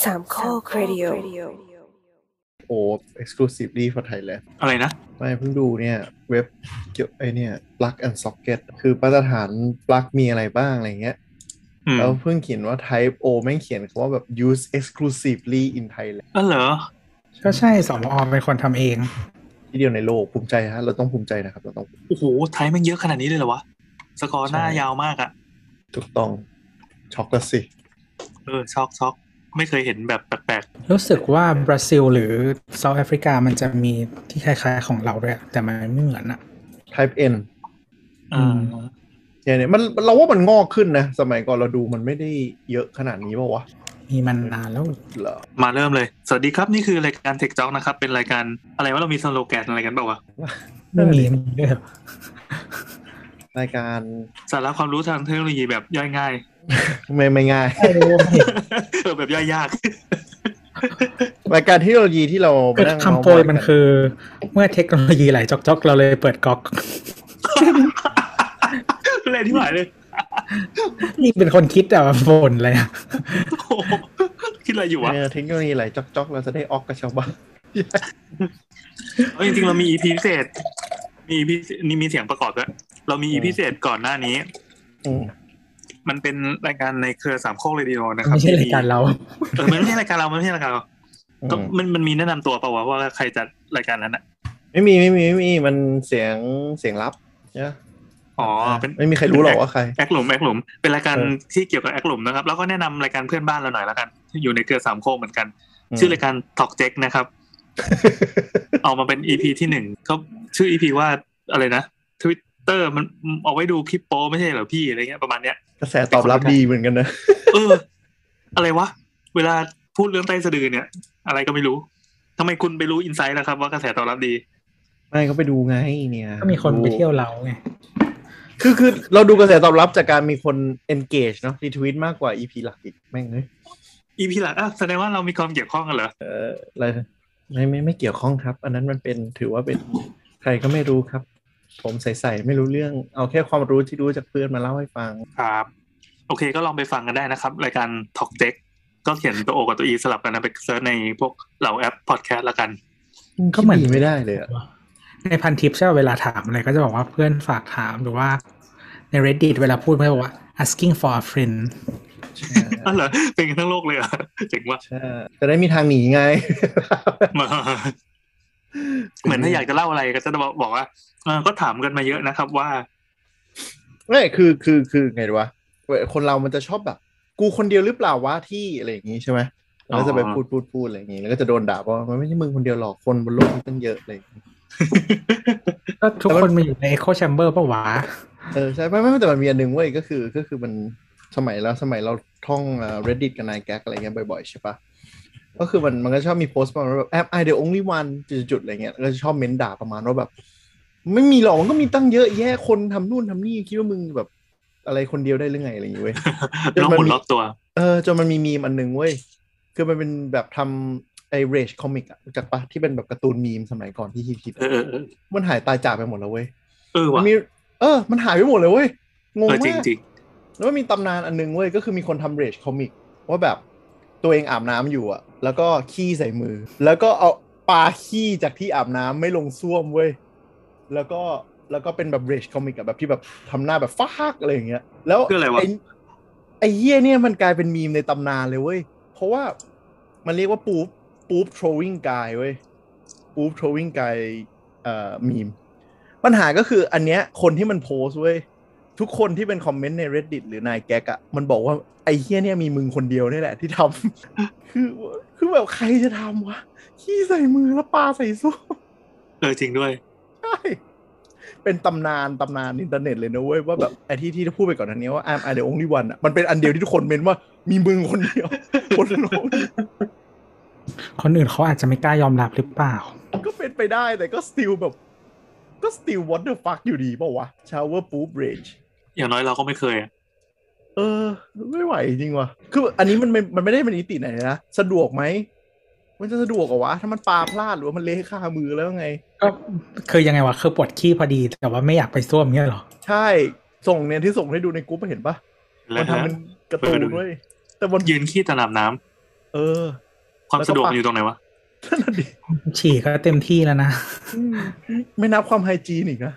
สามข้อครดิโอโอ้ exclusively for Thailand อะไรนะไม่เพิ่งดูเนี่ยเว็บเกี่ยวไอเนี่ย plug and socket คือมาตรฐาน plug มีอะไรบ้างอะไรเงี้ยแล้วเพิ่งเขียนว่า type O แม่งเขียนคำว่าแบบ use exclusively in Thailand เหรอก็ใช่สมอเป็นคนทำเองที่เดียวในโลกภูมิใจฮะเราต้องภูมิใจนะครับเราต้องโอ้โหไทยมันเยอะขนาดนี้เลยเหรอวะสกอร์หน้ายาวมากอ่ะถูกต้องช็อกละสิช็อกไม่เคยเห็นแบบแปลกๆรู้สึกว่าบราซิลหรือเซาท์แอฟริกามันจะมีที่คล้ายๆของเราด้วยแต่มันไม่เหมือนอะ type N เนี่ยมันเราว่ามันงอกขึ้นนะสมัยก่อนเราดูมันไม่ได้เยอะขนาดนี้ป่าววะมีมันนานแล้วเหรอมาเริ่มเลยสวัสดีครับนี่คือรายการ Tech Talk นะครับเป็นรายการอะไรว่าเรามีสโลแกนอะไรกันเปล่าวะไม่มีด้วยรายการสาระความรู้ทางเทคโนโลยีแบบย่อยง่ายไม่ง่ายแบบย่อยยากรายการเทคโนโลยีที่เราคำโปรยมันคือเมื่อเทคโนโลยีไหลจอกๆเราเลยเปิดก๊อกเลยที่หมายเลยนี่เป็นคนคิดแต่ว่าโฟนอะไรอ่ะคิดอะไรอยู่วะเทคโนโลยีไหลจอกๆเราจะได้ออกกับชาวบ้านจริงๆเรามี EP พิเศษมี EP นี่มีเสียงประกอบด้วยเรามี EP พิเศษก่อนหน้านี้มันเป็นรายการในเครือสามโคกเรดิโอนะครับไม่ใช่รายการเรามันไม่ใช่รายการเราก็มันมีแนะนำตัวเปล่าวะว่าใครจัดรายการนั้นอ่ะไม่มีมันเสียงลับเนี่ยไม่มีใครรู้หรอกว่าใครแอคหลุมเป็นรายการที่เกี่ยวกับแอคหลุมนะครับแล้วก็แนะนำรายการเพื่อนบ้านเราหน่อยละกันอยู่ในเครือสามโคกเหมือนกันชื่อรายการ Talk Jack นะครับเอามาเป็น EP ที่1เขาชื่อ EP ว่าอะไรนะ Twitter มันเอาไว้ดูคลิปโป๊ไม่ใช่เหรอพี่อะไรเงี้ยประมาณเนี้ยกระแสตอบรับดีเหมือนกันนะอะไรวะเวลาพูดเรื่องใต้สะดือเนี่ยอะไรก็ไม่รู้ทำไมคุณไปรู้อินไซต์นะครับว่ากระแสตอบรับดีไม่ก็ไปดูไงเนี่ยก็มีคนไปเที่ยวเราไงคือเราดูกระแสตอบรับจากการมีคน engage เนาะรีทวีตมากกว่า EP หลักอีกแม่งเลย EP หลักแสดงว่าเรามีความเกี่ยวข้องกันเหรออะไรไม่เกี่ยวข้องครับอันนั้นมันเป็นถือว่าเป็นใครก็ไม่รู้ครับผมใส่ไม่รู้เรื่องเอาแค่ความรู้ที่รู้จากเพื่อนมาเล่าให้ฟังครับโอเคก็ลองไปฟังกันได้นะครับรายการ Talk Tech ก็เขียนตัว O กับตัว E สลับกันนะไปเซิร์ชในพวกเหล่าแอปพอดแคสต์ละกันก็เหมือนไม่ได้เลยอะในพันทิปใช่เวลาถามอะไรก็จะบอกว่าเพื่อนฝากถามหรือว่าใน Reddit เวลาพูดเขาบอกว่า asking for a friend เหรอเป็นกันทั้งโลกเลยอ่ะเจ๋งว่ะใช่จะได้มีทางหนีไงเหมือนถ้าอยากจะเล่าอะไรก็จะบอกว่าก็ถามกันมาเยอะนะครับว่าไม่คือไงดีวะคนเรามันจะชอบแบบกูคนเดียวหรือเปล่าวะที่อะไรอย่างงี้ใช่ไหมแล้วจะไปพูดอะไรอย่างงี้แล้วก็จะโดนด่าว่ามันไม่ใช่มึงคนเดียวหรอกคนบนโลกมีตั้งเยอะเลยก็ทุกคนมาอยู่ใน echo chamber ป่ะวะใช่ไม่แต่มันมีอันนึงเว้ยก็คือมันสมัยเราท่อง Reddit กับนายแก๊กอะไรเงี้ยบ่อยๆใช่ปะก็คือมันก็ชอบมีโพสต์ประมาณแบบ am I the only one จุดๆอะไรเงี้ยแล้วก็ชอบเม้นด่าประมาณว่าแบบไม่มีหรอกมันก็มีตั้งเยอะแยะคนทำนู่นทำนี่คิดว่ามึงแบบอะไรคนเดียวได้หรือไงอะไรอย่างเงี้ยเว้ยน้องหมุนรอบตัวจนมันมีมีมอันนึงเว้ยคือมันเป็นแบบทำไอ้ Rage Comic อ่ะรู้จักปะที่เป็นแบบการ์ตูนมีมสมัยก่อนที่ฮิตๆมันหายตายจากไปหมดแล้วเว้ยมันมีมันหายไปหมดเลยเว้ยงงมากจริงแล้วมีตำนานอันนึงเว้ยก็คือมีคนทำ Rage Comic ว่าแบบตัวเองอาบน้ำอยู่อ่ะแล้วก็ขี้ใส่มือแล้วก็เอาปาขี้จากที่อาบน้ำไม่ลงส้วมเว้ยแล้วก็เป็นแบบ Rage Comic อะแบบที่แบบทำหน้าแบบฟากอะไรอย่างเงี้ยแล้วไอ้เหี้ยเนี่ยมันกลายเป็นมีมในตำนานเลยเว้ยเพราะว่ามันเรียกว่าปู๊บ throwing guy เว้ยปู๊บ throwing guy มีมปัญหาก็คืออันเนี้ยคนที่มันโพสเว้ยทุกคนที่เป็นคอมเมนต์ใน Reddit หรือนายแก๊กอะมันบอกว่าไอ้เหี้ยเนี่ยมีมึงคนเดียวนี่แหละที่ทำ คือแบบใครจะทำวะขี้ใส่มือแล้วปาใส่ส้วมจริงด้วยใช่เป็นตำนานอินเทอร์เน็ตเลยนะเว้ยว่าแบบไอ้ที่พูดไปก่อนอันนี้ว่า I'm the only one อะมันเป็นอันเดียวที่ทุกคนเมนว่ามีมึงคนเดียวคนโลกคนอื่นเขาอาจจะไม่กล้ายอมรับหรือเปล่าก็เป็นไปได้แต่ก็ still แบบก็ still what the fuck อยู่ดีเปล่าวะ shower poop rage อย่างน้อยเราก็ไม่เคยไม่ไหวจริงว่ะคืออันนี้มันไม่ได้เป็นนิติไหนนะสะดวกไหมมันจะสะดวกเหรอวะถ้ามันปาพลาดหรือว่ามันเละคามือแล้วไงก็คือยังไงวะคือปวดขี้พอดีแต่ว่าไม่อยากไปส้วมเงี้ยหรอใช่ส่งเนี่ยที่ส่งให้ดูในกรุ๊ปเห็นปะมันทำเป็นการ์ตูนด้วยแต่บนยืนขี้ตะนำน้เออความสะดวกมันอยู่ตรงไหนวะนั่นน่ะดิฉี่ก็เต็มที่แล้วนะไม่นับความไฮจีนอีกนะ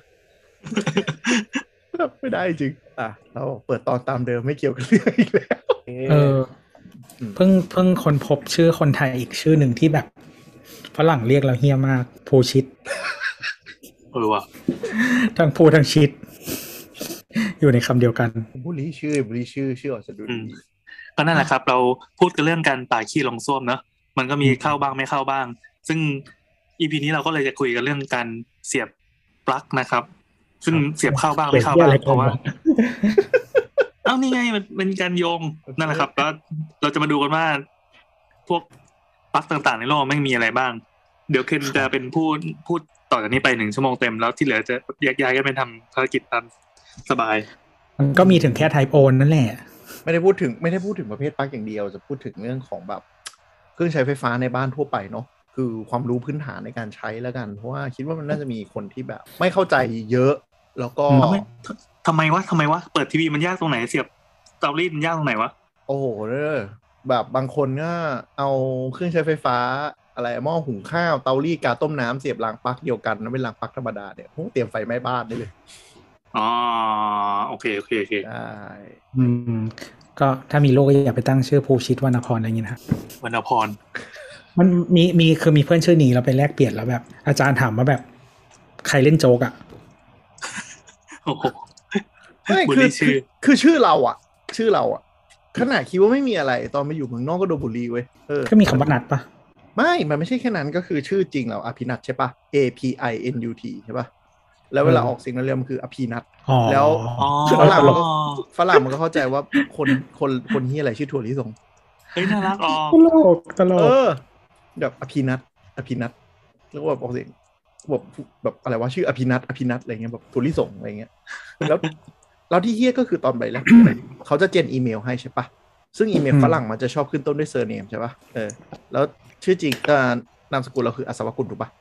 ไม่ได้จริงเราเปิดตอนตามเดิมไม่เกี่ยวกับเรื่องอีกแล้วเพิ่งคนพบชื่อคนไทยอีกชื่อหนึ่งที่แบบฝรั่งเรียกเราเฮี้ยมากภูชิตว่ะทั้งภูทั้งชิต อยู่ในคำเดียวกันบุรีชื่อออกจะดูดีก็นั่นแหละครับ เราพูดกันเรื่องการป่าขี้ลงส้วมเนอะมันก็มีเข้าบ้างไม่เข้าบ้าง ซึ่ง EP นี้เราก็เลยจะคุยกันเรื่องการเสียบปลั๊กนะครับ ซึ่งเสียบเข้าบ้างไม่เข้าบ้างเพราะว่าเอ้านี่ไงมันเป็นการโยงนั่นแหละครับแล้วเราจะมาดูกันว่าพวกปลั๊กต่างๆในโลกไม่มีอะไรบ้างเดี๋ยวเคนจะเป็นพูดต่อจากนี้ไป1 ชั่วโมงเต็มแล้วที่เหลือจะแยกย้ายกันไปทำภารกิจตามสบายมันก็มีถึงแค่ Type O นั่นแหละไม่ได้พูดถึงประเภทปลั๊กอย่างเดียวจะพูดถึงเรื่องของแบบเครื่องใช้ไฟฟ้าในบ้านทั่วไปเนาะคือความรู้พื้นฐานในการใช้แล้วกันเพราะว่าคิดว่ามันน่าจะมีคนที่แบบไม่เข้าใจเยอะแล้วก็ทำไมวะเปิดทีวีมันยากตรงไหนเสียบเตารีดมันยากตรงไหนวะโอ้โหแบบบางคนก็เอาเครื่องใช้ไฟฟ้าอะไรหม้อหุงข้าวเตารีดกาต้มน้ำเสียบรางปลั๊กเดียวกันนะเป็นรางปลั๊กธรรมดาเนี่ยเตรียมไฟไหม้บ้านได้เลยอ๋อโอเคได้ก็ถ้ามีโลกอย่าไปตั้งชื่อภูชิตวรรณพรอะไรอย่างงี้นะวรรณพรมันมีคือมีเพื่อนชื่อนี้เราไปแลกเปลี่ยนแล้วแบบอาจารย์ถามว่าแบบใครเล่นโจ๊กอ่ะโอ้โหไม่คือชื่อเราอ่ะขนาดคิดว่าไม่มีอะไรตอนมาอยู่เมืองนอกก็โดนบูลลี่เว้ยก็มีคำว่านัดปะมันไม่ใช่แค่นั้นก็คือชื่อจริงเราอภินัทใช่ปะ APINUT ใช่ปะแล้วเวลาออกเสียงเรียมคืออภินัทแล้วฝรั่งมันก็เข้าใจว่าคนเฮียอะไรชื่อถั่วลิสงเฮ้ยน่ารักตลกแบบอภินัทแล้วก็แบบออกเสียงแบบอะไรวะชื่ออภินัทอะไรเงี้ยแบบถั่วลิสงอะไรเงี้ยแล้วที่เฮียก็คือตอนไปแล้วเขาจะเจนอีเมลให้ใช่ปะซึ่งอีเมลฝรั่งมันจะชอบขึ้นต้นด้วยเซอร์เนมใช่ปะแล้วชื่อจริงนามสกุลเราคืออัศวกุลถูกปะ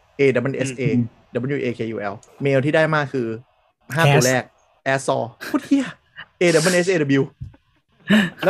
AWSAWAKUL เมลที่ได้มาคือ5ตัวแรก ASSAW พูดเฮีย AWSAW แล้ว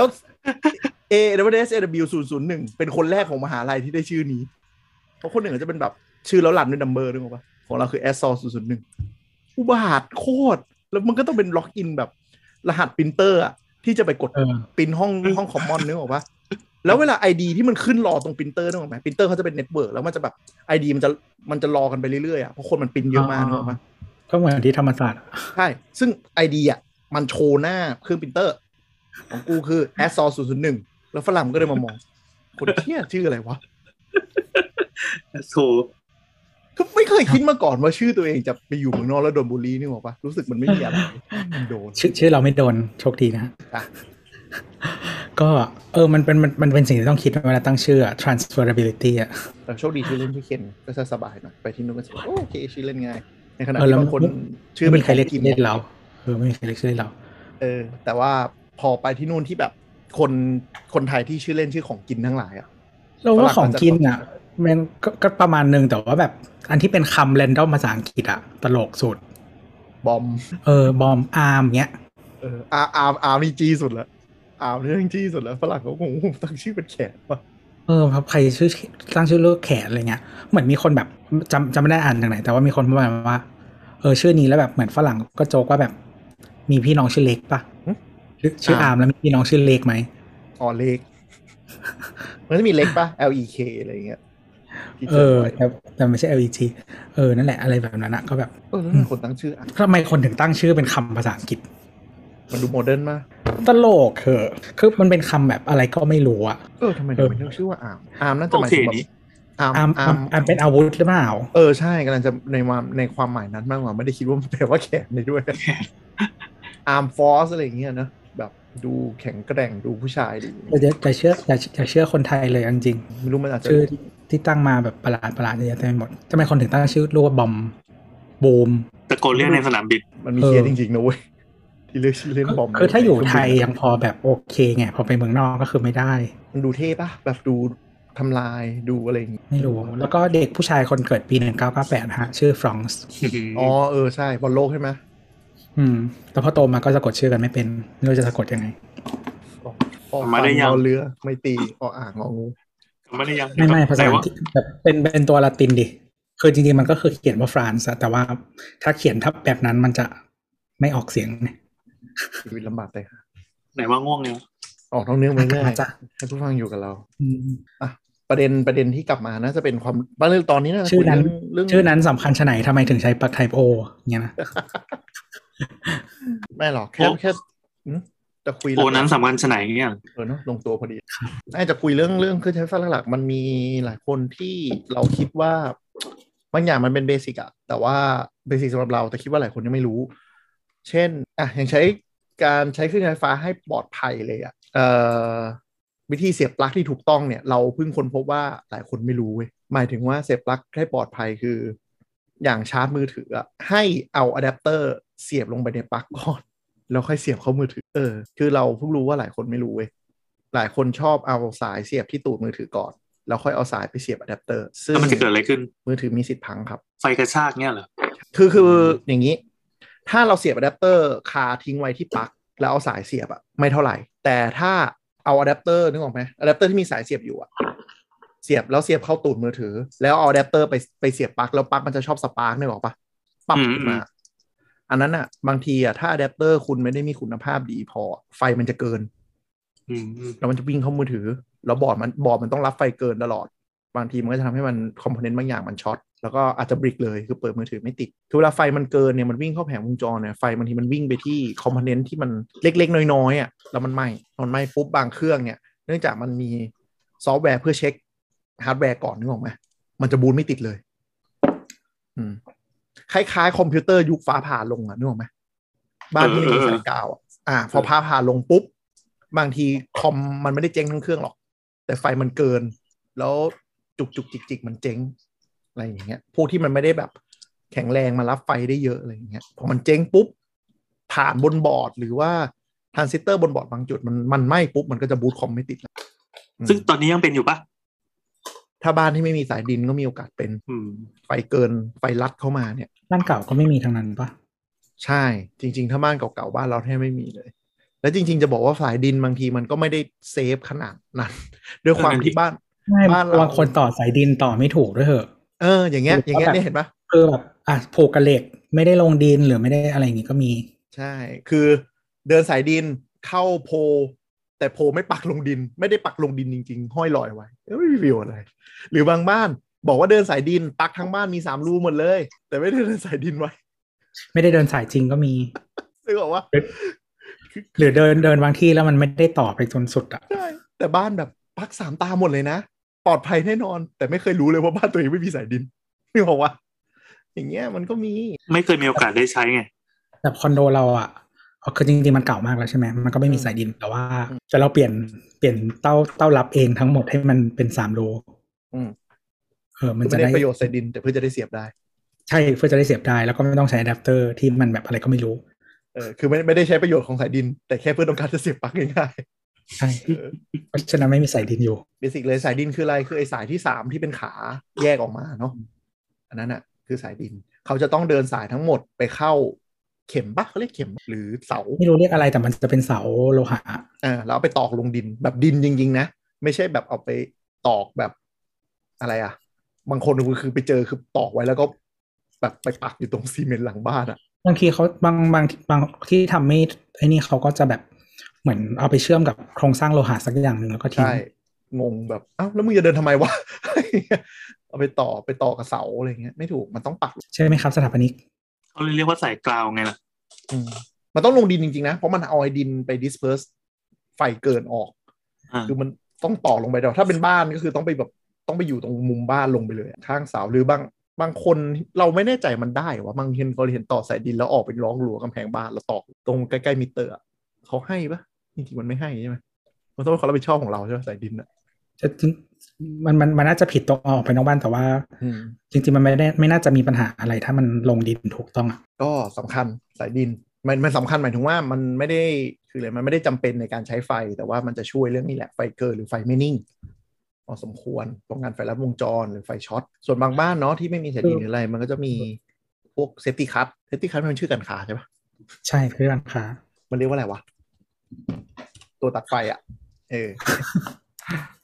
AWSAW001 เป็นคนแรกของมหาลัยที่ได้ชื่อนี้เพราะคนหนึ่งจะเป็นแบบชื่อแล้วรันด้วยนัมเบอร์ด้วยป่ะของเราคือ ASSAW001 อุบาทโคตรแล้วมันก็ต้องเป็นล็อกอินแบบรหัสปรินเตอร์อะที่จะไปกดปรินห้องคอมมอนนึกออกปะแล้วเวลา ID ที่มันขึ้นรอตรงปรินเตอร์นึกออกไหมปรินเตอร์เขาจะเป็นเน็ตเวิร์กแล้วมันจะแบบ ID มันจะรอกันไปเรื่อยๆอ่ะเพราะคนมันปรินเยอะมากนึกออกปะก็เหมือนที่ธรรมศาสตร์ใช่ซึ่ง ID อ่ะมันโชว์หน้าเครื่องปรินเตอร์ของกูคือ ASSAW001 แล้วฝรั่งก็เลยมามองคนเที่ยชื่ออะไรวะโซก็ไม่เคยคิดมาก่อนว่าชื่อตัวเองจะไปอยู่เมืองนอกแล้วโดนบูลลี่นึกออกปะรู้สึกมันไม่มีอะไรมันโดนชื่อเราไม่โดนโชคดีนะก็มันเป็นสิ่งที่ต้องคิดเวลาตั้งชื่อ transferability อ่ะแต่โชคดีชื่อเล่นที่เขียนก็จะสบายหน่อยไปที่นู่นก็โอเคชื่อเล่นง่ายในขณะที่บางคนชื่อเป็นใครเรียกเล่นเราไม่มีใครเรียกชื่อเล่นเราแต่ว่าพอไปที่นู่นที่แบบคนไทยที่ชื่อเล่นชื่อของกินทั้งหลายอ่ะเราว่าของกินอ่ะมันก็ประมาณนึงแต่ว่าแบบอันที่เป็นคำ random ภาษาอังกฤษอ่ะตลกสุดบอมบอมอาร์มเงี้ยอาร์มนี่จี้สุดแล้วอาร์มเรื่องจี้สุดแล้วฝรั่งเขาคงตั้งชื่อเป็นแขกป่ะครับใครชื่อตั้งชื่อเลือกแขกอะไรเงี้ยเหมือนมีคนแบบจำไม่ได้อ่านจากไหนแต่ว่ามีคนบอกว่าชื่อนี้แล้วแบบเหมือนฝรั่งก็โจกว่าแบบมีพี่น้องชื่อเล็กป่ะชื่ออาร์มแล้วมีพี่น้องชื่อเล็กไหมเล็กมันจะมีเล็กป่ะ LEK อะไรเงี้ยแต่ไม่ใช่ LEG นั่นแหละอะไรแบบนั้นนะก็แบบคนตั้งชื่อทำไมคนถึงตั้งชื่อเป็นคำภาษาอังกฤษมันดูโมเดิร์นมากตลกคือมันเป็นคำแบบอะไรก็ไม่รู้อ่ะทำไมถึงเป็นชื่อว่าอาร์มน่าจะหมายถึงแบบอาร์มเป็นอาวุธหรือเปล่าใช่กำลังจะในความหมายนั้นมากกว่าไม่ได้คิดว่าแปลว่าแขนในด้วยอาร์มฟอร์สอะไรอย่างเงี้ยนะแบบดูแข็งแกร่งดูผู้ชายดีแต่เชื่อคนไทยเลยจริงไม่รู้มันอาจจะชื่อที่ตั้งมาแบบประหลาดเยอะเต็มไปหมดทำไมคนถึงตั้งชื่อลูกว่าบอมบูมตะโกนเรียกในสนามบินมันมีเคสจริงๆนะเว้ยที่เลือกชื่อเล่นบอมคือถ้าอยู่ไทยยังพอแบบโอเคไงพอไปเมืองนอกก็คือไม่ได้มันดูเท่ป่ะแบบดูทำลายดูอะไรอย่างงี้ไม่รู้แล้วก็เด็กผู้ชายคนเกิดปี1998ฮะชื่อฟรองซ์ใช่บอลโลกใช่ไหมแต่พอโตมาก็สะกดชื่อกันไม่เป็นไม่รู้จะสะกดยังไงมาได้ยังเรือไม่ตีอ่างงงูไม่ได้ยังไม่ภาษาไหนอัวะงกฤษแบบเป็นตัวละตินดิคือจริงๆมันก็คือเขียนว่าฟรานซ์แต่ว่าถ้าเขียนทับแบบนั้นมันจะไม่ออกเสียงไงชีวิตลำบากเลยค่ะไหนว่าง่วงเนี่ยออกท้องเนื้อไปเรื่อยจ้ะให้ผู้ฟังอยู่กับเราอืมอ่ะประเด็นที่กลับมาน่าจะเป็นความบ้านเรื่องตอนนี้นะชื่อนั้นเรื่องชื่อนั้นสำคัญชะไหนทำไมถึงใช้ปลั๊ก Type O เงี้ยนะไม่หรอกแค่จะคุยโอนั้นสำคัญชะไหนเนี่ยเนาะลงตัวพอดีน่าจะคุยเรื่องเครื่องใช้ไฟฟ้าหลักๆมันมีหลายคนที่เราคิดว่าบางอย่างมันเป็นเบสิกอะแต่ว่าเบสิกสำหรับเราแต่คิดว่าหลายคนยังไม่รู้ เช่นอย่างการใช้เครื่องใช้ไฟฟ้าให้ปลอดภัยเลยอะวิธีเสียบปลั๊กที่ถูกต้องเนี่ยเราเพิ่งค้นพบว่าหลายคนไม่รู้เว้ยหมายถึงว่าเสียบปลั๊กให้ปลอดภัยคืออย่างชาร์จมือถืออะให้เอาอะแดปเตอร์เสียบลงไปในปลั๊กก่อนแล้วค่อยเสียบเข้ามือถือคือเราเพิ่งรู้ว่าหลายคนไม่รู้เว้ยหลายคนชอบเอาสายเสียบที่ตูดมือถือก่อนแล้วค่อยเอาสายไปเสียบอะแดปเตอร์ซึ่งแล้วมันจะเกิดอะไรขึ้นมือถือมีสิทธิ์พังครับไฟกระชากเนี่ยเหรอคืออย่างนี้ถ้าเราเสียบอะแดปเตอร์คาทิ้งไว้ที่ปลั๊กแล้วเอาสายเสียบอะไม่เท่าไหร่แต่ถ้าเอาอะแดปเตอร์นึกออกไหมอะแดปเตอร์ที่มีสายเสียบอยู่อะเสียบแล้วเสียบเข้าตูดมือถือแล้วเอาอะแดปเตอร์ไปเสียบปลั๊กแล้วปลั๊กมันจะชอบสปาร์กนึกออกปะปั๊บขึ้นมาอันนั้นอะบางทีอะถ้าอะแดปเตอร์คุณไม่ได้มีคุณภาพดีพอไฟมันจะเกินแล้วมันจะวิ่งเข้ามือถือแล้วบอร์ดมันต้องรับไฟเกินตลอดบางทีมันก็จะทำให้มันคอมโพเนนต์บางอย่างมันช็อตแล้วก็อาจจะบริกเลยคือเปิดมือถือไม่ติดคือเวลาไฟมันเกินเนี่ยมันวิ่งเข้าแผงวงจรเนี่ยไฟบางทีมันวิ่งไปที่คอมโพเนนต์ที่มันเล็กๆน้อยๆอ่ะแล้วมันไหม้ปุ๊บบางเครื่องเนี่ยเนื่องจากมันมีซอฟต์แวร์เพื่อเช็คฮาร์ดแวร์ก่อนนึกออกไหมมันจะบูตไม่ติดเลยคล้ายๆคอมพิวเตอร์ยุคฟ้าผ่าลงอ่ะนึกออกไหมบ้านที่มีสายกาวพอฟ้าผ่าลงปุ๊บบางทีคอมมันไม่ได้เจ๊งทั้งเครื่องหรอกแต่ไฟมันเกินแล้วจุกจิกมันเจ๊งอะไรอย่างเงี้ยพวกที่มันไม่ได้แบบแข็งแรงมารับไฟได้เยอะอะไรอย่างเงี้ยพอมันเจ๊งปุ๊บผ่านบนบอร์ดหรือว่าทรานซิสเตอร์บนบอร์ดบางจุดมันไหม้ปุ๊บมันก็จะบูตคอมไม่ติดแล้วซึ่งตอนนี้ยังเป็นอยู่ปะถ้าบ้านที่ไม่มีสายดินก็มีโอกาสเป็นไฟเกินไฟลัดเข้ามาเนี่ยบ้านเก่าก็ไม่มีทางนั้นปะใช่จริงๆถ้าบ้านเก่าๆบ้านเราแทบไม่มีเลยแล้วจริงๆจะบอกว่าสายดินบางทีมันก็ไม่ได้เซฟขนาดนั้นด้วยความที่บ้านเราบางคนต่อสายดินต่อไม่ถูกด้วยเหรออย่างเงี้ยเนี่ยเห็นปะคือแบบผูกกับเหล็กไม่ได้ลงดินหรือไม่ได้อะไรอย่างงี้ก็มีใช่คือเดินสายดินเข้าโพแต่โพไม่ปักลงดินไม่ได้ปักลงดินจริงๆห้อยลอยไว้ไม่มีประโยชน์อะไรหรือบางบ้านบอกว่าเดินสายดินปักทั้งบ้านมี3 รูหมดเลยแต่ไม่ได้เดินสายดินไว้ไม่ได้เดินสายจริงก็มีคือบอกว่าหรือเดินบางที่แล้วมันไม่ได้ต่อไปจนสุดอ่ะใช่แต่บ้านแบบปัก3 ตาหมดเลยนะปลอดภัยแน่นอนแต่ไม่เคยรู้เลยว่าบ้านตัวเองไม่มีสายดินนี่บอกว่าอย่างเงี้ยมันก็มีไม่เคยมีโอกาสได้ใช้ไงแต่คอนโดเราอ่ะคือจริงๆมันเก่ามากแล้วใช่ไหมมันก็ไม่มีสายดินแต่ว่าแต่เราเปลี่ยนเต้ารับเองทั้งหมดให้มันเป็น3 รูมันจะได้ประโยชน์สายดินแต่เพื่อจะได้เสียบได้ใช่เพื่อจะได้เสียบได้แล้วก็ไม่ต้องใช้อะแดปเตอร์ที่มันแบบอะไรก็ไม่รู้คือไม่ได้ใช้ประโยชน์ของสายดินแต่แค่เพื่อต้องการจะเสียบปลั๊กง่ายๆใช่เพราะฉะนั้นไม่มีสายดินอยู่เบสิกเลยสายดินคืออะไรคือไอ้สายที่3ที่เป็นขาแยกออกมาเนาะอันนั้นอ่ะคือสายดินเขาจะต้องเดินสายทั้งหมดไปเข้าเข็มปะเขาเรียกเข็มหรือเสาไม่รู้เรียกอะไรแต่มันจะเป็นเสาโลหะแล้วเอาไปตอกลงดินแบบดินจริงๆนะไม่ใช่แบบเอาไปตอกแบบอะไรอ่ะบางคนคือไปเจอคือตอกไว้แล้วก็แบบไปปักอยู่ตรงซีเมนต์หลังบ้านอ่ะบางทีเขาบางที่ทำไม่ไอ้นี่เขาก็จะแบบเหมือนเอาไปเชื่อมกับโครงสร้างโลหะสักอย่างหนึ่งแล้วก็ทิ้งใช่งงแบบแล้วมึงจะเดินทำไมวะ เอาไปต่อกับเสาอะไรเงี้ยไม่ถูกมันต้องปักใช่ไหมครับสถาปนิกเขาเรียกว่าใส่กราวไงล่ะมันต้องลงดินจริงๆนะเพราะมันเอาไอ้ดินไป disperse ไฟเกินออกคือมันต้องต่อลงไปแต่ถ้าเป็นบ้านก็คือต้องไปอยู่ตรงมุมบ้านลงไปเลยข้างเสาหรือบางคนเราไม่แน่ใจมันได้ว่าบางทีเราเห็นต่อสายดินแล้วออกเป็นร้องรั้วกำแพงบ้านแล้วตอกตรงใกล้ๆมิเตอร์เขาให้ปะจริงๆมันไม่ให้ใช่ไหมมันต้องเป็นความรับผิดชอบของเราใช่ไหมสายดินจริงมันน่าจะผิดตรงออกไปนอกบ้านแต่ว่าจริงๆมันไม่น่าจะมีปัญหาอะไรถ้ามันลงดินถูกต้องก็สำคัญสายดินมันสำคัญหมายถึงว่ามันไม่ได้คืออะไรมันไม่ได้จำเป็นในการใช้ไฟแต่ว่ามันจะช่วยเรื่องนี้แหละไฟเกินหรือไฟไม่นิ่งพอสมควรป้องกันไฟลัดวงจรหรือไฟช็อตส่วนบางบ้านเนาะที่ไม่มีสายดินหรืออะไรมันก็จะมีพวกเซฟตี้คัทมันชื่อกันขาใช่ปะใช่คือกันขามันเรียกว่าอะไรวะตัวตัดไฟ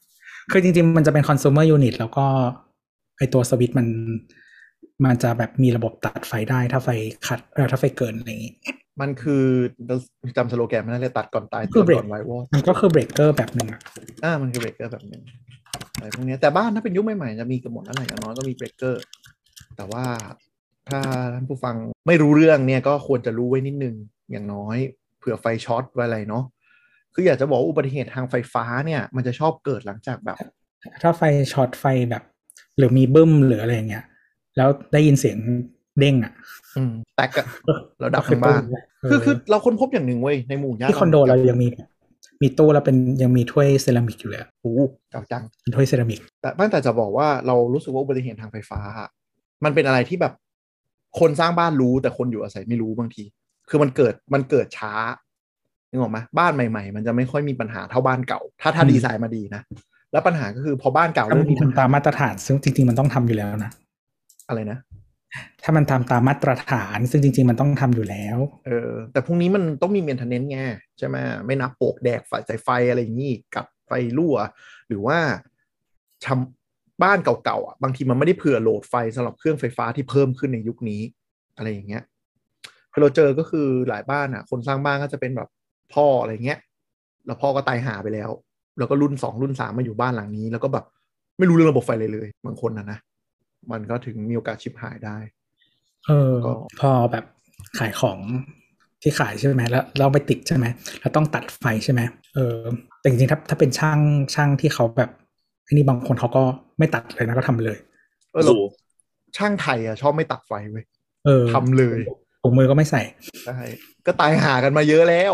คือจริงๆมันจะเป็น consumer unit แล้วก็ไอตัวสวิตช์มันจะแบบมีระบบตัดไฟได้ถ้าไฟขัดถ้าไฟเกินอะไรอย่างงี้มันคือจำสโลแกนไม่ได้เลยตัดก่อนตายคืเตืออนเบรก่กอนไววอดมันก็คือเบรกเกอร์แบบหนึ่งอะมันคือเบรกเกอร์แบบนึงอะไรพวกนี้แต่บ้านถ้าเป็นยุคใหม่ๆจะมีกันหมดนั่นแหละอย่างน้อยก็มีเบรกเกอร์แต่ว่าถ้าท่านผู้ฟังไม่รู้เรื่องเนี่ยก็ควรจะรู้ไว้นิดนึงอย่างน้อยเผื่อไฟช็อตไว้อะไรเนาะคืออยากจะบอกอุบัติเหตุทางไฟฟ้าเนี่ยมันจะชอบเกิดหลังจากแบบถ้าไฟช็อตไฟแบบหรือมีบึ้มหรืออะไรเงี้ยแล้วได้ยินเสียงเด้งอ่ะแตกอะเราดับทั้งบ้านคือเราค้นพบอย่างหนึ่งเว้ยในหมู่ญาติที่คอนโดเรายังมีตู้แล้วเป็นยังมีถ้วยเซรามิกอยู่เลยโอ้เก่าจังเป็นถ้วยเซรามิกแต่ตั้งแต่จะบอกว่าเรารู้สึกว่าอุบัติเหตุทางไฟฟ้ามันเป็นอะไรที่แบบคนสร้างบ้านรู้แต่คนอยู่อาศัยไม่รู้บางทีคือมันเกิดช้านึกออกไหมบ้านใหม่ๆมันจะไม่ค่อยมีปัญหาเท่าบ้านเก่าถ้าดีไซน์มาดีนะแล้วปัญหาก็คือพอบ้านเก่าเริ่มมีปัญหาตามมาตรฐานซึ่งจริงๆมันต้องทำอยู่แล้วนะอะไรนะถ้ามันตามมาตรฐานซึ่งจริงๆมันต้องทำอยู่แล้วแต่พวกนี้มันต้องมีเมนเทนเนนซ์ไงใช่ไหมไม่นับโปกแดกสายไฟอะไรอย่างนี้กัดไฟรั่วหรือว่าทำบ้านเก่าๆบางทีมันไม่ได้เผื่อโหลดไฟสำหรับเครื่องไฟฟ้าที่เพิ่มขึ้นในยุคนี้อะไรอย่างเงี้ยคือเราเจอก็คือหลายบ้านคนสร้างบ้านก็จะเป็นแบบพ่ออะไรเงี้ยแล้วพ่อก็ตายหาไปแล้วก็รุ่น2รุ่น3มาอยู่บ้านหลังนี้แล้วก็แบบไม่รู้เรื่องระบบไฟเลยบางคนนะมันก็ถึงมีโอกาสชิบหายได้ก็พอแบบขายของที่ขายใช่ไหมแล้วเราไปติดใช่ไหมแล้วต้องตัดไฟใช่ไหมแต่จริงๆถ้าเป็นช่างที่เขาแบบนี่บางคนเขาก็ไม่ตัดเลยนะก็ทำเลยช่างไทยชอบไม่ตัดไฟเว้ยทำเลยถุงมือก็ไม่ใส่ใช่ก็ตายหากันมาเยอะแล้ว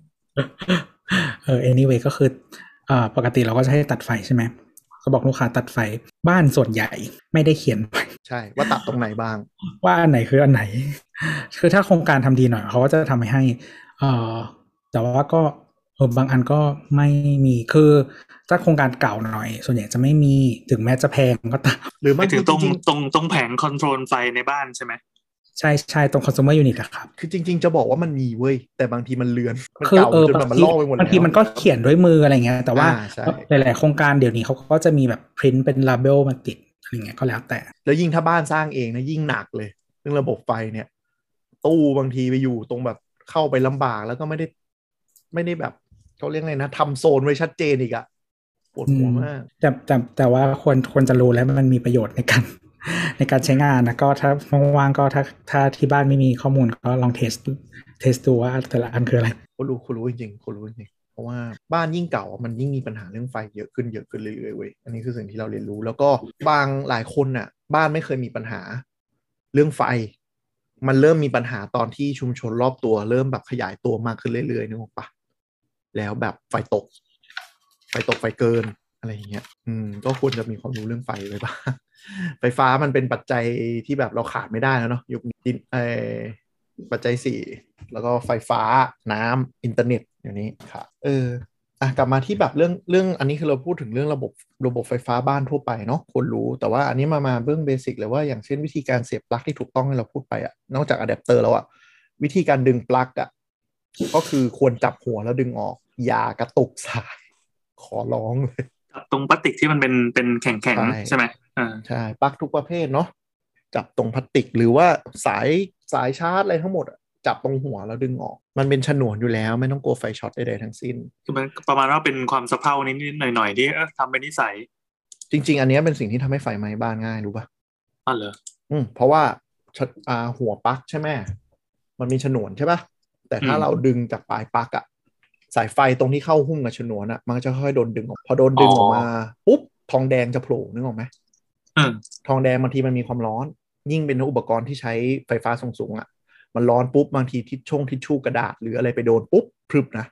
anyway ก็คือปกติเราก็จะให้ตัดไฟใช่ไหมก็บอกลูกค้าตัดไฟบ้านส่วนใหญ่ไม่ได้เขียนไว้ใช่ว่าตัดตรงไหนบ้างว่าอันไหนคืออันไหนคือถ้าโครงการทำดีหน่อยเขาก็จะทำให้แต่ว่าก็บางอันก็ไม่มีคือถ้าโครงการเก่าหน่อยส่วนใหญ่จะไม่มีถึงแม้จะแพงก็ตามหรือไม่ถึงตรงแผงคอนโทรลไฟในบ้านใช่ไหมใช่ตรง consumer unit อะครับคือจริงๆจะบอกว่ามันมีเว้ยแต่บางทีมันเลือนมันเก่าจนมันลอกไปหมดแล้วบางทีมันก็เขียนด้วยมืออะไรเงี้ยแต่ว่าหลายๆโครงการเดี๋ยวนี้เขาก็จะมีแบบพรินท์เป็นลาเบลมาติดอะไรเงี้ยก็แล้วแต่แล้วยิ่งถ้าบ้านสร้างเองนะยิ่งหนักเลยเรื่องระบบไฟเนี่ยตู้บางทีไปอยู่ตรงแบบเข้าไปลำบากแล้วก็ไม่ได้แบบเขาเรียกไงนะทำโซนไว้ชัดเจนอีกอะปวดหัวมากแต่ว่าควรจะรู้แล้วมันมีประโยชน์ในการใช้งานนะก็ถ้าว่างๆก็ถ้าที่บ้านไม่มีข้อมูลก็ลองเทสดูว่าแต่ละอันคืออะไรคุณรู้จริงเพราะว่าบ้านยิ่งเก่ามันยิ่งมีปัญหาเรื่องไฟเยอะขึ้นเรื่อยๆเว้ยอันนี้คือสิ่งที่เราเรียนรู้แล้วก็หลายคนน่ะบ้านไม่เคยมีปัญหาเรื่องไฟมันเริ่มมีปัญหาตอนที่ชุมชนรอบตัวเริ่มแบบขยายตัวมากขึ้นเรื่อยๆนึกออกปะแล้วแบบไฟตกไฟเกินอะไรอย่างเงี้ยก็ควรจะมีความรู้เรื่องไฟไว้บ้างไฟฟ้ามันเป็นปัจจัยที่แบบเราขาดไม่ได้แล้วเนาะยุคนี้ปัจจัย4แล้วก็ไฟฟ้าน้ำอินเทอร์เน็ตอย่างนี้ค่ะกลับมาที่แบบเรื่องอันนี้คือเราพูดถึงเรื่องระบบไฟฟ้าบ้านทั่วไปเนาะคนรู้แต่ว่าอันนี้มาเบื้องเบสิกเลยว่าอย่างเช่นวิธีการเสียบปลั๊กที่ถูกต้องที่เราพูดไปนอกจากอะแดปเตอร์แล้ววิธีการดึงปลั๊กก็คือควรจับหัวแล้วดึงออกอย่ากระตุกสายขอร้องเลยจับตรงพลาสติกที่มันเป็นแข็งๆใช่ไหมใช่ปลั๊กทุกประเภทเนาะจับตรงพลาสติกหรือว่าสายชาร์จอะไรทั้งหมดจับตรงหัวแล้วดึงออกมันเป็นฉนวนอยู่แล้วไม่ต้องกลัวไฟช็อตใดๆทั้งสิ้นคือมันประมาณว่าเป็นความสะเพร่านิดๆหน่อยๆที่ทำเป็นนิสัยจริงๆอันนี้เป็นสิ่งที่ทำให้ไฟไหม้บ้านง่ายรู้ป่ะเหรอเพราะว่าหัวปลั๊กใช่ไหมมันมีฉนวนใช่ป่ะแต่ถ้าเราดึงจากปลายปลั๊กสายไฟตรงที่เข้าหุ้มกับฉนวนมันจะค่อยโดนดึงออกพอโดนดึงออกมาปุ๊บทองแดงจะโผล่นึกออกไหมทองแดงบางทีมันมีความร้อนยิ่งเป็นอุปกรณ์ที่ใช้ไฟฟ้าสูงมันร้อนปุ๊บบางทีทิชชู่กระดาษหรืออะไรไปโดนปุ๊บพรึบนะ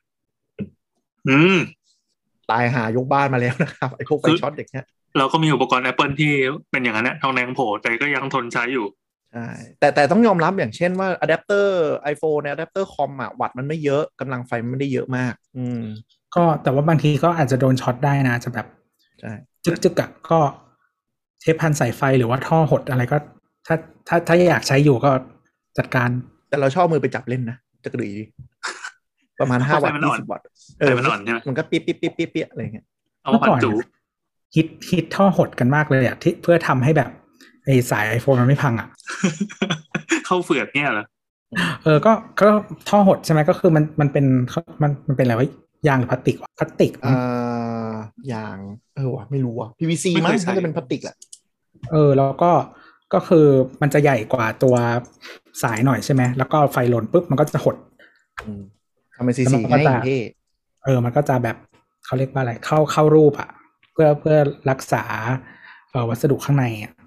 ตายหายกบ้านมาแล้วนะครับไอ้พวกไฟช็อตอย่างเงี้ยเราก็มีอุปกรณ์ Apple ที่เป็นอย่างนั้นทองแดงโผล่แต่ก็ยังทนใช้อยู่ใช่แต่ต้องยอมรับอย่างเช่นว่าอะแดปเตอร์ iPhone เนี่ยอะแดปเตอร์คอมวัตต์มันไม่เยอะกำลังไฟไม่ได้เยอะมากก็แต่ว่าบางทีก็อาจจะโดนช็อตได้นะจะแบบใช่จึกก็เทปพันสายไฟหรือว่าท่อหดอะไรก็ถ้าอยากใช้อยู่ก็จัดการแต่เราชอบมือไปจับเล่นนะจะกระดุยประมาณ5 วัตต์20 วัตต์มันอ่อนใช่ไหมมันก็ปิ๊บอะไรเงี้ยเอามาปั่นจูฮิตท่อหดกันมากเลยที่เพื่อทำให้แบบไอสาย iPhone มันไม่พังเข้าเฟือกเนี่ยเหรอก็ท่อหดใช่ไหมก็คือมันเป็นอะไรวะยางหรือพลาสติกวะพลาสติกยางวะไม่รู้ว่ะ PVC มั้งน่าจะเป็นพลาสติกแหละแล้วก็คือมันจะใหญ่กว่าตัวสายหน่อยใช่ไหมแล้วก็ไฟลนปุ๊บมันก็จะหดทำเป็นสีๆให้เท่มันก็จะแบบเขาเรียกว่าอะไรเข้ารูปอ่ะเพื่อรักษาวัสดุข้างในอ่ะ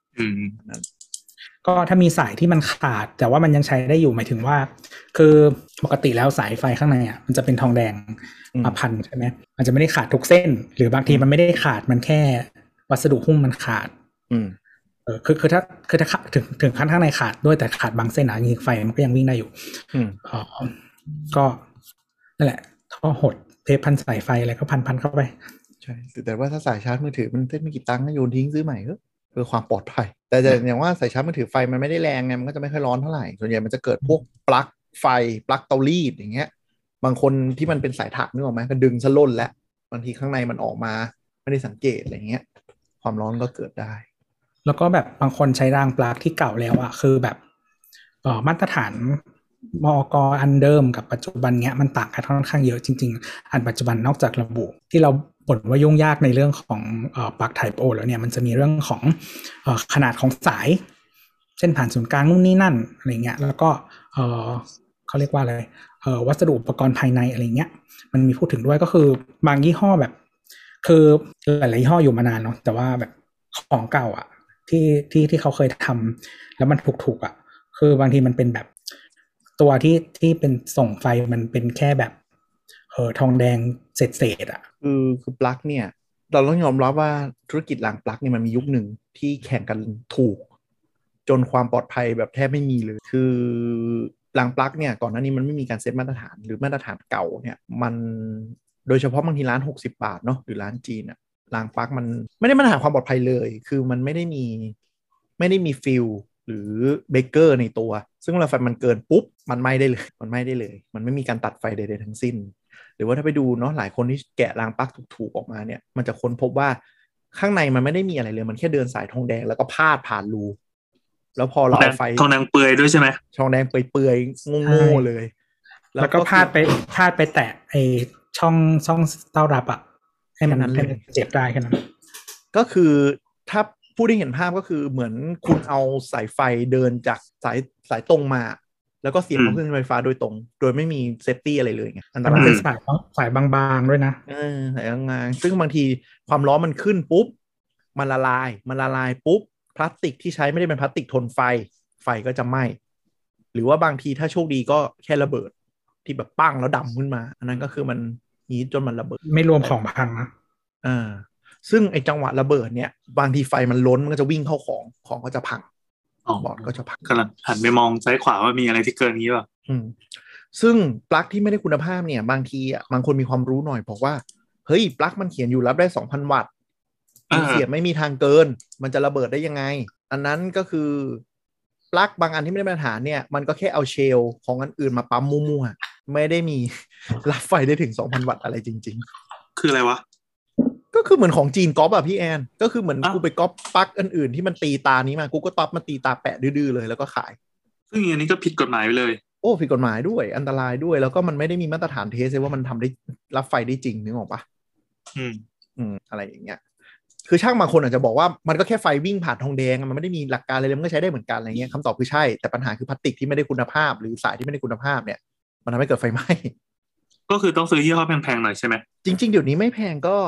ก็ถ้ามีสายที่มันขาดแต่ว่ามันยังใช้ได้อยู่หมายถึงว่าคือปกติแล้วสายไฟข้างในอ่ะมันจะเป็นทองแดงมาพันใช่ไหมมันจะไม่ได้ขาดทุกเส้นหรือบางทีมันไม่ได้ขาดมันแค่วัสดุหุ้มมันขาดคือถ้าถึงขั้นข้างในขาดด้วยแต่ขาดบางเส้นอ่ะยิงไฟมันก็ยังวิ่งได้อยู่ก็นั่นแหละท่อหดเทปพันสายไฟอะไรก็พันเข้าไปใช่แต่ว่าถ้าสายชาร์จมือถือมันเส้นไม่กี่ตังค์ก็โยนทิ้งซื้อใหม่เพื่อความปลอดภัยแต่อย่างว่าสายชาร์จมือถือไฟมันไม่ได้แรงไงมันก็จะไม่ค่อยร้อนเท่าไหร่ส่วนใหญ่มันจะเกิดพวกปลั๊กไฟปลั๊กเตารีดอย่างเงี้ยบางคนที่มันเป็นสายถักนึกออกไหมก็ดึงซะล่นแล้วบางทีข้างในมันออกมาไม่ได้สังเกตอะไรเงี้ยความร้อนก็เกิดได้แล้วก็แบบบางคนใช้รางปลั๊กที่เก่าแล้วอะคือแบบมาตรฐานมอกอันเดิมกับปัจจุบันเนี้ยมันต่างกันค่อนข้างเยอะจริงๆอันปัจจุบันนอกจากระบุที่เราบ่นว่ายุ่งยากในเรื่องของปลั๊ก Type O แล้วเนี่ยมันจะมีเรื่องของขนาดของสายเช่นผ่านศูนย์กลางนู่นนี่นั่นอะไรเงี้ยแล้วก็เขาเรียกว่าอะไรวัสดุอุปกรณ์ภายในอะไรเงี้ยมันมีพูดถึงด้วยก็คือบางยี่ห้อแบบคือหลายๆยี่ห้ออยู่มานานเนาะแต่ว่าแบบของเก่าอ่ะที่เขาเคยทำแล้วมันถูกอ่ะคือบางทีมันเป็นแบบตัวที่เป็นส่งไฟมันเป็นแค่แบบทองแดงเศษอ่ะคือปลั๊กเนี่ยเราต้องยอมรับว่าธุรกิจรางปลั๊กเนี่ยมันมียุคหนึ่งที่แข่งกันถูกจนความปลอดภัยแบบแทบไม่มีเลยคือรางปลั๊กเนี่ยก่อนหน้านี้มันไม่มีการเซตมาตรฐานหรือมาตรฐานเก่าเนี่ยมันโดยเฉพาะบางทีร้าน60 บาทเนาะหรือร้านจีนอะรางปลั๊กมันไม่ได้มาตรฐานความปลอดภัยเลยคือมันไม่ได้มีฟิลหรือเบรกเกอร์ในตัวซึ่งเวลาไฟมันเกินปุ๊บมันไหม้ได้เลยมันไม่มีการตัดไฟใดๆทั้งสิ้นหรือว่าถ้าไปดูเนาะหลายคนที่แกะรางปลั๊กถูกๆออกมาเนี่ยมันจะค้นพบว่าข้างในมันไม่ได้มีอะไรเลยมันแค่เดินสายทองแดงแล้วก็พาดผ่านรูแล้วพอเราเอาไฟทองแดงเปื่อยด้วยใช่ไหมทองแดงเปื่อยๆโง่ๆเลยแล้วก็พาดไปแตะไอช่องเต้ารับอ่ะให้มันเจ็บได้แค่นั้นก็คือถ้าผู้ที่เห็นภาพก็คือเหมือนคุณเอาสายไฟเดินจากสายตรงมาแล้วก็เสียบเข้าเครื่องไฟฟ้าโดยตรงโดยไม่มีเซฟตี้อะไรเลยไงอันตรายเป็นสายบางๆด้วยนะสายบางๆซึ่งบางทีความร้อนมันขึ้นปุ๊บมันละลายปุ๊บพลาสติกที่ใช้ไม่ได้เป็นพลาสติกทนไฟก็จะไหม้หรือว่าบางทีถ้าโชคดีก็แค่ระเบิดที่แบบปั้งแล้วดำขึ้นมาอันนั้นก็คือมันฮีทจนมันระเบิดไม่รวมของพังนะซึ่งไอ้จังหวะระเบิดเนี่ยบางทีไฟมันล้นมันก็จะวิ่งเข้าของก็จะพังบอร์ดก็จะพังกำลังหันไปมองซ้ายขวาว่ามีอะไรที่เกินนี้ป่ะซึ่งปลั๊กที่ไม่ได้คุณภาพเนี่ยบางทีอ่ะบางคนมีความรู้หน่อยบอกว่าเฮ้ยปลั๊กมันเขียนอยู่รับได้ 2,000 วัตต์เสียบไม่มีทางเกินมันจะระเบิดได้ยังไงอันนั้นก็คือปลั๊กบางอันที่ไม่ได้มาตรฐานเนี่ยมันก็แค่เอาเชลของอันอื่นมาปั๊มมั่วๆไม่ได้มีรับไฟได้ถึง 2,000 วัตต์อะไรจริงๆคืออะไรวะก็คือเหมือนของจีนก๊อปอะพี่แอนก็คือเหมือนกูไปก๊อปปลั๊กอันอื่นที่มันตีตานี้มากูก็ต๊อปมาตีตาแปะดื้อๆเลยแล้วก็ขายซึ่งอันนี้ก็ผิดกฎหมายไปเลยโอ้ผิดกฎหมายด้วยอันตรายด้วยแล้วก็มันไม่ได้มีมาตรฐานเทสเลยว่ามันทำได้รับไฟได้จริงนึกออกปะอะไรอย่างเงี้ยคือช่างบางคนอาจจะบอกว่ามันก็แค่ไฟวิ่งผ่านทองแดงมันไม่ได้มีหลักการอะไรเลยมันก็ใช้ได้เหมือนกันอะไรเงี้ยคำตอบคือใช่แต่ปัญหาคือพลาสติกที่ไม่ได้คุณภาพหรือสายที่ไม่ได้คุณภาพเนี่ยมันทำให้เกิดไฟไหม้ก็คือต้องซื้อยี่ห้อแพงๆหน่อยใช่ไหมจริงๆเดี๋ยวนี้ไม่แพงก็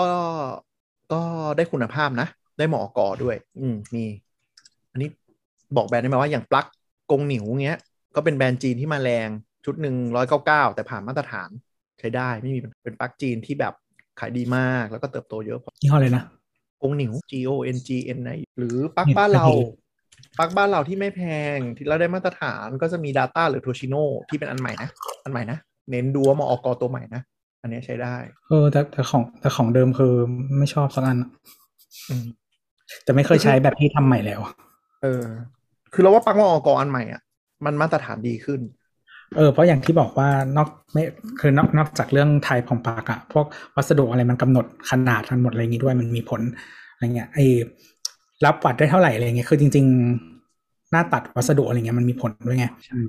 ได้คุณภาพนะได้เหมาะกอด้วยมีอันนี้บอกแบรนด์ได้ไหมว่าอย่างปลั๊กกงหนิวเงี้ยก็เป็นแบรนด์จีนที่มาแรงชุดหนึ่ง199แต่ผ่านมาตรฐานใช้ได้ไม่มีเป็นปลั๊กจีนที่แบบขายดีมากแล้วก็เติบโตเยอะยี่ห้ออะไรนะกงหนิว GONGN หรือปลั๊กบ้านเราที่ไม่แพงที่เราได้มาตรฐานก็จะมี Data หรือ Toshino ที่เป็นอันใหม่นะเน้นดูว่ามอกตัวใหม่นะอันนี้ใช้ได้แต่ของเดิมคือไม่ชอบสักอันแต่ไม่เคยใช้แบบที่ทำใหม่แล้วคือเราว่าปลั๊กมอกอันใหม่อ่ะมันมาตรฐานดีขึ้นเพราะอย่างที่บอกว่านอกไม่คือนอกจากเรื่องไทป์ของปลั๊กอะพวกวัสดุอะไรมันกำหนดขนาดทั้งหมดอะไรอย่างงี้ด้วยมันมีผลอะไรเงี้ยรับวัดได้เท่าไหร่อะไรเงี้ยคือจริงๆหน้าตัดวัสดุอะไรเงี้ยมันมีผลด้วยไง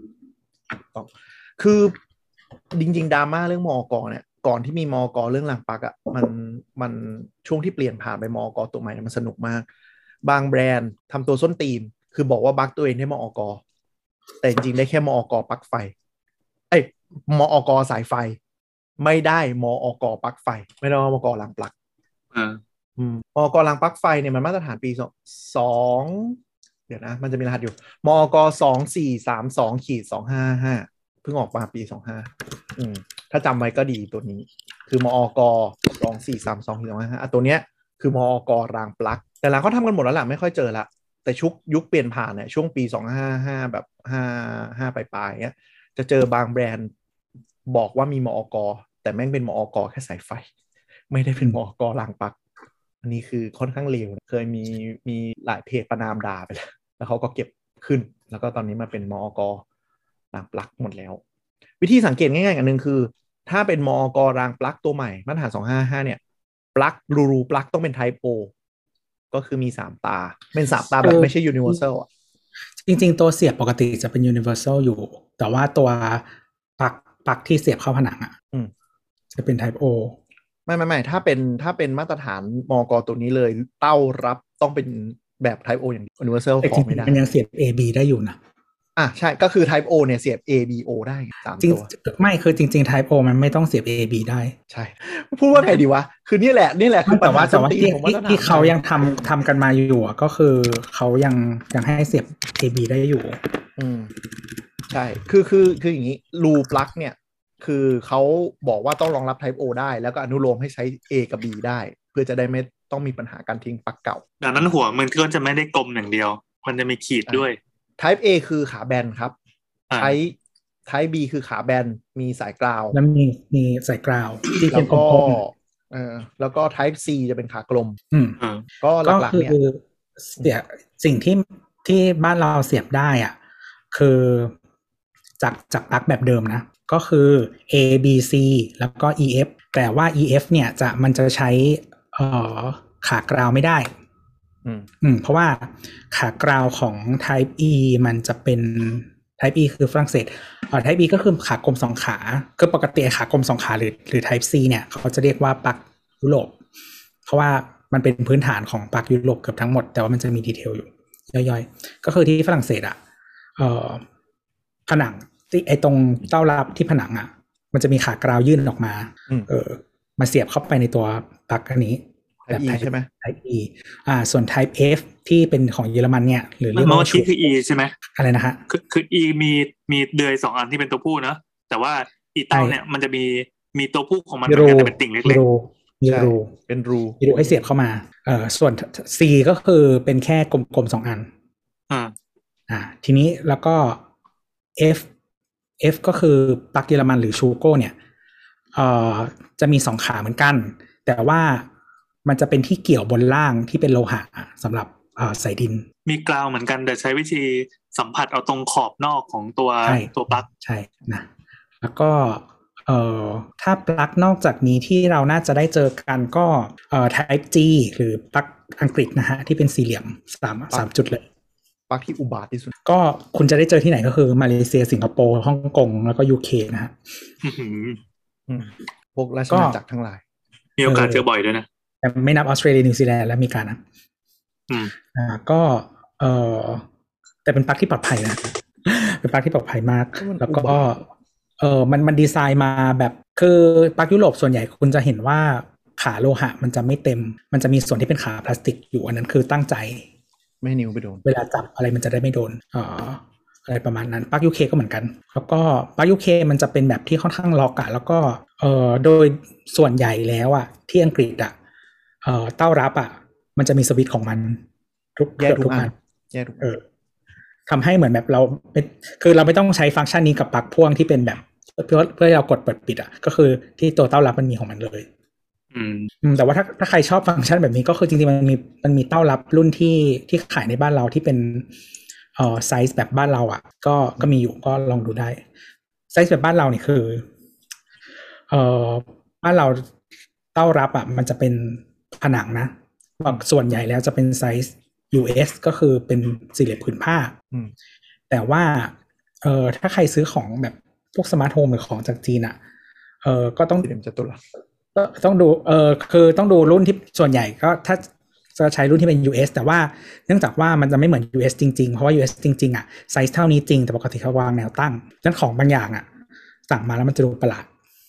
คือจริงๆดราม่าเรื่องมอกเนี่ยก่อนที่มีมอกเรื่องรางปลั๊กอ่ะมันช่วงที่เปลี่ยนผ่านไปมอกตัวใหม่มันสนุกมากบางแบรนด์ทำตัวส้นตีนคือบอกว่าบั๊กตัวเองได้มอกแต่จริงๆได้แค่มอกปลั๊กไฟมอกสายไฟไม่ได้มอกปลั๊กไฟไม่ได้มอกรางปลั๊กมอกรางปลั๊กไฟเนี่ยมันมาตรฐานปีสองเดี๋ยวนะมันจะมีรหัสอยู่มอก2432/255เพิ่งออกมาปี25ถ้าจำไว้ก็ดีตัวนี้คือมอก2432/255ตัวเนี้ยคือมอกรางปลั๊กแต่หลังเขาทำกันหมดแล้วแหละไม่ค่อยเจอละแต่ยุคเปลี่ยนผ่านเนี่ยช่วงปี255แบบ55ปลายๆเงี้ยจะเจอบางแบรนด์บอกว่ามีมอกแต่แม่งเป็นมอกแค่สายไฟไม่ได้เป็นมอกรางปลั๊กอันนี้คือค่อนข้างเลวเคยมีหลายเพจประนามด่าไปแล้วเขาก็เก็บขึ้นแล้วก็ตอนนี้มาเป็นมอกรางปลั๊กหมดแล้ววิธีสังเกตง่ายๆอันนึงคือถ้าเป็นมอกรางปลั๊กตัวใหม่มาตรฐาน255เนี่ยปลั๊กรูปลั๊กต้องเป็น Type O ก็คือมี3ตาเป็น3ตาแบบไม่ใช่ Universal อ่ะจริงๆตัวเสียบปกติจะเป็น Universal อยู่แต่ว่าตัวปลั๊กที่เสียบเข้าผนังอ่ะจะเป็น Type O ไม่ถ้าเป็นมาตรฐานมอกตัวนี้เลยเต้ารับต้องเป็นแบบ Type O อย่าง Universal ของไม่ได้มันยังเสียบ AB ได้อยู่นะใช่ก็คือ Type O เนี่ยเสียบ A B O ได้3ตัวไม่คือจริงๆ Type O มันไม่ต้องเสียบ A B ได้ใช่พูดว่าไงดีวะคือนี่แหละคือแต่ว่าที่เขายังทำกันมาอยู่ก็คือเขายังให้เสียบ A B ได้อยู่ใช่คืออย่างนี้รูปลั๊กเนี่ยคือเขาบอกว่าต้องรองรับ Type O ได้แล้วก็อนุโลมให้ใช้ A กับ B ได้เพื่อจะได้ไม่ต้องมีปัญหาการทิ้งปลั๊กเก่าดังนั้นหัวมันก็จะไม่ได้กลมอย่างเดียวมันจะมีขีดด้วย Type A คือขาแบนครับType B คือขาแบนมีสายกราวแล้วมีสายกราวที่เป็นกลมแล้วก็ Type C จะเป็นขากลมก็หลักๆเนี่ยเสียสิ่งที่บ้านเราเสียบได้อ่ะคือจากปลั๊กแบบเดิมนะก็คือ A B C แล้วก็ E F แต่ว่า E F เนี่ยมันจะใช้ขากราวไม่ได้เพราะว่าขากราวของ Type E มันจะเป็น Type E คือฝรั่งเศสType E ก็คือขากลม2ขาคือปกติขากลม2ขาหรือ Type C เนี่ยเขาจะเรียกว่าปลั๊กยุโรปเพราะว่ามันเป็นพื้นฐานของปลั๊กยุโรปเกือบทั้งหมดแต่ว่ามันจะมีดีเทลอยู่ย่อยๆก็คือที่ฝรั่งเศสผนังไอ้ตรงเต้ารับที่ผนังมันจะมีขากราวยื่นออกมามาเสียบเข้าไปในตัวปลั๊กอันนี้แบบ Type ใช่ไหม Type E ส่วน Type F ที่เป็นของเยอรมันเนี่ยหรือเรียกว่าที่คือ E ใช่ไหมอะไรนะฮะคือ E มีเดือย2อันที่เป็นตัวผู้นะแต่ว่าอีเต้าเนี่ยมันจะมีตัวผู้ของมันเหมือนกันแต่เป็นติ่งเล็กๆมีรูเป็นรูให้เสียบเข้ามาส่วน C ก็คือเป็นแค่กลมๆ2อันทีนี้แล้วก็ F ก็คือปลั๊กเยอรมันหรือชูโก้เนี่ยจะมี2ขาเหมือนกันแต่ว่ามันจะเป็นที่เกี่ยวบนล่างที่เป็นโลหะสำหรับใส่ดินมีกราวเหมือนกันแต่ใช้วิธีสัมผัสเอาตรงขอบนอกของตัวปลั๊กใช่นะแล้วก็ถ้าปลั๊กนอกจากนี้ที่เราน่าจะได้เจอกันก็Type G หรือปลั๊กอังกฤษนะฮะที่เป็นสี่เหลี่ยม3จุดเลยปลั๊กที่อุบาทที่สุดก็คุณจะได้เจอที่ไหนก็คือมาเลเซียสิงคโปร์ฮ่องกงแล้วก็ UK นะฮะพวกราชอาณาจักรทั้งหลายมีโอกาสเจอบ่อยด้วยนะแต่ไม่นับออสเตรเลียนิวซีแลนด์และอเมริกานะก็แต่เป็นปลั๊กที่ปลอดภัยนะเป็นปลั๊กที่ปลอดภัยมากแล้วก็มันดีไซน์มาแบบคือปลั๊กยุโรปส่วนใหญ่คุณจะเห็นว่าขาโลหะมันจะไม่เต็มมันจะมีส่วนที่เป็นขาพลาสติกอยู่อันนั้นคือตั้งใจไม่นิ้วไปโดนเวลาจับอะไรมันจะได้ไม่โดนอะไรประมาณนั้นปลั๊ก UK ก็เหมือนกันแล้วก็ปลั๊ก UK มันจะเป็นแบบที่ค่อนข้างล็อกแล้วก็โดยส่วนใหญ่แล้วที่อังกฤษเต้ารับมันจะมีสวิตช์ของมันแยกทุกอันทำให้เหมือนแบบเราคือเราไม่ต้องใช้ฟังก์ชันนี้กับปลั๊กพ่วงที่เป็นแบบเพื่อเรากดเปิดปิดก็คือที่ตัวเต้ารับมันมีของมันเลยแต่ว่าถ้าใครชอบฟังก์ชันแบบนี้ก็คือจริงๆมันมีเต้ารับรุ่นที่ขายในบ้านเราที่เป็นไซส์แบบบ้านเราก็มีอยู่ก็ลองดูได้ไซส์แบบบ้านเราเนี่ยคือเอ่อบ้านเราเต้ารับอ่ะมันจะเป็นผนังนะส่วนใหญ่แล้วจะเป็นไซส์ US ก็คือเป็นสี่เหลี่ยมผืนผ้าแต่ว่าถ้าใครซื้อของแบบพวกสมาร์ทโฮมหรือของจากจีนอ่ะก็ต้องสี่เหลี่ยมจัตุรัสต้องดูคือต้องดูรุ่นที่ส่วนใหญ่ก็ถ้าจะใช้รุ่นที่เป็น US แต่ว่าเนื่องจากว่ามันจะไม่เหมือน US จริงๆเพราะว่า US จริงๆอ่ะไซส์เท่านี้จริงแต่ปกติเขาวางแนวตั้งนั้นของบางอย่างอ่ะสั่งมาแล้วมันจะดูประหลาด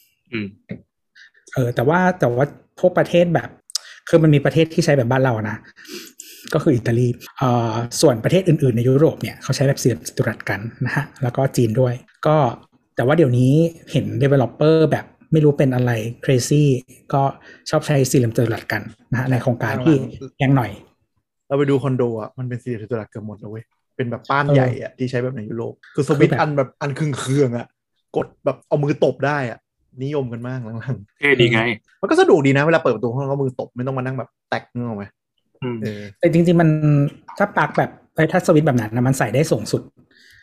แต่ว่าพวกประเทศแบบคือมันมีประเทศที่ใช้แบบบ้านเรานะก็คืออิตาลีส่วนประเทศอื่นๆในยุโรปเนี่ยเขาใช้แบบสี่เหลี่ยมจัตุรัสกันนะฮะแล้วก็จีนด้วยก็แต่ว่าเดี๋ยวนี้เห็น developer แบบไม่รู้เป็นอะไร crazy ก็ชอบใช้สี่เหลี่ยมจัตุรัสกันนะฮะในโครงการที่แพงหน่อยเราไปดูคอนโดอ่ะมันเป็นสี่เหลี่ยมจัตุรัสเกือบหมดเลยเว้ยเป็นแบบบ้านใหญ่อ่ะที่ใช้แบบในยุโรปคือสวิตช์อันแบบอันเครื่องอ่ะกดแบบเอามือตบได้อ่ะนิยมกันมากหลังๆเท่ดีไงมันก็สะดวกดีนะเวลาเปิดประตูห้องก็มือตบไม่ต้องมานั่งแบบแตกนึกออกไหมแต่จริงๆมันถ้าปลั๊กแบบถ้าสวิตช์แบบนั้นนะมันใส่ได้สูงสุด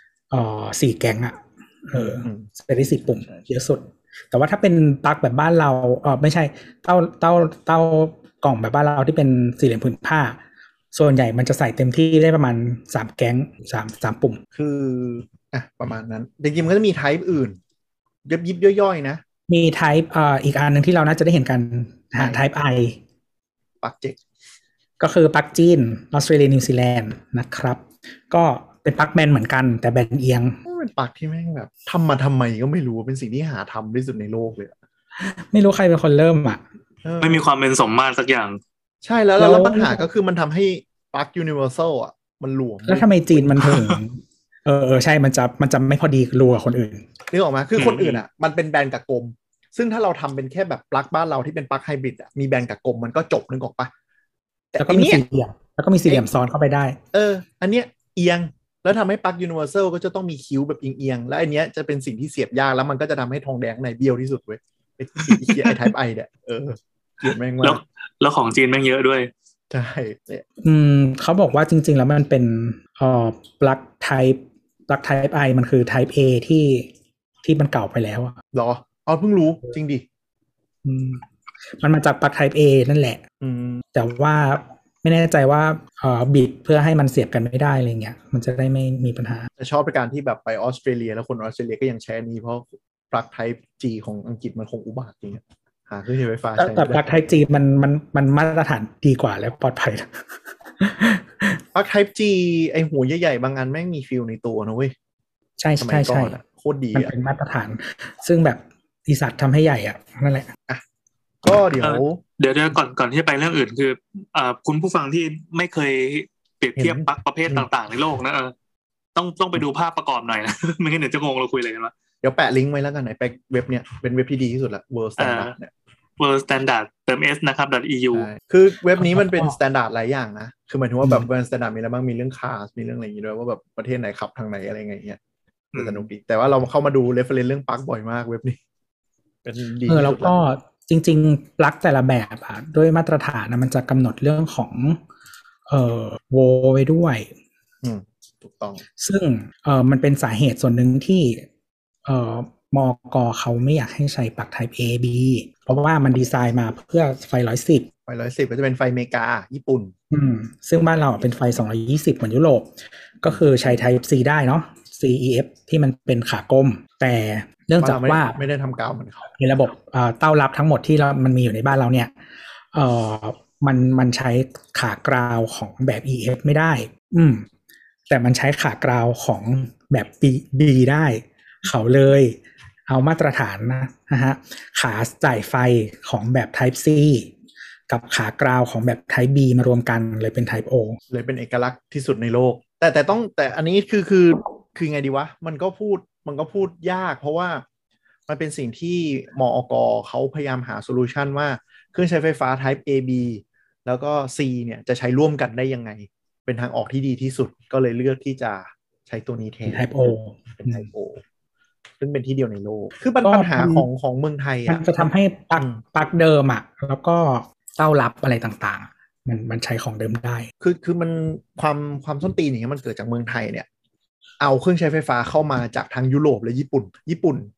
4 แกงอ่ะใส่ได้10 ปุ่มเยอะสุดแต่ว่าถ้าเป็นปลั๊กแบบบ้านเราไม่ใช่เต้ากล่องแบบบ้านเราที่เป็นสี่เหลี่ยมผืนผ้าส่วนใหญ่มันจะใส่เต็มที่ได้ประมาณ3 แกง3 ปุ่มคือประมาณนั้นจริงๆมันก็จะมีไทป์อื่นยิบย่อยๆนะมีไทป์อีกอันหนึ่งที่เราน่าจะได้เห็นกันไทป์ I ปลั๊กเจ็กก็คือปลั๊กจีนออสเตรเลียนิวซีแลนด์นะครับก็เป็นปลั๊กแบนเหมือนกันแต่แบนเอียงเป็นปลั๊กที่แม่งแบบทำมาทำไมก็ไม่รู้เป็นสิ่งที่หาทำที่สุดในโลกเลยไม่รู้ใครเป็นคนเริ่มอ่ะไม่มีความเป็นสมมาตรสักอย่างใช่แล้วปัญหาก็คือมันทำให้ปลั๊กยูนิเวอร์แซลอ่ะมันหลวมแล้วทำไมจีนมันถึงใช่มันจะไม่พอดีรูกับคนอื่นนึกออกไหมคือคนอื่นอ่ะมันเป็นแบนกับกลมซึ่งถ้าเราทำเป็นแค่แบบปลั๊กบ้านเราที่เป็นปลั๊กไฮบริดอ่ะมีแบนกับกลมมันก็จบนึกออกปะแล้วก็มีสี่เหลี่ยมซ้อนเข้าไปได้อันเนี้ยเอียงแล้วทำให้ปลั๊กยูนิเวอร์แซลก็จะต้องมีคิ้วแบบเอียงแล้วอันเนี้ยจะเป็นสิ่งที่เสียบยากแล้วมันก็จะทำให้ทองแดงในเบี้ยวที่สุดเว้ยไอ้ไทป์ไอเนี่ยเขียนแม่งว่าแล้วของจีนแม่งเยอะด้วยใช่เขาบอกว่าจริงๆแล้วมันเป็นปลั๊กไทป์ไอมันคือ type A ที่มันเก่าไปแล้วอ่ะหรอเพิ่งรู้จริงดิมันมาจากปลั๊ก type A นั่นแหละแต่ว่าไม่แน่ใจว่าบิดเพื่อให้มันเสียบกันไม่ได้อะไรเงี้ยมันจะได้ไม่มีปัญหาแต่ชอบในการที่แบบไปออสเตรเลียแล้วคนออสเตรเลียก็ยังใช้นี้เพราะปลั๊ก type G ของอังกฤษมันคงอุบาทจริงหาเครื่องใช้ไฟฟ้าใช้แต่ปลั๊ก type G มันมาตรฐานดีกว่าและปลอดภัยปลั๊ก type G ไอหัวใหญ่ๆบางอันแม่งมีฟิลในตัวนะเว้ยใช่โคตรดีมันเป็นมาตรฐานซึ่งแบบอีสัตว์ทำให้ใหญ่อ่ะนั่นแหละก็เดี๋ยวก่อนที่จะไปเรื่องอื่นคือคุณผู้ฟังที่ไม่เคยเปรียบเทียบปลั๊กประเภทต่างๆในโลกนะต้องไปดูภาพประกอบหน่อยนะไม่งั้นเดี๋ยวจะงงเราคุยอะไรกันวะเดี๋ยวแปะลิงก์ไว้แล้วกันไหนไปเว็บเนี่ยเป็นเว็บที่ดีที่สุดละ World Standard เนี่ย World Standard เติม s นะครับ .eu คือเว็บนี้มันเป็น standard หลายอย่างนะคือหมายถึงว่าแบบ World Standard มีอะไรบ้างมีเรื่อง cars มีเรื่องอะไรอย่างงี้ด้วยว่าแบบประเทศไหนขับทางไหนอะไรเงี้ยสนุกดีแต่ว่าเราเข้ามาดู reference เรื่องปลั๊กบ่อยมากเว็บนี้เป็นดีแล้วก็จริงๆปลั๊กแต่ละแบบอ่ะด้วยมาตรฐานนะมันจะกำหนดเรื่องของโวลต์ไว้ด้วยถูกต้องซึ่งมันเป็นสาเหตุส่วนหนึ่งที่มก.เขาไม่อยากให้ใช้ปลั๊ก Type A B เพราะว่ามันดีไซน์มาเพื่อไฟ110 ก็จะเป็นไฟอเมริกาญี่ปุ่นซึ่งบ้านเราเป็นไฟ220เหมือนยุโรปก็คือใช้ Type C ได้เนาะ CEF ที่มันเป็นขากลมแต่เนื่องจากว่าไม่ได้ทำกาวเหมือนเขาในระบบเต้ารับทั้งหมดที่มันมีอยู่ในบ้านเราเนี่ยมันใช้ขากราวของแบบ EF ไม่ได้แต่มันใช้ขากราวของแบบ B ได้เขาเลยเอามาตรฐานนะฮะขาจ่ายไฟของแบบ Type C กับขากราวของแบบ Type B มารวมกันเลยเป็น Type O เลยเป็นเอกลักษณ์ที่สุดในโลกแต่อันนี้คือไงดีวะมันก็พูดยากเพราะว่ามันเป็นสิ่งที่มอก.เขาพยายามหาโซลูชันว่าเครื่องใช้ไฟฟ้า Type A B แล้วก็ C เนี่ยจะใช้ร่วมกันได้ยังไงเป็นทางออกที่ดีที่สุดก็เลยเลือกที่จะใช้ตัวนี้แทน Type O เป็น Type O ซึ่งเป็นที่เดียวในโลกคือปัญหาของเมืองไทยมันจะทำให้ปลั๊กเดิมอ่ะแล้วก็เต้ารับอะไรต่างๆมันใช้ของเดิมได้คือมันความส้นตีนอย่างเงี้ยมันเกิดจากเมืองไทยเนี่ยเอาเครื่องใช้ไฟฟ้าเข้ามาจากทางยุโรปและญี่ปุ่น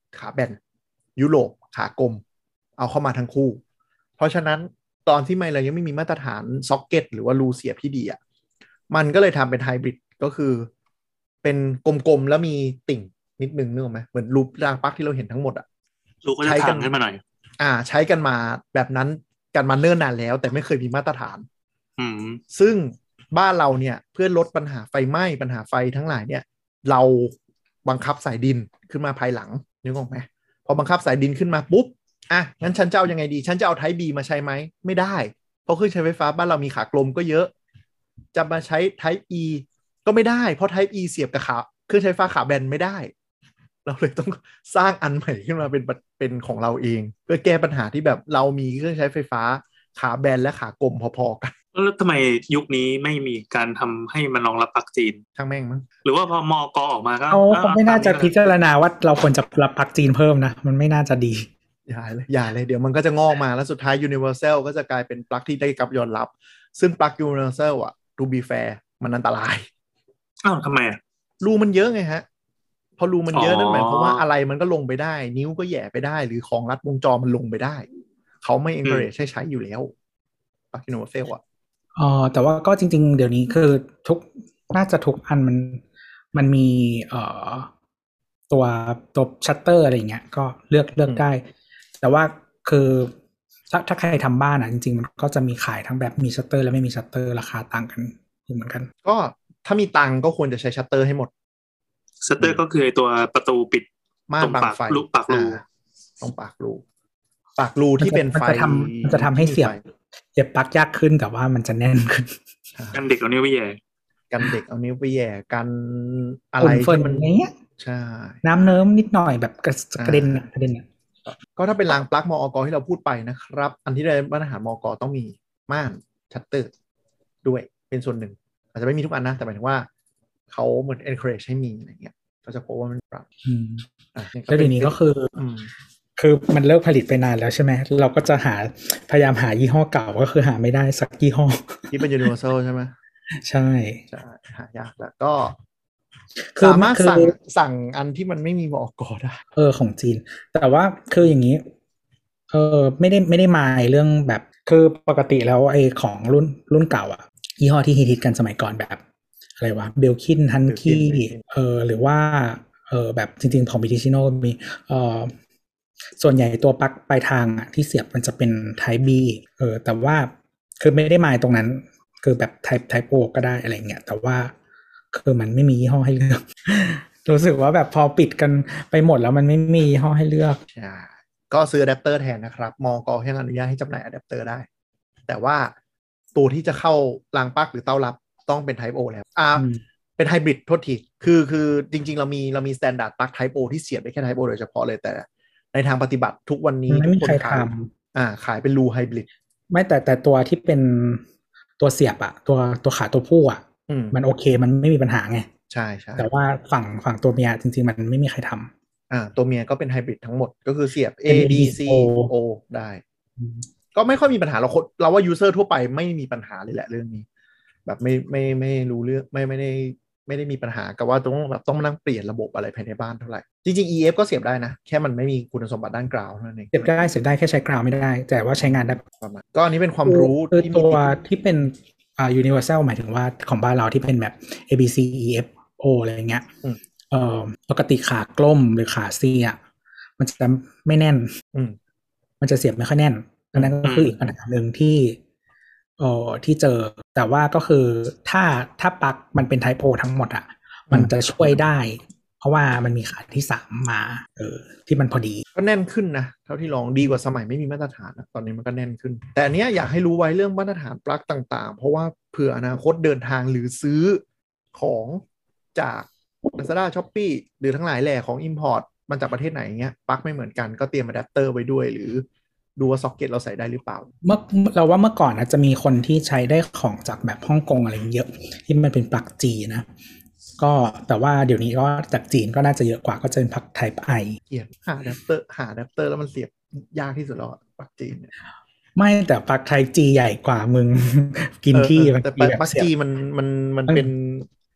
ขาแบนยุโรปขากลมเอาเข้ามาทั้งคู่เพราะฉะนั้นตอนที่เรายังไม่มีมาตรฐานซ็อกเก็ตหรือว่ารูเสียบที่ดีอ่ะมันก็เลยทำเป็นไฮบริดก็คือเป็นกลมๆแล้วมีติ่งนิดนึงนึกออกไหมเหมือนรูปรางปลั๊กที่เราเห็นทั้งหมดอ่ะรูก็จะถางขึ้นมาหน่อยใช้กันมาแบบนั้นกันมาเนิ่นนานแล้วแต่ไม่เคยมีมาตรฐานซึ่งบ้านเราเนี่ยเพื่อลดปัญหาไฟไหม้ปัญหาไฟทั้งหลายเนี่ยเราบังคับสายดินขึ้นมาภายหลังนึกออกไหมพอบังคับสายดินขึ้นมาปุ๊บงั้นฉันจะเอายังไงดีฉันจะเอา Type B มาใช้ไหมไม่ได้เพราะเครื่องใช้ไฟฟ้าบ้านเรามีขากลมก็เยอะจะมาใช้ Type E ก็ไม่ได้เพราะ Type E เสียบกับขาเครื่องใช้ไฟฟ้าขาแบนไม่ได้เราเลยต้องสร้างอันใหม่ขึ้นมาเป็นของเราเองเพื่อแก้ปัญหาที่แบบเรามีเครื่องใช้ไฟฟ้าขาแบนและขากลมพอๆกันแล้วทำไมยุคนี้ไม่มีการทำให้มันรองรับปลั๊กจีนช่างแม่งมั้งหรือว่าพอมกออกมาก็เขาไม่น่าจะพิจารณาว่าเราควรจะรับปลั๊กจีนเพิ่มนะมันไม่น่าจะดีอย่าเลยเดี๋ยวมันก็จะงอกมาแล้วสุดท้าย Universal ก็จะกลายเป็นปลั๊กที่ได้รับยอมรับซึ่งปลั๊ก Universal อ่ะ to be fair มันอันตรายทำไมรูมันเยอะไงฮะพอรูมันเยอะนั่นหมายความว่าอะไรมันก็ลงไปได้นิ้วก็แย่ไปได้หรือของรัดวงจรมันลงไปได้เขาไม่ encourage ให้ใช้อยู่แล้วปลั๊ก Universal อ่ะแต่ว่าก็จริงๆเดี๋ยวนี้คือน่าจะทุกอันมันมีตัวชัตเตอร์อะไรอย่างเงี้ยก็เลือกได้แต่ว่าคือถ้าใครทำบ้านจริงๆมันก็จะมีขายทั้งแบบมีชัตเตอร์และไม่มีชัตเตอร์ราคาต่างกันเหมือนกันก็ถ้ามีตังก็ควรจะใช้ชัตเตอร์ให้หมดชัตเตอร์ก็คือตัวประตูปิดม่านบังไฟปากรูต้องปากรูที่เป็นไฟมันจะทำให้เสียบปลั๊กยากขึ้นแต่ว่ามันจะแน่นขึ้นกันเด็กเอานิ้วไปแย่กันอะไรที่มันเนี้ยใช่น้ำเนิ้มนิดหน่อยแบบกระเด็นก็ถ้าเป็นรางปลั๊กมอก.ที่เราพูดไปนะครับอันที่ได้มาตรฐานมอก.ต้องมีม่านชัตเตอร์ด้วยเป็นส่วนหนึ่งอาจจะไม่มีทุกอันนะแต่หมายถึงว่าเขาเหมือน encourage ให้มีอะไรเงี้ยเขาจะพบว่ามันปรับแล้วทีนี้ก็คือมันเลิกผลิตไปนานแล้วใช่ไหมเราก็จะพยายามหายี่ห้อเก่าก็คือหาไม่ได้สักยี่ห้อที่เป็น Universal ใช่ไหมใช่หายากแล้วก็สามารถสั่งอันที่มันไม่มีมอก.ได้ของจีนแต่ว่าคืออย่างนี้ไม่ได้มายเรื่องแบบคือปกติแล้วไอ้ของรุ่นเก่ายี่ห้อที่ฮิตกันสมัยก่อนแบบอะไรวะเบลคินฮันกี้หรือว่าแบบจริงๆของบิทิชิโนมีส่วนใหญ่ตัวปลั๊กปลายทางที่เสียบมันจะเป็น Type B แต่ว่าคือไม่ได้หมายตรงนั้นคือแบบ Type O ก็ได้อะไรเงี้ยแต่ว่าคือมันไม่มียี่ห้อให้เลือกรู้สึกว่าแบบพอปิดกันไปหมดแล้วมันไม่มียี่ห้อให้เลือกใช่ก็ซื้ออะแดปเตอร์แทนนะครับมก.ยังอนุญาตให้จำหน่ายอะแดปเตอร์ได้แต่ว่าตัวที่จะเข้ารางปลั๊กหรือเต้ารับต้องเป็น Type O แล้วเป็นไฮบริดโทษทีคือจริงๆเรามีสแตนดาร์ดปลั๊ก Type O ที่เสียบได้แค่ Type O โดยเฉพาะเลยแต่ในทางปฏิบัติทุกวันนี้ทุกคนขายเป็นรูไฮบริดไม่แต่ตัวที่เป็นตัวเสียบตัวขาตัวผู้มันโอเคมันไม่มีปัญหาไงใช่แต่ว่าฝั่งตัวเมียจริงๆมันไม่มีใครทำตัวเมียก็เป็นไฮบริดทั้งหมดก็คือเสียบ A B C O ได้ก็ไม่ค่อยมีปัญหาเราว่ายูเซอร์ทั่วไปไม่มีปัญหาเลยแหละเรื่องนี้แบบไม่รู้เรื่องไม่ได้มีปัญหากับว่าต้องมานั่งเปลี่ยนระบบอะไรภายในบ้านเท่าไหร่จริงๆ EF ก็เสียบได้นะแค่มันไม่มีคุณสมบัติด้านกราวนั่นเองเสียบได้แค่ใช้กราวไม่ได้แต่ว่าใช้งานได้ประมาณก็อันนี้เป็นความรู้ที่ตัวที่เป็นuniversal หมายถึงว่าของบ้านเราที่เป็นแบบ A B C E F O อะไรอย่างเงี้ยปกติขากล้มหรือขา C มันจะไม่แน่นมันจะเสียบไม่ค่อยแน่นอันนั้นก็คืออีกปัญหาหนึ่งที่เจอแต่ว่าก็คือถ้าปลั๊กมันเป็น Type O ทั้งหมดมันจะช่วยได้เพราะว่ามันมีขาที่3มาที่มันพอดีก็แน่นขึ้นนะเท่าที่ลองดีกว่าสมัยไม่มีมาตรฐานตอนนี้มันก็แน่นขึ้นแต่อันเนี้ยอยากให้รู้ไว้เรื่องมาตรฐานปลั๊กต่างๆเพราะว่าเผื่ออนาคตเดินทางหรือซื้อของจาก Lazada Shopee หรือทั้งหลายแหล่ของ Import มันจากประเทศไหนเงี้ยปลั๊กไม่เหมือนกันก็เตรียมอะแดปเตอร์ไว้ด้วยหรือดูว่าซ็อกเก็ตเราใส่ได้หรือเปล่าเราว่าเมื่อก่อนจะมีคนที่ใช้ได้ของจากแบบฮ่องกงอะไรเยอะที่มันเป็นปลั๊กจีนะก็แต่ว่าเดี๋ยวนี้ก็จากจีนก็น่าจะเยอะกว่าก็จะเป็นปลั๊ก Type I เกียรหาอะแดปเตอร์แล้วมันเสียบยากที่สุดแล้วปลั๊กจีนเนี่ยไม่แต่ปลั๊ก Type G ใหญ่กว่ามึงกินที่แต่ปลั๊กจีมันเป็น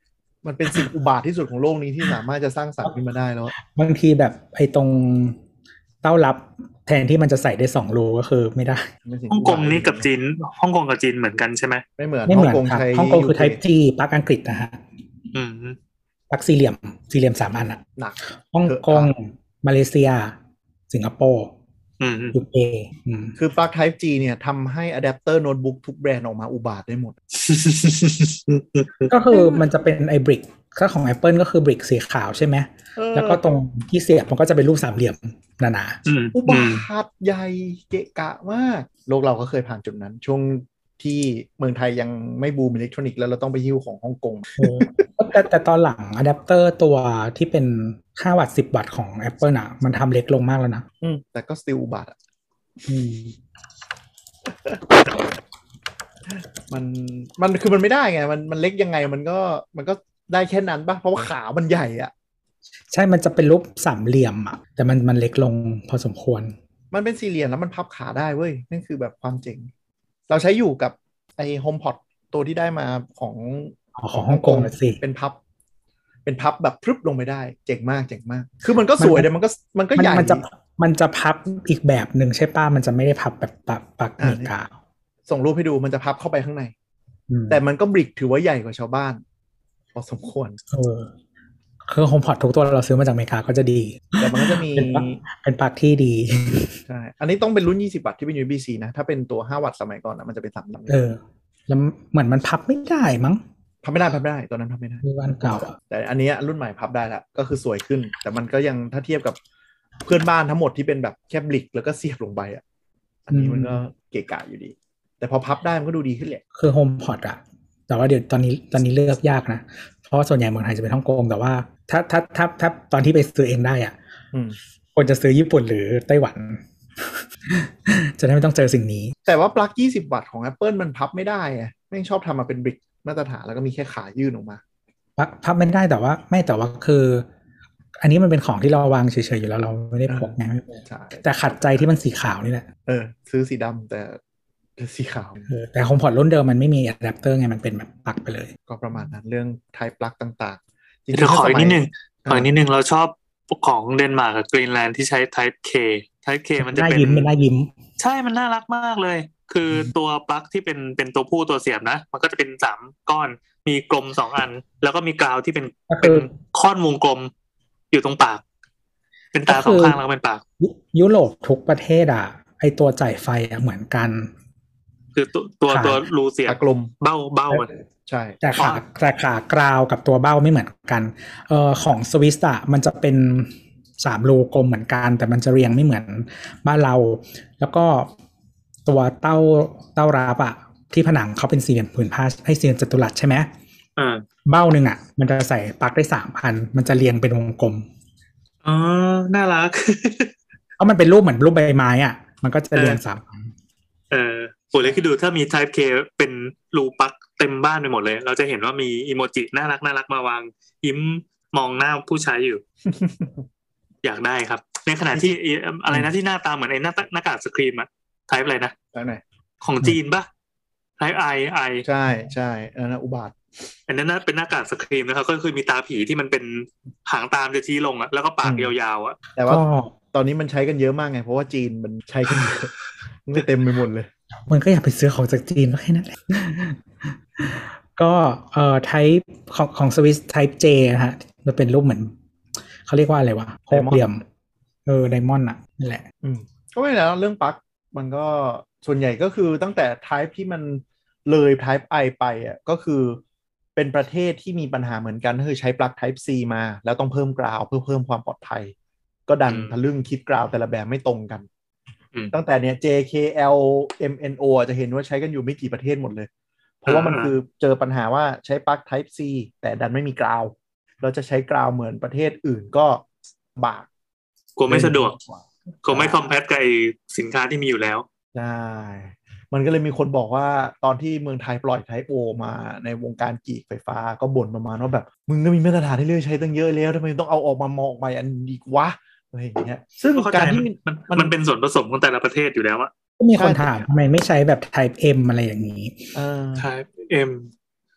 มันเป็นสิ่งอุบาทที่สุดของโลกนี้ที่สามารถจะสร้างสรรค์ขึ้นมาได้แล้วบางทีแบบไอ้ตรงเต้ารับแทนที่มันจะใส่ได้2 รูก็คือไม่ได้ฮ่องกงนี่กับจีนฮ่องกงกับจีนเหมือนกันใช่ไหมไม่เหมือนไม่เหมือนฮ่องกงครับใช้ฮ่องกงคือ Type G ปลั๊กอังกฤษนะฮะปลั๊กสี่เหลี่ยม3 อันอ่ะหนักฮ่องกงมาเลเซียสิงคโปร์UK คือปลั๊ก Type G เนี่ยทำให้อะแดปเตอร์โน้ตบุ๊กทุกแบรนด์ออกมาอุบาทได้หมดก็คือมันจะเป็นไอ้บริกถ้าของ Apple ก็คือบริกสีขาวใช่ไหมแล้วก็ตรงที่เสียบมันก็จะเป็นรูปสามเหลี่ยมหนาๆอุบาทใหญ่เกะกะมากโลกเราก็เคยผ่านจุดนั้นช่วงที่เมืองไทยยังไม่บูมอิเล็กทรอนิกส์แล้วเราต้องไปหิ้วของฮ่องกงแต่ตอนหลังอะแดปเตอร์ตัวที่เป็น5 วัตต์10 วัตต์ของ Apple น่ะมันทำเล็กลงมากแล้วนะแต่ก็ still อุบาทมันคือมันไม่ได้ไงมันเล็กยังไงมันก็ได้แค่นั้นป่ะเพราะว่าขามันใหญ่อ่ะใช่มันจะเป็นรูปสามเหลี่ยมอ่ะแต่มันเล็กลงพอสมควรมันเป็นสี่เหลี่ยมแล้วมันพับขาได้เว้ยนั่นคือแบบความเจ๋งเราใช้อยู่กับไอ้ HomePod ตัวที่ได้มาของฮ่องกงสิเป็นพับแบบพรึบลงไปได้เจ๋งมากคือมันก็สวยแต่มันก็ใหญ่มันจะพับอีกแบบหนึ่งใช่ป่ะมันจะไม่ได้พับแบบปักอเมริกาส่งรูปให้ดูมันจะพับเข้าไปข้างในแต่มันก็บริกถือว่าใหญ่กว่าชาวบ้านพอสมควรคือHomePodทุกตัวเราซื้อมาจากอเมริกาก็จะดีแต่มันก็จะมีเป็นปลั๊กที่ดีใช่อันนี้ต้องเป็นรุ่น20 วัตต์ที่เป็น USB-C นะถ้าเป็นตัว5 วัตต์สมัยก่อนนะมันจะเป็น3 ลำแล้วเหมือนมันพับไม่ได้มั้งพับไม่ได้ตอนนั้นพับไม่ได้รุ่นเก่าแต่อันนี้รุ่นใหม่พับได้แล้วก็คือสวยขึ้นแต่มันก็ยังถ้าเทียบกับเพื่อนบ้านทั้งหมดที่เป็นแบบแค่บลิกแล้วก็เสียบลงไปอ่ะอันนี้มันก็เกะกะอยู่ดีแต่พอพับได้มันก็ดูดีขึ้นแหละคือ HomePod อ่ะแต่ว่าเดี๋ยวตอนนี้เลือกยากนะเพราะส่วนใหญ่เมืองไทยจะเป็นฮ่องกงแต่ว่าถ้าตอนที่ไปซื้อเองได้อ่ะควรจะซื้อญี่ปุ่นหรือไต้หวันจะได้ไม่ต้องเจอสิ่งนี้แต่ว่าปลั๊ก20 วัตต์ของ Apple มันพับไม่ได้ไงแม่งชอบทำมาเป็นบริกมาตรฐานแล้วก็มีแค่ขายื่นออกมาพับไม่ได้แต่ว่าคืออันนี้มันเป็นของที่เราวางเฉยๆอยู่แล้วเราไม่ได้พกไงแต่ขัดใจที่มันสีขาวนี่แหละซื้อสีดำแต่สีขาวแต่HomePodรุ่นเดิมมันไม่มีอะแดปเตอร์ไงมันเป็นแบบปลั๊กไปเลยก็ประมาณนั้นเรื่องไทป์ปลั๊กต่างๆจริงๆขออีกนิดนึงเราชอบของเดนมาร์กกับกรีนแลนด์ที่ใช้ Type K มันจะเป็นน่ายิ้มใช่มันน่ารักมากเลยคือตัวปลั๊กที่เป็นตัวผู้ตัวเสียบนะมันก็จะเป็น3 ก้อนมีกลม2 อันแล้วก็มีกราวที่เป็นค่อนวงกลมอยู่ตรงปากเป็นตา2 ข้างแล้วเป็นปากยุโรปทุกประเทศอ่ะไอตัวจ่ายไฟเหมือนกันคือตัวรูเสียบกลมเบ้ามันใช่แต่ขากราวกับตัวเบ้าไม่เหมือนกันของสวิสอ่ะมันจะเป็น3 รูกลมเหมือนกันแต่มันจะเรียงไม่เหมือนบ้านเราแล้วก็ตัวเต้ารับอ่ะที่ผนังเขาเป็นสี่เหลี่ยมผืนผ้าให้สี่เหลี่ยมจัตุรัสใช่ไหมเบ้านึงอ่ะมันจะใส่ปลั๊กได้3 อันมันจะเรียงเป็นวงกลมน่ารักเพราะมันเป็นรูปเหมือนรูปใบไม้อ่ะมันก็จะเรียง3 อันผมเลยคิดดูถ้ามี Type K เป็นรูปลั๊กเต็มบ้านไปหมดเลยเราจะเห็นว่ามีอีโมจิน่ารักมาวางยิ้มมองหน้าผู้ใช้อยู่ อยากได้ครับในขณะที่อะไรนะที่หน้าตาเหมือนไอ้หน้ากากสครีมอะ Type อะไรนะของจีนปะ Type I ใช่นะอุบาทอันนั้นน่ะเป็นหน้ากากสครีมนะครับก็คือมีตาผีที่มันเป็นหางตามจะชี้ลงอะแล้วก็ปากยาวๆอะแต่ว่าตอนนี้มันใช้กันเยอะมากไงเพราะว่าจีนมันใช้กันเยอะมันเต็มไปหมดเลยมันก็อยากไปซื้อของจากจีนก็แค่นั้นแหละก็Type ของ Swiss Type J นะฮะมันเป็นรูปเหมือนเขาเรียกว่าอะไรวะหกเหลี่ยมไดมอนด์อ่ะนั่นแหละก็ไม่แล้วเรื่องปลั๊กมันก็ส่วนใหญ่ก็คือตั้งแต่ Type ที่มันเลย Type I ไปอ่ะก็คือเป็นประเทศที่มีปัญหาเหมือนกันคือใช้ปลั๊ก Type C มาแล้วต้องเพิ่มกราวเพื่อเพิ่มความปลอดภัยก็ดันทะลึ่งคิดกราวแต่ละแบบไม่ตรงกันตั้งแต่เนี้ย JKL MNO จะเห็นว่าใช้กันอยู่ไม่กี่ประเทศหมดเลยเพราะว่ามันคือเจอปัญหาว่าใช้ปลั๊ก Type C แต่ดันไม่มีกราวเราจะใช้กราวเหมือนประเทศอื่นก็บากกลัวไม่สะดวกกลัวไม่คอมแพตกับสินค้าที่มีอยู่แล้วใช่มันก็เลยมีคนบอกว่าตอนที่เมืองไทยปล่อย Type O มาในวงการกีกไฟฟ้าก็บ่นประมาณว่าแบบมึงก็มีมาตรฐานที่เลือกใช้ตั้งเยอะแล้วทำไมต้องเอาออกมามองไปอันอีกวะอะไรอย่างเงี้ยซึ่งการที่มันเป็นส่วนผสมของแต่ละประเทศอยู่แล้วอะก็มีคนถามทำไมไม่ใช้แบบ Type M อะไรอย่างนี้ Type M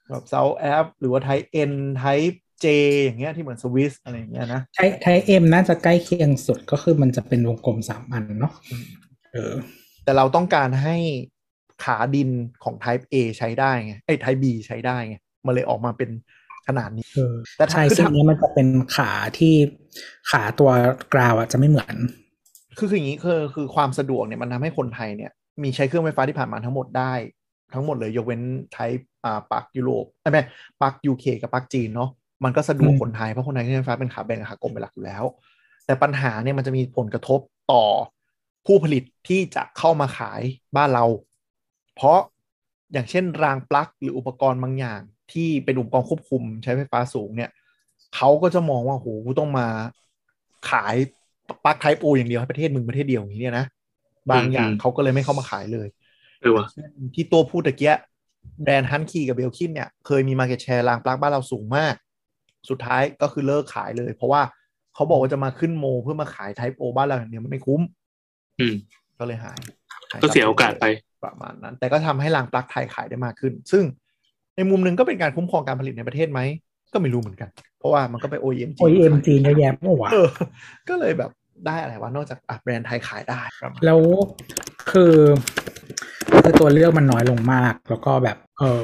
แบบ South F หรือว่า Type N Type J อย่างเงี้ยที่เหมือนสวิสอะไรอย่างเงี้ยนะไทเอ็มน่าจะใกล้เคียงสุดก็คือมันจะเป็นวงกลม3 อันเนาะแต่เราต้องการให้ขาดินของ Type A ใช้ได้ไงType B ใช้ได้ไงมันเลยออกมาเป็นขนาดนี้แต่ใช่ซึ่งนี้มันจะเป็นขาที่ขาตัวกราวอ่ะจะไม่เหมือนคืออย่างนี้คือความสะดวกเนี่ยมันทำให้คนไทยเนี่ยมีใช้เครื่องไฟฟ้าที่ผ่านมาทั้งหมดได้ทั้งหมดเลยยกเว้นTypeปลั๊กยุโรปไม่ปลั๊ก UK กับปลั๊กจีนเนาะมันก็สะดวกคนไทยเพราะคนไทยเครื่องไฟฟ้าเป็นขาแบนกับขากลมเป็นหลักอยู่แล้วแต่ปัญหาเนี่ยมันจะมีผลกระทบต่อผู้ผลิตที่จะเข้ามาขายบ้านเราเพราะอย่างเช่นรางปลั๊กหรืออุปกรณ์บางอย่างที่เป็นอุปกรณ์ควบคุมใช้ไฟฟ้าสูงเนี่ยเขาก็จะมองว่าโหต้องมาขายปลั๊ก Type O อย่างเดียวให้ประเทศมึงประเทศเดียวอย่างนี้นะบางอย่างเขาก็เลยไม่เข้ามาขายเลยที่ตัวพูดตะเกียแบรนด์ฮันคีกับเบลคินเนี่ยเคยมี market share รางปลั๊กบ้านเราสูงมากสุดท้ายก็คือเลิกขายเลยเพราะว่าเขาบอกว่าจะมาขึ้นโมเพื่อมาขาย Type O บ้านเราอย่างเดียวมันไม่คุ้มก็เลยหายก็เสียโอกาสไปประมาณนั้นแต่ก็ทำให้รางปลั๊กไทยขายได้มากขึ้นซึ่งในมุมนึงก็เป็นการคุ้มครองการผลิตในประเทศไหมก็ไม่รู้เหมือนกันเพราะว่ามันก็ไป OEM จีนเยอะแยะเมื่อวานก็เลยแบบได้อะไรวะนอกจากแบรนด์ไทยขายได้แล้วคือตัวเลือกมันน้อยลงมากแล้วก็แบบ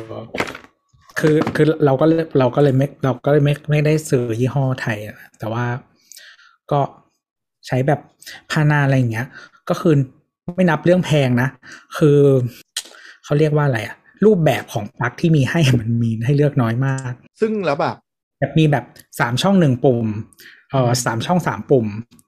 คือเราก็เลยไม่ได้ซื้อยี่ห้อไทยแต่ว่าก็ใช้แบบพานาอะไรอย่างเงี้ยก็คือไม่นับเรื่องแพงนะคือเขาเรียกว่าอะไรอะรูปแบบของปลั๊กที่มีให้มันมีให้เลือกน้อยมากซึ่งแล้วแบบมีแบบ3 ช่อง1 ปุ่ม3 ช่อง3 ปุ่ม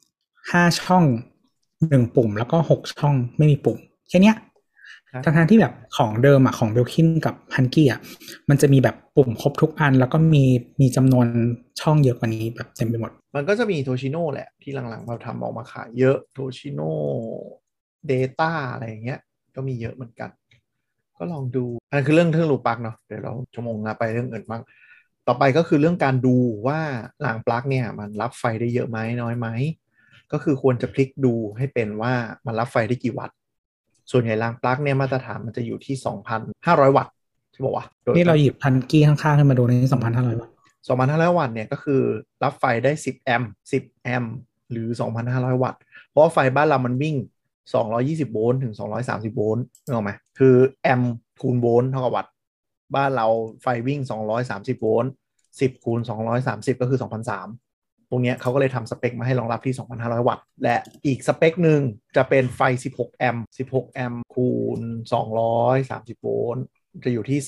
5 ช่อง1 ปุ่มแล้วก็6 ช่องไม่มีปุ่มแค่เนี้ยทั้งที่แบบของเดิมของเบลคินกับฮันกี้มันจะมีแบบปุ่มครบทุกอันแล้วก็มีจำนวนช่องเยอะกว่านี้แบบเต็มไปหมดมันก็จะมีโทชิโน่แหละที่หลังๆเราทำออกมาขายเยอะโทชิโน่เดต้าอะไรอย่างเงี้ยก็มีเยอะเหมือนกันก็ลองดูอันคือเรื่องลูกปลั๊กเนาะเดี๋ยวเราชั่วโมงหน้าไปเรื่องอื่นบ้างต่อไปก็คือเรื่องการดูว่ารางปลั๊กเนี่ยมันรับไฟได้เยอะไหมน้อยไหมก็คือควรจะพลิกดูให้เป็นว่ามันรับไฟได้กี่วัตต์ส่วนใหญ่รางปลั๊กเนี่ยมาตรฐานมันจะอยู่ที่ 2,500 วัตต์ใช่ป่าววะนี่เราหยิบพันกี้ข้างๆขึ้นมาดูใน 2,500 วัตต์ 2,500 วัตต์เนี่ยก็คือรับไฟได้10 แอมป์หรือ 2,500 วัตต์เพราะว่าไฟบ้านเรามันวิ่ง220 โวลต์ถึง230 โวลต์นึกออกไหมคือแอมป์คูณโวลต์เท่ากับวัตต์บ้านเราไฟวิ่ง230 โวลต์10 คูณ 230ก็คือ 2,300 ตรงนี้เขาก็เลยทำสเปคมาให้รองรับที่ 2,500 วัตต์และอีกสเปคหนึ่งจะเป็นไฟ16 แอมป์คูณ230 โวลต์จะอยู่ที่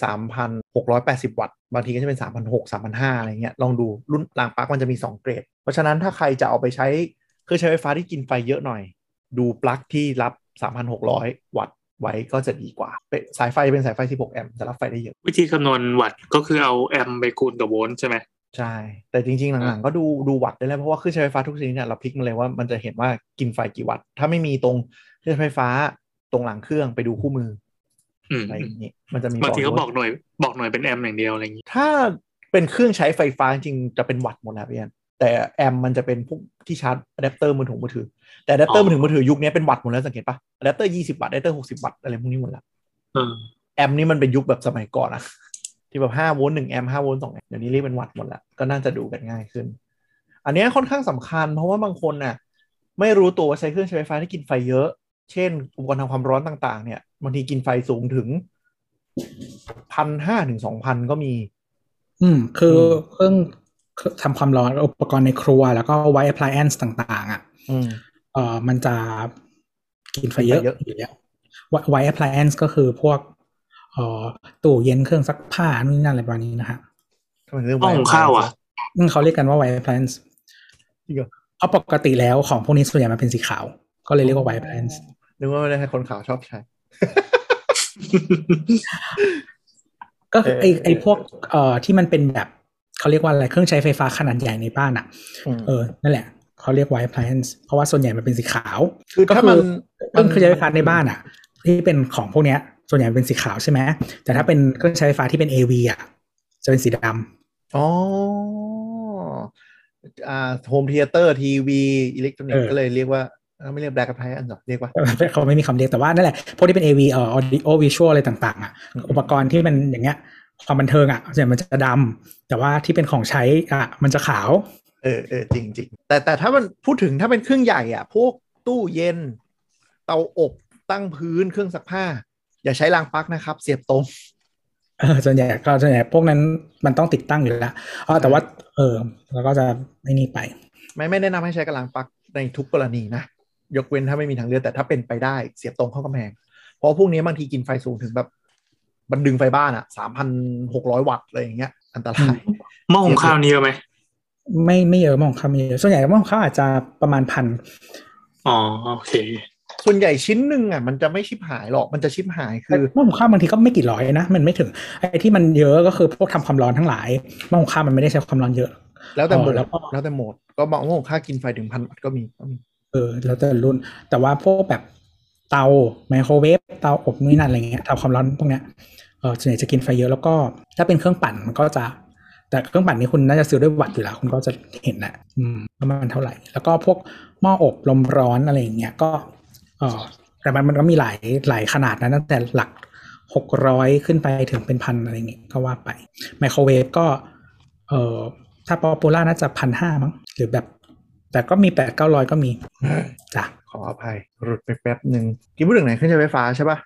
3,680 วัตต์บางทีก็จะเป็น 3,600 3,500 อะไรเงี้ยลองดูรุ่นรางปลั๊กมันจะมี2เกรดเพราะฉะนั้นถ้าใครจะเอาไปใช้เครื่องใช้ไฟฟ้าที่กินไฟเยอะหน่อยดูปลั๊กที่รับ 3,600 วัตต์ไว้ก็จะดีกว่าสายไฟเป็นสายไฟ16 แอมป์จะรับไฟได้เยอะวิธีคำนวณวัตต์ก็คือเอาแอมป์ไปคูณกับโวลต์ใช่ไหมใช่แต่จริงๆหลังๆก็ดูวัตต์ได้แล้วเพราะว่าเครื่องใช้ไฟฟ้าทุกชนิดเนี่ยเราพลิกมาเลยว่ามันจะเห็นว่ากินไฟกี่วัตต์ถ้าไม่มีตรงเครื่องใช้ไฟฟ้าตรงหลังเครื่องไปดูคู่มืออะไรอย่างนี้มันจะมีบางทีเขาบอกหน่วยเป็นแอมป์อย่างเดียวอะไรอย่างนี้ถ้าเป็นเครื่องใช้ไฟฟ้าจริงจะเป็นวัตต์หมดแล้วพี่อันแต่แอมป์มันจะเป็นพวกที่ชาร์จอะแดปเตอร์มือถือแต่อะแดปเตอร์มือถือยุคนี้เป็นวัตต์หมดแล้วสังเกตปะอะแดปเตอร์20 วัตต์อะแดปเตอร์60 วัตต์อะไรพวกนี้หมดแล้วแอมป์นี่มันเป็นยุคแบบสมัยก่อนอะที่แบบ5 โวลต์1 แอมป์5 โวลต์2 แอมป์เดี๋ยวนี้เรียกเป็นวัตต์หมดแล้วก็น่าจะดูกันง่ายขึ้นอันนี้ค่อนข้างสำคัญเพราะว่าบางคนน่ะไม่รู้ตัวว่าใช้เครื่องใช้ไฟฟ้าที่กินไฟเยอะเช่นอุปกรณ์ทำความร้อนต่างๆเนี่ยบางทีกินไฟสูงถึง 1,500 ถึง 2,000 ก็มีคือเครื่องทำความร้อนอุปกรณ์ในครัวแล้วก็ไวท์แอพพลายแอนซ์ต่างๆมันจะกินไฟเยอะอยู่แล้วไวท์แอพพลายแอนซ์ก็คือพวกตู้เย็นเครื่องซักผ้านู่นนั่นอะไรประมาณนี้นะฮะของข้าวเขาเรียกกันว่า white appliance เพราะปกติแล้วของพวกนี้ส่วนใหญ่มันเป็นสีขาวก็เลยเรียกว่า white appliance นึกว่าไม่ได้ให้คนขาวชอบใช้ก็ไอพวกที่มันเป็นแบบเขาเรียกว่าอะไรเครื่องใช้ไฟฟ้าขนาดใหญ่ในบ้านนั่นแหละเขาเรียก white appliance เพราะว่าส่วนใหญ่มันเป็นสีขาวคือถ้ามันเครื่องใช้ไฟฟ้าในบ้านที่เป็นของพวกนี้ส่วนใหญ่เป็นสีขาวใช่ไหมแต่ถ้าเป็นเครื่องใช้ไฟฟ้าที่เป็น AV จะเป็นสีดำโฮมเธียเตอร์ทีวีอิเล็กทรอนิกส์ก็เลยเรียกว่าไม่เรียกแบล็คแอพพลายแอนซ์หรอเรียกว่าเขาไม่มีคำเรียกแต่ว่านั่นแหละพวกที่เป็น AV audio visual อะไรต่างๆอุปกรณ์ที่มันอย่างเงี้ยความบันเทิงอ่ะส่วนใหญ่มันจะดำแต่ว่าที่เป็นของใช้อ่ะมันจะขาวจริงแต่ถ้ามันพูดถึงถ้าเป็นเครื่องใหญ่อ่ะพวกตู้เย็นเตาอบตั้งพื้นเครื่องซักผ้าอย่าใช้รางปลั๊กนะครับเสียบตรงส่วนใหญ่พวกนั้นมันต้องติดตั้งอยู่แล้วแต่ว่าแล้วก็จะไม่นี่ไปไม่แนะนำให้ใช้กับรางปลั๊กในทุกกรณีนะยกเว้นถ้าไม่มีทางเลือกแต่ถ้าเป็นไปได้เสียบตรงเข้ากำแพงเพราะพวกนี้บางทีกินไฟสูงถึงแบบมันดึงไฟบ้านอ่ะ3,600 วัตต์อะไรอย่างเงี้ยอันตรายหม้อหุงข้าวนี้เยอะไหมไม่เยอะหม้อหุงข้าวไม่เยอะส่วนใหญ่หม้อหุงข้าวอาจจะประมาณ1,000 โอเคส่วนใหญ่ชิ้นหนึ่งอ่ะมันจะไม่ชิบหายหรอกมันจะชิบหายคือหม้อหุงข้าวบางทีก็ไม่กี่ร้อยนะมันไม่ถึงไอ้ที่มันเยอะก็คือพวกทำความร้อนทั้งหลายหม้อหุงข้าวมันไม่ได้ใช้ความร้อนเยอะแล้วแต่โหมดก็บางหม้อหุงข้าวกินไฟถึง1,000 วัตต์ก็มีแล้วแต่รุ่นแต่ว่าพวกแบบเตาไมโครเวฟเตาอบนู่นนั่นอะไรเงี้ยทำความร้อนพวกเนี้ยส่วนใหญ่จะกินไฟเยอะแล้วก็ถ้าเป็นเครื่องปั่นมันก็จะแต่เครื่องปั่นนี้คุณน่าจะซื้อด้วยวัตต์อยู่แล้วคุณก็จะเห็นแหละว่ามันเท่าไหร่แล้วก็พวกหม้ออบลมร้อนอะไรอย่างเงี้ยก็แต่มันก็มีหลายขนาดนะตั้งแต่หลัก600ขึ้นไปถึงเป็นพันอะไรเงี้ยก็ว่าไปไมโครเวฟก็ถ้าป๊อปปูล่าน่าจะ1,500มั้งหรือแบบแต่ก็มี800-900ก็มีจ้ะขออภัยหลุดไปแป๊บหนึ่งกินพูดถึงไหนเครื่องใช้ไฟฟ้าใช่ป่ะ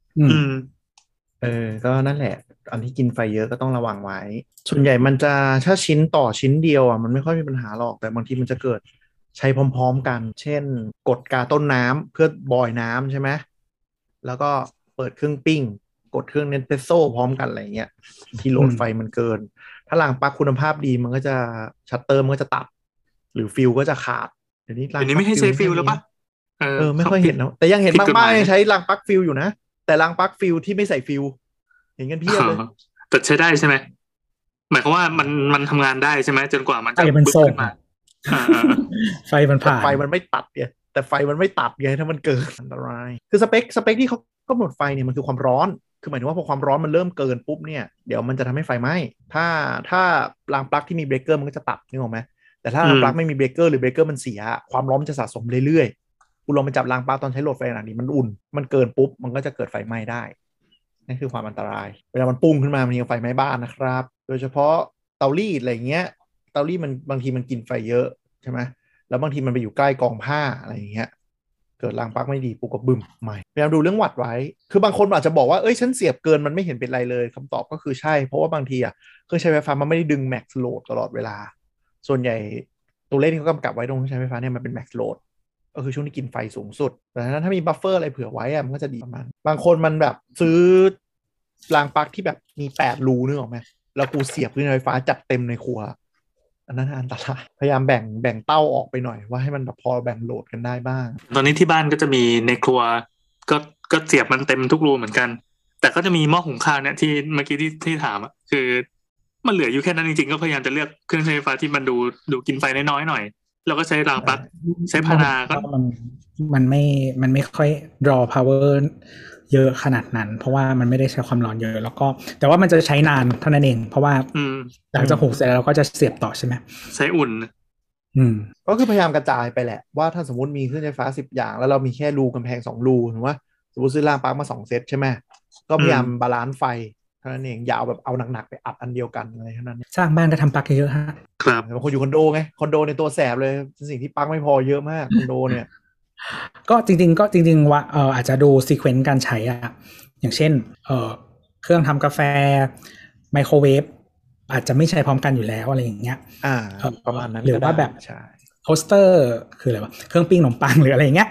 ก็นั่นแหละอันที่กินไฟเยอะก็ต้องระวังไว้ส่วนใหญ่มันจะถ้าชิ้นต่อชิ้นเดียวอ่ะมันไม่ค่อยมีปัญหาหรอกแต่บางทีมันจะเกิดใช้พร้อมๆกันเช่นกดกาต้นน้ำเพื่อบอยน้ำใช่ไหมแล้วก็เปิดเครื่องปิ้งกดเครื่องเนสเปรสโซ่พร้อมกันอะไรเงี้ยที่โหลดไฟมันเกินถ้ารางปลั๊กคุณภาพดีมันก็จะชัตเตอร์มันก็จะตัดหรือฟิลก็จะขาดเดี๋ยวนี้ไม่ให้ใช้ฟิลแล้วปะไม่ค่อยเห็นแล้วแต่ยังเห็นบ้างๆใช้รางปลั๊กฟิลอยู่นะแต่รางปลั๊กฟิลที่ไม่ใใส่ฟิลเห็นกันเพียบเลยแต่ใช้ได้ใช่ไหมหมายความว่ามันทำงานได้ใช่ไหมจนกว่ามันจะบึ้มขึ้นมาไฟมันผ่านไฟมันไม่ตัดไงแต่ไฟมันไม่ตัดไงถ้ามันเกินอันตรายคือสเปคที่เขากำหนดไฟเนี่ยมันคือความร้อนคือหมายถึงว่าพอความร้อนมันเริ่มเกินปุ๊บเนี่ยเดี๋ยวมันจะทำให้ไฟไหม้ถ้ารางปลั๊กที่มีเบรกเกอร์มันก็จะตัดนึกออกไหมแต่ถ้ารางปลั๊กไม่มีเบรกเกอร์หรือเบรกเกอร์มันเสียความร้อนจะสะสมเรื่อยๆคุณลองไปจับรางปลั๊กตอนใช้โหลดไฟหนักนี้มันอุ่นมันเกินปุ๊บมันก็จะเกิดไฟไหม้ได้นั่นคือความอันตรายเวลามันปุ้งขึ้นมามันจะไฟไหม้บ้านนะครับโดยเฉพาะเตารีดอะไรเงี้ยเตารีดมันบางทีมันกินไฟเยอะใช่ไหมแล้วบางทีมันไปอยู่ใกล้กองผ้าอะไรอย่างเงี้ยเกิดรางปลั๊กไม่ดีปุ๊บก็บึ้มใหม่พยายามดูเรื่องวัดไว้คือบางคนอาจจะบอกว่าเอ้ยฉันเสียบเกินมันไม่เห็นเป็นไรเลยคำตอบก็คือใช่เพราะว่าบางทีเครื่องใช้ไฟฟ้ามันไม่ได้ดึงแม็กซ์โหลดตลอดเวลาส่วนใหญ่ตัวเลขที่เขากำกับไว้ตรงเครื่องใช้ไฟฟ้าเนี่ยมันเป็นแม็กซ์โหลดก็คือช่วงที่กินไฟสูงสุดแต่ถ้ามีบัฟเฟอร์อะไรเผื่อไว้มันก็จะดีประมาณบางคนมันแบบซื้อรางปลั๊กที่แบบมี8 รูนึกออกไหมแล้วกูเสียบเครื่องไฟฟ้าจัดเต็มในครัวอันนั้นอันตรายพยายามแบ่งเต้าออกไปหน่อยว่าให้มันแบบพอแบ่งโหลดกันได้บ้างตอนนี้ที่บ้านก็จะมีในครัวก็เสียบมันเต็มทุกรูเหมือนกันแต่ก็จะมีหม้อหุงข้าวเนี่ยที่เมื่อกี้ที่ถามคือมันเหลืออยู่แค่นั้นจริงๆก็พยายามจะเลือกเครื่องใช้ไฟฟ้าที่มันดูกินไฟน้อยๆหน่อยแล้วก็ใช้รางปลั๊กใช้พานาก็มันไม่ค่อย draw power เยอะขนาดนั้นเพราะว่ามันไม่ได้ใช้ความร้อนเยอะแล้วก็แต่ว่ามันจะใช้นานเท่านั้นเองเพราะว่าหลังจากหุงเสร็จแล้วก็จะเสียบต่อใช่ไหมใช้อุ่นก็คือพยายามกระจายไปแหละว่าถ้าสมมติมีเครื่องใช้ไฟฟ้า10 อย่างแล้วเรามีแค่รูกำแพง2 รูถือว่าสมมติซื้อรางปลั๊กมา2 เซตใช่ไหมก็พยายามบาลานซ์ไฟเท่านั้นเองอย่าเอาแบบเอาหนักๆไปอัดอันเดียวกันอะไรเท่านั้นสร้างบ้านก็ทำปลั๊กเยอะฮะครับบางคนอยู่คอนโดไงคอนโดในตัวแสบเลยสิ่งที่ปลั๊กไม่พอเยอะมากคอนโดเนี่ยก็จริงๆว่าอาจจะดูซีเควนต์การใช้อย่างเช่นเครื่องทำกาแฟไมโครเวฟอาจจะไม่ใช้พร้อมกันอยู่แล้วอะไรอย่างเงี้ยประมาณนั้นหรือว่าแบบโทสเตอร์คืออะไรวะเครื่องปิ้งขนมปังหรืออะไรอย่างเงี้ย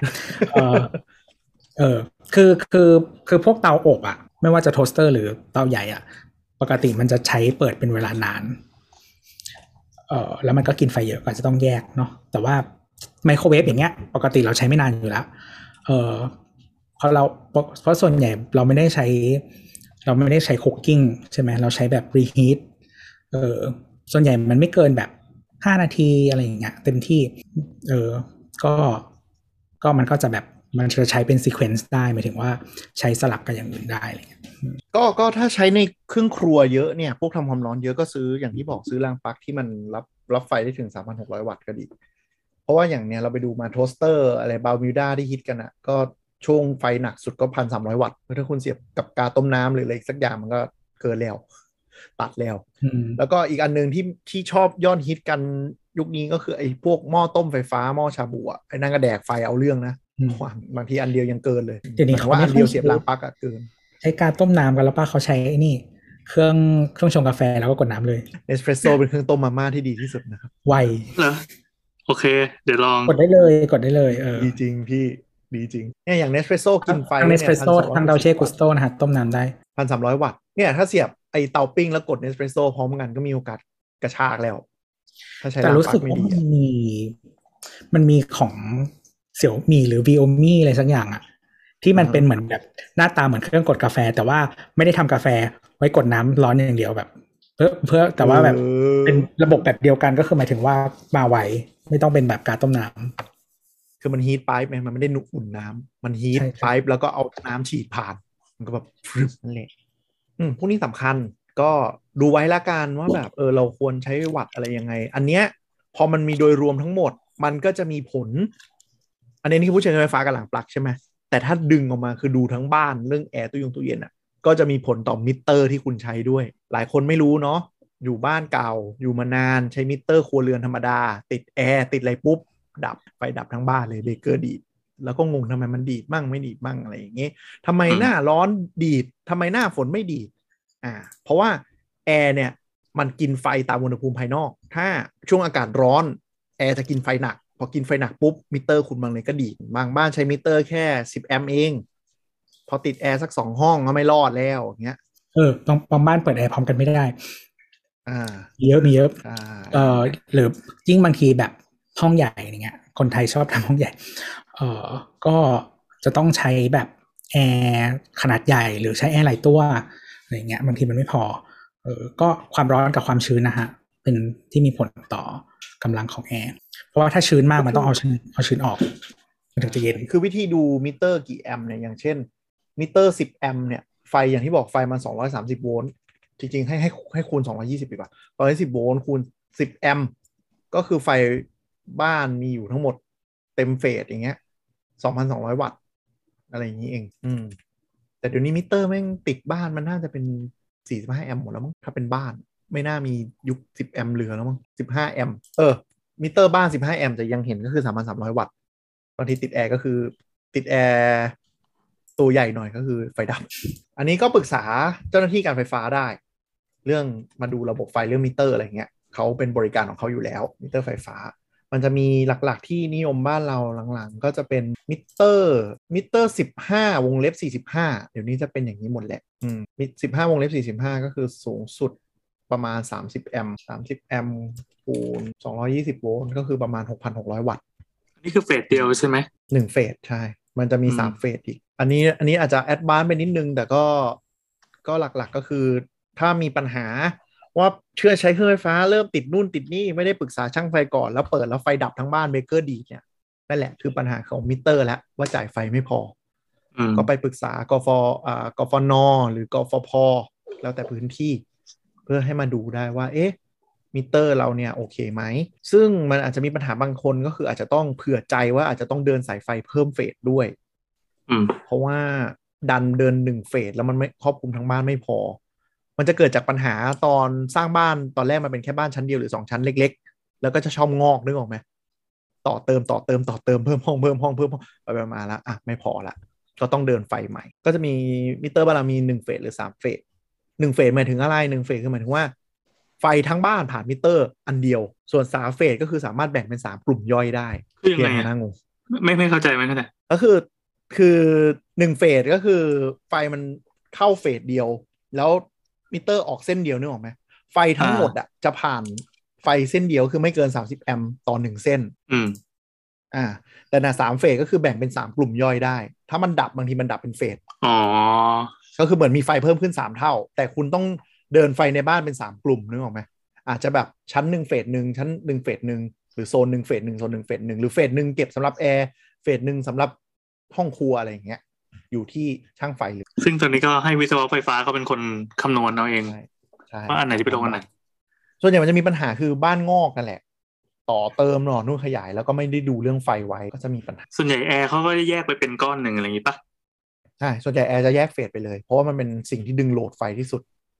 คือพวกเตาอบไม่ว่าจะโทสเตอร์หรือเตาใหญ่ปกติมันจะใช้เปิดเป็นเวลานานแล้วมันก็กินไฟเยอะก็จะต้องแยกเนาะแต่ว่าไมโครเวฟอย่างเงี้ยปกติเราใช้ไม่นานอยู่แล้วเพราะส่วนใหญ่เราไม่ได้ใช้คุกกิ้งใช่ไหมเราใช้แบบรีฮีทส่วนใหญ่มันไม่เกินแบบ5 นาทีอะไรอย่างเงี้ยเต็มที่ก็มันก็จะแบบมันจะใช้เป็นซีเควนซ์ได้หมายถึงว่าใช้สลับกับอย่างอื่นได้อะไรเงี้ยก็ถ้าใช้ในเครื่องครัวเยอะเนี่ยพวกทำความร้อนเยอะก็ซื้ออย่างที่บอกซื้อรางปลั๊กที่มันรับไฟได้ถึง 3,600 วัตต์ก็ดีเพราะว่าอย่างเนี้ยเราไปดูมาโทสเตอร์อะไรบาร์มิวดาที่ฮิตกันก็ช่วงไฟหนักสุดก็ 1,300 วัตต์ถ้าคุณเสียบกับกาต้มน้ำหรืออะไรสักอย่างมันก็เกินแล้วตัดแล้วอืมแล้วก็อีกอันนึงที่ชอบยอดฮิตกันยุคนี้ก็คือไอ้พวกหม้อต้มไฟฟ้าหม้อชาบูอ่ะไอ้นั่นก็แดกไฟเอาเรื่องนะอืมบางทีอันเดียวยังเกินเลยเดี๋ยวนี้หมายถึเขางว่าไม่อันค่เดีอยยวเสียบรางปลั๊กอะเกินใช้การต้มน้ำกันแล้วป้าเขาใช้ไอ้นี่ เครื่องชงกาแฟแล้วก็กดน้ำเลยเนสเปรสโซ่เป็นเครื่องต้มมาม่าที่ดีที่สุดนะครับไวเหรอโอเค เดี๋ยวลองกดได้เลยกดได้เลยดีจริงพี่ดีจริงเนี่ยอย่างเนสเปรสโซ่กินไฟทั้งเนสเนี่เปรยสโซ่ทั้งดาเช่กุสโตนะฮะต้มน้ำได้ 1,300 วัตต์เนี่ยถ้าเสียบไอเตาปิ้งแล้วกดเนสเปรสโซ่พร้อมกันก็มีโอกาสกระชากแล้ว ถ้าใช้แต่รางรู้ปลั๊สึกกไม่ว่าดีมันมีของเสี่ยวมี่หรือ Viomi อะไรสักอย่างอ่ะ ที่มันเป็นเหมือนแบบหน้าตาเหมือนเครื่องกดกาแฟ แต่ว่าไม่ได้ทำกาแฟไว้กดน้ำร้อนอย่างเดียวแบบ เพื่อแต่ว่าแบบเป็นระบบแบบเดียวกันก็คือหมายถึงว่ามาไวไม่ต้องเป็นแบบการต้มน้ำคือมันฮีทไพป์มันไม่ได้อุ่นน้ำมันฮีทใช่ไพป์แล้วก็เอาน้ำฉีดผ่านมันก็แบบฟรึบนั่นแหละพวกนี้สำคัญก็ดูไว้ละกันว่าแบบเราควรใช้วัตต์อะไรยังไง อันเนี้ยพอมันมีโดยรวมทั้งหมดมันก็จะมีผล อันนี้นี่คือผู้ใช้ไฟฟ้ากับหลังปลั๊กใช่ไหมแต่ถ้าดึงออกมาคือดูทั้งบ้านเรื่องแอร์ตู้เย็นอ่ะก็จะมีผลต่อมิเตอร์ที่คุณใช้ด้วย หลายคนไม่รู้เนาะอยู่บ้านเก่าอยู่มานานใช้มิเตอร์ครัวเรือนธรรมดาติดแอร์ติดอะไรปุ๊บดับไฟดับทั้งบ้านเลยเบเกอร์ดีดแล้วก็งงทำไมมันดีดมั่งไม่ดีดมั่งอะไรอย่างเงี้ยทำไมหน้าร้อนดีดทำไมหน้าฝนไม่ดีดเพราะว่าแอร์เนี่ยมันกินไฟตามอุณหภูมิภายนอกถ้าช่วงอากาศร้อนแอร์จะกินไฟหนักพอกินไฟหนักปุ๊บมิเตอร์คุณบางเลยก็ดีดบางบ้านใช้มิเตอร์แค่10 แอมป์เองพอติดแอร์สัก2 ห้องก็ไม่รอดแล้วอย่างเงี้ยบางบ้านเปิดแอร์พร้อมกันไม่ได้มีเยอะหรือยิ่งบางทีแบบห้องใหญ่อย่างเงี้ยคนไทยชอบทำห้องใหญ่ก็จะต้องใช้แบบแอร์ขนาดใหญ่หรือใช้แอร์หลายตัวอะไรเงี้ยบางทีมันไม่พอก็ความร้อนกับความชื้นนะฮะเป็นที่มีผลต่อกำลังของแอร์เพราะว่าถ้าชื้นมากมันต้องเอาชื้นออกมันถึงจะเย็นคือวิธีดูมิเตอร์กี่แอมป์เนี่ยอย่างเช่นมิเตอร์10 แอมป์เนี่ยไฟอย่างที่บอกไฟมัน230 โวลต์จริงๆให้คูณ220ดีกว่า110 โวลต์คูณ10 แอมป์ก็คือไฟบ้านมีอยู่ทั้งหมดเต็มเฟสอย่างเงี้ย2,200 วัตต์อะไรอย่างนี้เองแต่เดี๋ยวนี้มิเตอร์แม่งติดบ้านมันน่าจะเป็น45 แอมป์หมดแล้วมั้งถ้าเป็นบ้านไม่น่ามียุค10 แอมป์เหลือแล้วมั้ง15 แอมป์มิเตอร์บ้าน15 แอมป์จะยังเห็นก็คือ 3,300 วัตต์บางทีติดแอร์ก็คือติดแอร์ตัวใหญ่หน่อยก็คือไฟดับอันนี้ก็ปรึกษาเจ้าหน้าที่การไฟฟ้าได้เรื่องมาดูระบบไฟเรื่องมิเตอร์อะไรเงี้ยเขาเป็นบริการของเขาอยู่แล้วมิเตอร์ไฟฟ้ามันจะมีหลักๆที่นิยมบ้านเราหลังๆก็จะเป็นมิเตอร์15วงเล็บ45เดี๋ยวนี้จะเป็นอย่างนี้หมดแหละ15วงเล็บ45ก็คือสูงสุดประมาณ30 แอมป์30 แอมป์คูณ220 โวลต์ก็คือประมาณ 6,600 วัตต์นี่คือเฟสเดียวใช่ไหม 1 เฟสใช่มันจะมี3 เฟสอีกอันนี้อาจจะแอดวานซ์ไปนิดนึงแต่ก็หลักๆก็คือถ้ามีปัญหาว่าใช้เครื่องไฟฟ้าเริ่มติดนู่นติดนี่ไม่ได้ปรึกษาช่างไฟก่อนแล้วเปิดแล้วไฟดับทั้งบ้านเบเกอร์ดีเนี่ยนั่นแหละคือปัญหาของมิเตอร์แล้วว่าจ่ายไฟไม่พอก็ไปปรึกษากฟน.หรือกฟผ.แล้วแต่พื้นที่เพื่อให้มาดูได้ว่ามิเตอร์เราเนี่ยโอเคไหมซึ่งมันอาจจะมีปัญหาบางคนก็คืออาจจะต้องเผื่อใจว่าอาจจะต้องเดินสายไฟเพิ่มเฟสด้วยเพราะว่าดันเดิน1 เฟสแล้วมันไม่ครอบคลุมทั้งบ้านไม่พอมันจะเกิดจากปัญหาตอนสร้างบ้านตอนแรกมันเป็นแค่บ้านชั้นเดียวหรือ2 ชั้นเล็กๆแล้วก็จะชอบงอกนึกออกไหมต่อเติมเพิ่มห้องไปมาแล้วไม่พอละก็ต้องเดินไฟใหม่ก็จะมีมิเตอร์บ้านเรามี1 เฟสหรือ3 เฟส1 เฟสหมายถึงอะไร1 เฟสคือหมายถึงว่าไฟทั้งบ้านผ่านมิเตอร์อันเดียวส่วน3 เฟสก็คือสามารถแบ่งเป็น3 กลุ่มย่อยได้คือยังไงงงไม่เข้าใจไหมครับก็คือ1 เฟสก็คือไฟมันเข้าเฟสเดียวแล้วมิเตอร์ออกเส้นเดียวนึกออกไหมไฟทั้งหมดจะผ่านไฟเส้นเดียวคือไม่เกิน30 แอมป์ต่อ1 เส้นแต่3 เฟสก็คือแบ่งเป็น3 กลุ่มย่อยได้ถ้ามันดับบางทีมันดับเป็นเฟสก็คือเหมือนมีไฟเพิ่มขึ้น3 เท่าแต่คุณต้องเดินไฟในบ้านเป็น3 กลุ่มนึกออกไหมอาจจะแบบชั้น1 เฟส 1ชั้น1 เฟส 1หรือโซน1 เฟส 1โซน1 เฟส 1หรือเฟส 1เก็บสำหรับแอร์เฟส 1สำหรับห้องครัวอะไรอย่างเงี้ยอยู่ที่ช่างไฟหรือซึ่งตอนนี้ก็ให้วิศวะไฟฟ้าเขาเป็นคนคำนวณเอาเองว่าอันไหนจะไปลงอันไหนส่วนใหญ่มันจะมีปัญหาคือบ้านงอกกันแหละต่อเติมหน่อนู่นขยายแล้วก็ไม่ได้ดูเรื่องไฟไว้ก็จะมีปัญหาส่วนใหญ่แอร์เขาก็แยกไปเป็นก้อนหนึ่งอะไรอย่างนี้ปะใช่ส่วนใหญ่แอร์จะแยกเฟสไปเลยเพราะว่ามันเป็นสิ่งที่ดึงโหลดไฟที่สุด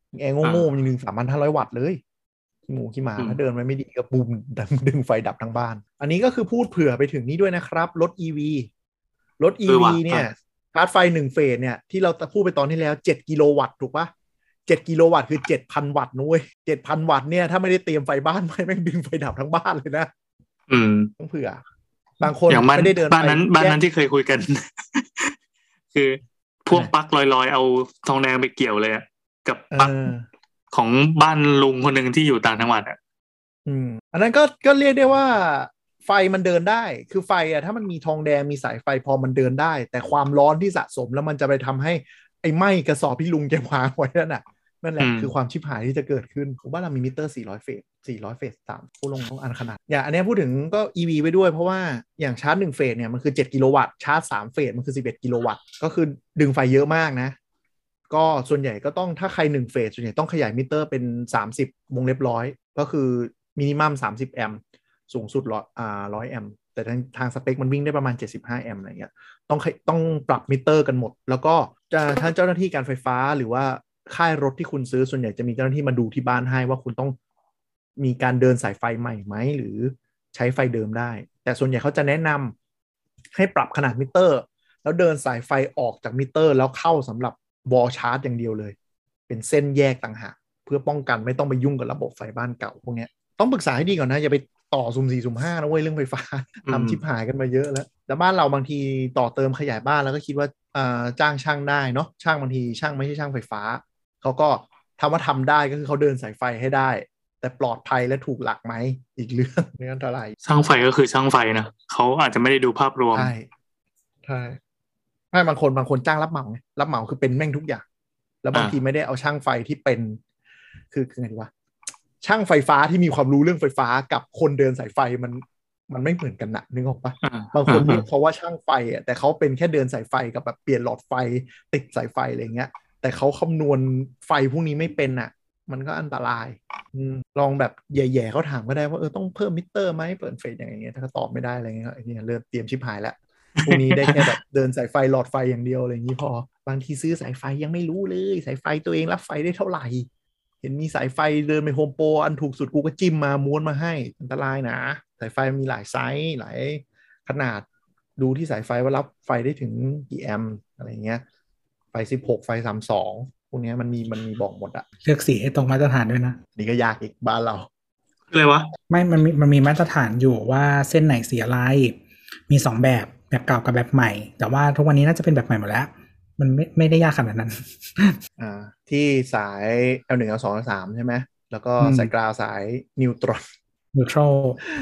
แอร์โง่ๆมันยังดึง3,500 วัตต์เลยขี้หมูขี้หมาถ้าเดินไปไม่ดีก็บูมดึงไฟดับทั้งบ้านอันนี้ก็คือพูดเผื่อไปถึงนี่ด้วยนะครับรถ EV เนี่ยชาร์จไฟ1เฟสเนี่ยที่เราพูดไปตอนที่แล้ว7กิโลวัตต์ถูกปะ7กิโลวัตต์คือ 7,000 วัตต์นุ้ย7,000 วัตต์เนี่ยถ้าไม่ได้เตรียมไฟบ้านไม่แม่งดึงไฟดับทั้งบ้านเลยนะต้องเผื่อบางคนไม่ได้เดินบ้านนั้นที่เคยคุยกัน คือพวกปลั๊กลอยๆเอาทองแดงไปเกี่ยวเลยกับปลั๊กของบ้านลุงคนหนึ่งที่อยู่ต่างจังหวัดอันนั้นก็เรียกได้ว่าไฟมันเดินได้คือไฟถ้ามันมีทองแดงมีสายไฟพอมันเดินได้แต่ความร้อนที่สะสมแล้วมันจะไปทำให้ไอ้ไหม้กระสอบที่ลุงแกวางไว้นั่นแหละคือความชิบหายที่จะเกิดขึ้นผมว่าเรามีมิเตอร์400เฟส3ผู้ลงต้องอันขนาดอย่างอันนี้พูดถึงก็ EV ไปด้วยเพราะว่าอย่างชาร์จ1เฟสเนี่ยมันคือ7กิโลวัตต์ชาร์จ3เฟสมันคือ11กิโลวัตต์ก็คือดึงไฟเยอะมากนะก็ส่วนใหญ่ก็ต้องถ้าใคร1เฟสส่วนใหญ่ต้องขยายมิเตอร์เป็น30วงเล็บร้อยก็คือมินิมัม30แอมป์สูงสุด100แอมป์แต่ทางสเปคมันวิ่งได้ประมาณ75แอมป์อะไรเงี้ยต้องปรับมิเตอร์กันหมดแล้วก็ทางเจ้าหน้าที่การไฟฟ้าหรือว่าค่ายรถที่คุณซื้อส่วนใหญ่จะมีเจ้าหน้าที่มาดูที่บ้านให้ว่าคุณต้องมีการเดินสายไฟใหม่ไหมหรือใช้ไฟเดิมได้แต่ส่วนใหญ่เขาจะแนะนำให้ปรับขนาดมิเตอร์แล้วเดินสายไฟออกจากมิเตอร์แล้วเข้าสำหรับวอลชาร์จอย่างเดียวเลยเป็นเส้นแยกต่างหากเพื่อป้องกันไม่ต้องไปยุ่งกับระบบไฟบ้านเก่าพวกนี้ต้องปรึกษาให้ดีก่อนนะอย่าไปต่อสุ่ม4สุ่ม5นะเว้ยเรื่องไฟฟ้าทำชิบหายกันมาเยอะแล้วแต่บ้านเราบางทีต่อเติมขยายบ้านแล้วก็คิดว่าจ้างช่างได้เนาะช่างบางทีช่างไม่ใช่ช่างไฟฟ้าเขาก็ทำว่าทำได้ก็คือเขาเดินสายไฟให้ได้แต่ปลอดภัยและถูกหลักไหมอีกเรื่องไม่อันตรายช่างไฟก็คือช่างไฟนะเขาอาจจะไม่ได้ดูภาพรวมใช่ไม่บางคนจ้างรับเหมาไงรับเหมาคือเป็นแม่งทุกอย่างแล้วบางทีไม่ได้เอาช่างไฟที่เป็นคือไงดีวะช่างไฟฟ้าที่มีความรู้เรื่องไฟฟ้ากับคนเดินสายไฟมันไม่เหมือนกันนะนึกออกปะบางคนเรียกเขาว่าช่างไฟแต่เขาเป็นแค่เดินสายไฟกับแบบเปลี่ยนหลอดไฟติดสายไฟอะไรเงี้ยแต่เขาคำนวณไฟพวกนี้ไม่เป็นมันก็อันตรายลองแบบแย่ๆเขาถามก็ได้ว่าต้องเพิ่มมิเตอร์ไหมเปิดเฟสอย่างเงี้ยถ้าเขาตอบไม่ได้อะไรเงี้ยเริ่มเตรียมชิบหายแล้วพวกนี้ได้แค่แบบเดินสายไฟหลอดไฟอย่างเดียวอะไรอย่างนี้พอบางทีซื้อสายไฟยังไม่รู้เลยสายไฟตัวเองรับไฟได้เท่าไหร่เห็นมีสายไฟเดินไปโฮมโปรอันถูกสุดกูก็จิ้มมาม้วนมาให้อันตรายนะสายไฟมีหลายไซส์หลายขนาดดูที่สายไฟว่ารับไฟได้ถึงกี่แอมป์อะไรเงี้ยไฟ16ไฟ32พวกนี้มันมีบอกหมดอะเลือกสีให้ตรงมาตรฐานด้วยนะนี่ก็ยากอีกบ้านเราอะไรวะไม่มันมีมาตรฐานอยู่ว่าเส้นไหนสีอะไรมี2แบบเก่ากับแบบใหม่แต่ว่าทุกวันนี้น่าจะเป็นแบบใหม่หมดแล้วมันไม่ได้ยากขนาดนั้นที่สาย L1 L2 L3 ใช่ไหมแล้วก็สายกราวสายนิวตรอนนิวทรัล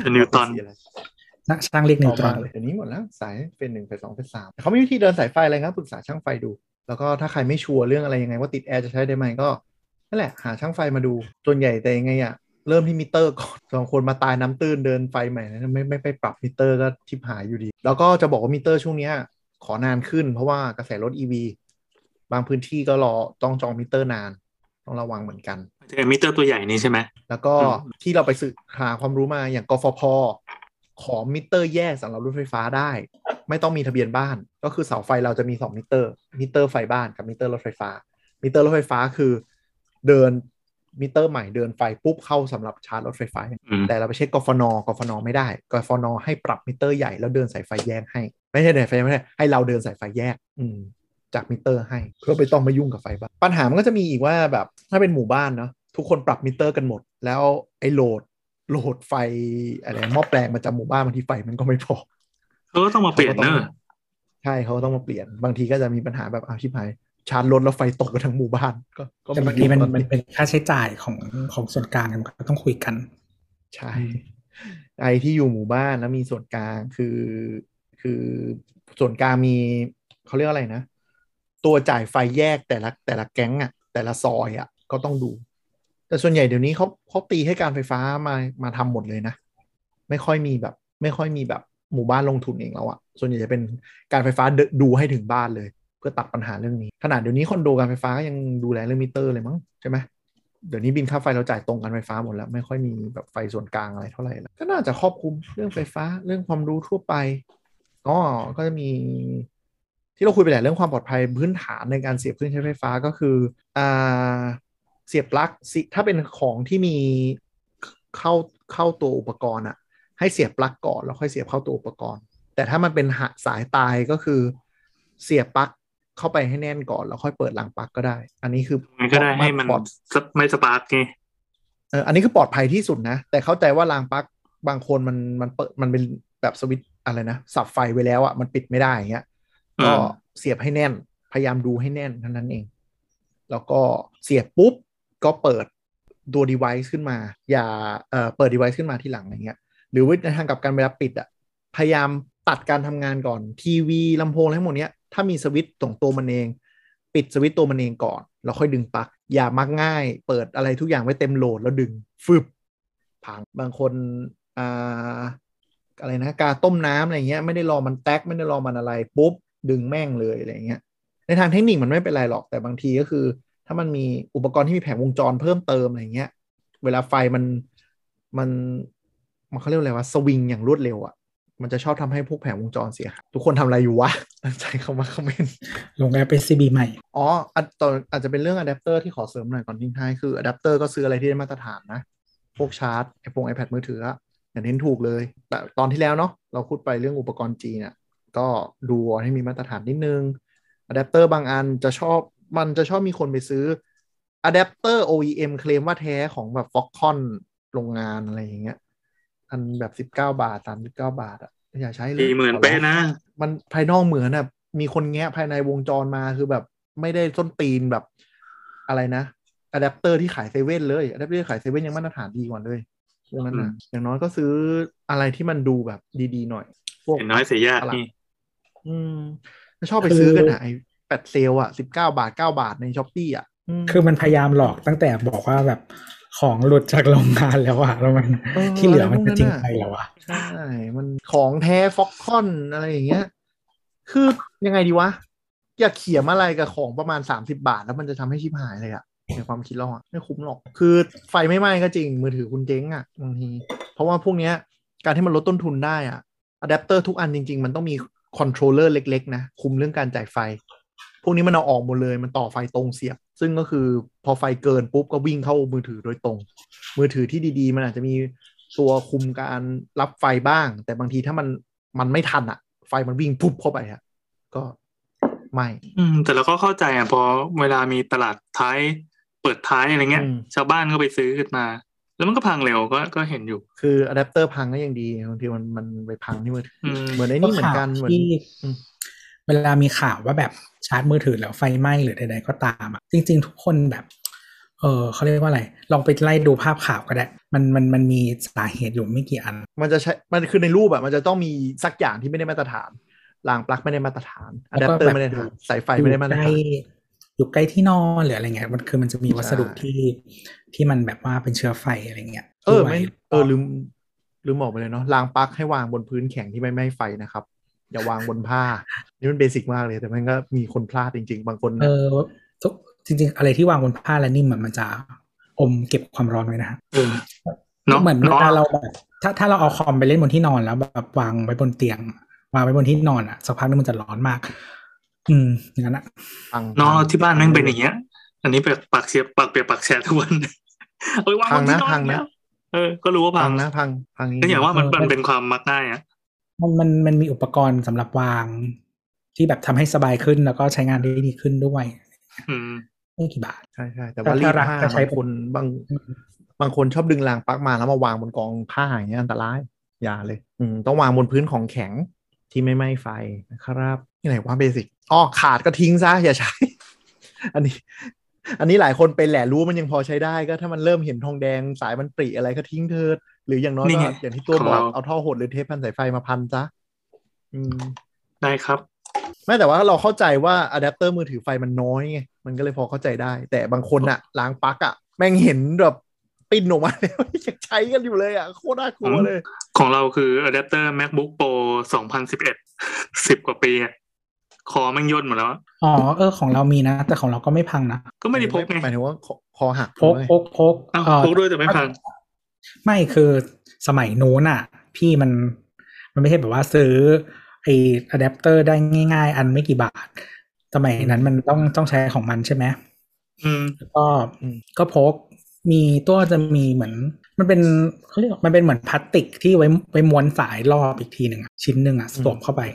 ช่างเรียกนิวตรอนเลยเดี๋ยวนี้หมดแล้วสายเป็น1เป็น2เป็น3เขามีวิธีเดินสายไฟอะไรครับปรึกษาช่างไฟดูแล้วก็ถ้าใครไม่ชัวร์เรื่องอะไรยังไงว่าติดแอร์จะใช้ได้ไหมก็นั่นแหละหาช่างไฟมาดูส่วนใหญ่แต่ยังไงเริ่มที่มิเตอร์ก่อน2คนมาตายน้ำตื้นเดินไฟใหม่ไม่ไปปรับมิเตอร์ก็ทิพหายอยู่ดีแล้วก็จะบอกว่ามิเตอร์ช่วงนี้ขอนานขึ้นเพราะว่ากระแสรถ EV บางพื้นที่ก็ต้องจองมิเตอร์นานต้องระวังเหมือนกันมิเตอร์ตัวใหญ่นี้ใช่ไหมแล้วก็ที่เราไปศึกษาความรู้มาอย่างกฟผ.ขอมิเตอร์แยกสำหรับรถไฟฟ้าได้ไม่ต้องมีทะเบียนบ้านก็คือเสาไฟเราจะมี2มิเตอร์ไฟบ้านกับมิเตอร์รถไฟฟ้ามิเตอร์รถไฟฟ้าคือเดินมิเตอร์ใหม่เดินไฟปุ๊บเข้าสำหรับชาร์จรถไฟฟ้าแต่เราไปเช็คกฟนไม่ได้กฟนให้ปรับมิเตอร์ใหญ่แล้วเดินสายไฟแยกให้ไม่ใช่เดินไฟไม่ใช่ให้เราเดินสายไฟแยกจากมิเตอร์ให้เพื่อไม่ต้องมายุ่งกับไฟบ้านปัญหามันก็จะมีอีกว่าแบบถ้าเป็นหมู่บ้านเนาะทุกคนปรับมิเตอร์กันหมดแล้วไอ้โหลดไฟอะไรหม้อแปลงมาจากหมู่บ้านบางทีไฟมันก็ไม่พอเขาก็ต้องมาเปลี่ยนเนอะใช่เขาต้องมาเปลี่ยนบางทีก็จะมีปัญหาแบบชิบหายชาร์จรถแล้วไฟตกกันทั้งหมู่บ้านก็แต่บางทีมันเป็นค่าใช้จ่ายของส่วนกลางมันก็ต้องคุยกันใช่ไอที่อยู่หมู่บ้านแล้วมีส่วนกลางคือส่วนกลางมีเขาเรียกอะไรนะตัวจ่ายไฟแยกแต่ละแก๊งแต่ละซอยก็ต้องดูแต่ส่วนใหญ่เดี๋ยวนี้เขาตีให้การไฟฟ้ามาทำหมดเลยนะไม่ค่อยมีแบบหมู่บ้านลงทุนเองแล้วส่วนใหญ่จะเป็นการไฟฟ้าดูให้ถึงบ้านเลยเพื่อตัดปัญหาเรื่องนี้ขนาดเดี๋ยวนี้คอนโดการไฟฟ้ายังดูแลเรื่องมิเตอร์เลยมั้งใช่ไหมเดี๋ยวนี้บินค่าไฟเราจ่ายตรงกันไฟฟ้าหมดแล้วไม่ค่อยมีแบบไฟส่วนกลางอะไรเท่าไหร่แล้วก็น่าจะครอบคลุมเรื่องไฟฟ้าเรื่องความรู้ทั่วไปก็จะมีที่เราคุยไปแหละเรื่องความปลอดภัยพื้นฐานในการเสียบเครื่องใช้ไฟฟ้าก็คือเสียบปลั๊กถ้าเป็นของที่มีเข้าเข้าตัวอุปกรณ์อะให้เสียบปลั๊กก่อนแล้วค่อยเสียบเข้าตัวอุปกรณ์แต่ถ้ามันเป็นสายตายก็คือเสียบปลั๊กเข้าไปให้แน่นก่อนแล้วค่อยเปิดรางปลั๊กก็ได้อันนี้คือมันก็ได้ให้มันไม่สปาร์กไงอันนี้คือปลอดภัยที่สุดนะแต่เข้าใจว่ารางปลั๊กบางคนมันเปิดมันเป็นแบบสวิตช์อะไรนะสับไฟไว้แล้วอ่ะมันปิดไม่ได้อย่างเงี้ยก็เสียบให้แน่นพยายามดูให้แน่นเท่านั้นเองแล้วก็เสียบปุ๊บก็เปิดตัว device ขึ้นมาอย่าเปิด device ขึ้นมาที่หลังอะไรเงี้ยหรือว่าในทางกับการเวลาปิดอ่ะพยายามตัดการทำงานก่อนทีวีลำโพงอะไรทั้งหมดเนี้ยถ้ามีสวิตช์ของตัวมันเองปิดสวิตช์ตัวมันเองก่อนแล้วค่อยดึงปลั๊กอย่ามักง่ายเปิดอะไรทุกอย่างไว้เต็มโหลดแล้วดึงฟึบพังบางคนอะไรนะกาต้มน้ำอะไรเงี้ยไม่ได้รอมันแตกไม่ได้รอมันอะไรปุ๊บดึงแม่งเลยอะไรเงี้ยในทางเทคนิคมันไม่เป็นไรหรอกแต่บางทีก็คือถ้ามันมีอุปกรณ์ที่มีแผงวงจรเพิ่มเติมอะไรเงี้ยเวลาไฟมันเขาเรียกอะไรวะสวิงอย่างรวดเร็วอ่ะมันจะชอบทำให้พวกแผงวงจรเสียหายทุกคนทำอะไรอยู่วะตั้งใจเข้ามาคอมเมนต์ลงแอป PCB ใหม่อาจจะเป็นเรื่องอะแดปเตอร์ที่ขอเสริมหน่อยก่อนทิ้งท้ายคืออะแดปเตอร์ก็ซื้ออะไรที่ได้มาตรฐานนะพวกชาร์จiPad มือถืออย่างเน้นถูกเลยแต่ตอนที่แล้วเนาะเราพูดไปเรื่องอุปกรณ์จีนเนี่ยก็ดูให้มีมาตรฐานนิดนึงอะแดปเตอร์บางอันจะชอบมีคนไปซื้ออะแดปเตอร์ OEM เคลมว่าแท้ของแบบ Foxconn โรงงานอะไรอย่างเงี้ยอันแบบ19 บาท39 บาทอ่ะอย่าใช้เลย 40,000เป๊ะนะมันภายนอกเหมือนแบบมีคนแงะภายในวงจรมาคือแบบไม่ได้ส้นตีนแบบอะไรนะอะแดปเตอร์ที่ขายเซเว่นเลยอะแดปเตอร์ขายเซเว่นยังมาตรฐานดีกว่าเลยพวกนั้นนะอย่างน้อยก็ซื้ออะไรที่มันดูแบบดีๆหน่อยพวกน้อยเสียยากนี่ชอบไปซื้อกันไอ้แปดเซลอ่ะ19 บาท9 บาทในช้อปปี้อ่ะคือมันพยายามหลอกตั้งแต่บอกว่าแบบของหลุดจากโรงงานแล้วอะแล้วมันที่เหลือมันจะจริงไปแล้วอะใช่มันของแท้ฟ็อกคอนอะไรอย่างเงี้ยคือยังไงดีวะอย่าเขียมอะไรกับของประมาณ30 บาทแล้วมันจะทำให้ชิบหายเลยอะในความคิดเราอะไม่คุ้มหรอกคือไฟไม่ไหม้ก็จริงมือถือคุณเจ๊งอะบางทีเพราะว่าพวกเนี้ยการที่มันลดต้นทุนได้อะอะแดปเตอร์ทุกอันจริงๆมันต้องมีคอนโทรลเลอร์เล็กๆนะคุมเรื่องการจ่ายไฟพวกนี้มันเอาออกหมดเลยมันต่อไฟตรงเสียบซึ่งก็คือพอไฟเกินปุ๊บก็วิ่งเข้ามือถือโดยตรงมือถือที่ดีๆมันอาจจะมีตัวคุมการรับไฟบ้างแต่บางทีถ้ามันไม่ทันอะไฟมันวิ่งปุ๊บเข้าไปอะก็ไม่แต่เราก็เข้าใจพอเวลามีตลาดท้ายเปิดท้ายอะไรเงี้ยชาวบ้านก็ไปซื้อขึ้นมาแล้วมันก็พังเร็วก็เห็นอยู่คืออะแดปเตอร์พังก็ยังดีบางทีมันไปพังที่มือถือเหมือนไอ้นี่เหมือนกันเหมือนเวลามีข่าวว่าแบบชาร์จมือถือแล้วไฟไหม้หรือใดๆก็ตามอ่ะจริงๆทุกคนแบบเขาเรียกว่าอะไรลองไปไล่ดูภาพข่าวก็ได้มันมีสาเหตุอยู่ไม่กี่อันมันจะใช้มันคือในรูปมันจะต้องมีสักอย่างที่ไม่ได้มาตรฐานรางปลั๊กไม่ได้มาตรฐานอะแดปเตอร์ไม่ได้มาตรฐานสายไฟไม่ได้มาตรฐานอยู่ใกล้ที่นอนหรืออะไรเงี้ยมันจะมีวัสดุที่มันแบบว่าเป็นเชื้อไฟอะไรเงี้ยลืมบอกไปเลยเนาะรางปลั๊กให้วางบนพื้นแข็งที่ไม่ไหม้ไฟนะครับอย่าวางบนผ้านี่มันเบสิกมากเลยแต่มันก็มีคนพลาดจริงๆบางคนจริงๆอะไรที่วางบนผ้าและนิ่มมันจะอมเก็บความร้อนไว้นะเหมือนเวลาเราแบบถ้าเราเอาคอมไปเล่นบนที่นอนแล้วแบบวางไว้บนเตียงวางไว้บนที่นอนอ่ะสักพักนึงมันจะร้อนมากอย่างนั้นเนาะที่บ้านแม่งเป็นอย่างเงี้ยอันนี้แบบปากเสียบปากเปียกปากแฉะทุกวันเอาวางบนที่นอนแล้วก็รู้ว่าพังนะพังก็อย่างว่ามันเป็นความมักง่ายมันมีอุปกรณ์สำหรับวางที่แบบทำให้สบายขึ้นแล้วก็ใช้งานได้ดีขึ้นด้วยไม่กี่บาทใช่แต่ว่ารีดผ้าบางคนบางคนชอบดึงรางปลั๊กมาแล้วมาวางบนกองผ้าอย่างเงี้ยอันตรายอย่าเลยต้องวางบนพื้นของแข็งที่ไม่ไหม้ไฟนะครับที่ไหนว่าเบสิกขาดก็ทิ้งซะอย่าใช้ อันนี้หลายคนเป็นแหละรู้มันยังพอใช้ได้ก็ถ้ามันเริ่มเห็นทองแดงสายมันปริอะไรก็ทิ้งเธอหรืออย่างน้อยก็อย่างที่ตัวบอกเอาท่อหดหรือเทปพันสายไฟมาพันซะได้ครับไม่แต่ว่าเราเข้าใจว่าอะแดปเตอร์มือถือไฟมันน้อยไงมันก็เลยพอเข้าใจได้แต่บางคนอะล้างปลั๊กอะแม่งเห็นแบบปิ้นออกมาแล้วยังใช้กันอยู่เลยอะโคตรน่ากลัวเลยของเราคืออะแดปเตอร์ MacBook Pro 2011 10 กว่าปีคอแม่งย่นหมดแล้วของเรามีนะแต่ของเราก็ไม่พังนะก็ไม่ได้พกไงหมายถึงว่าคอหักพกพกด้วยแต่ไม่พังไม่คือสมัยนู้นอ่ะพี่มันไม่ใช่แบบว่าซื้อไอ้อะแดปเตอร์ได้ง่ายๆอันไม่กี่บาทสมัยนั้นมันต้องใช้ของมันใช่ไหมแล้วก็พกมีตัวจะมีเหมือนมันเป็นเขาเรียกมันเป็นเหมือนพลาสติกที่ไว้ม้วนสายรอบอีกทีหนึ่งชิ้นหนึ่งสวมเข้าไป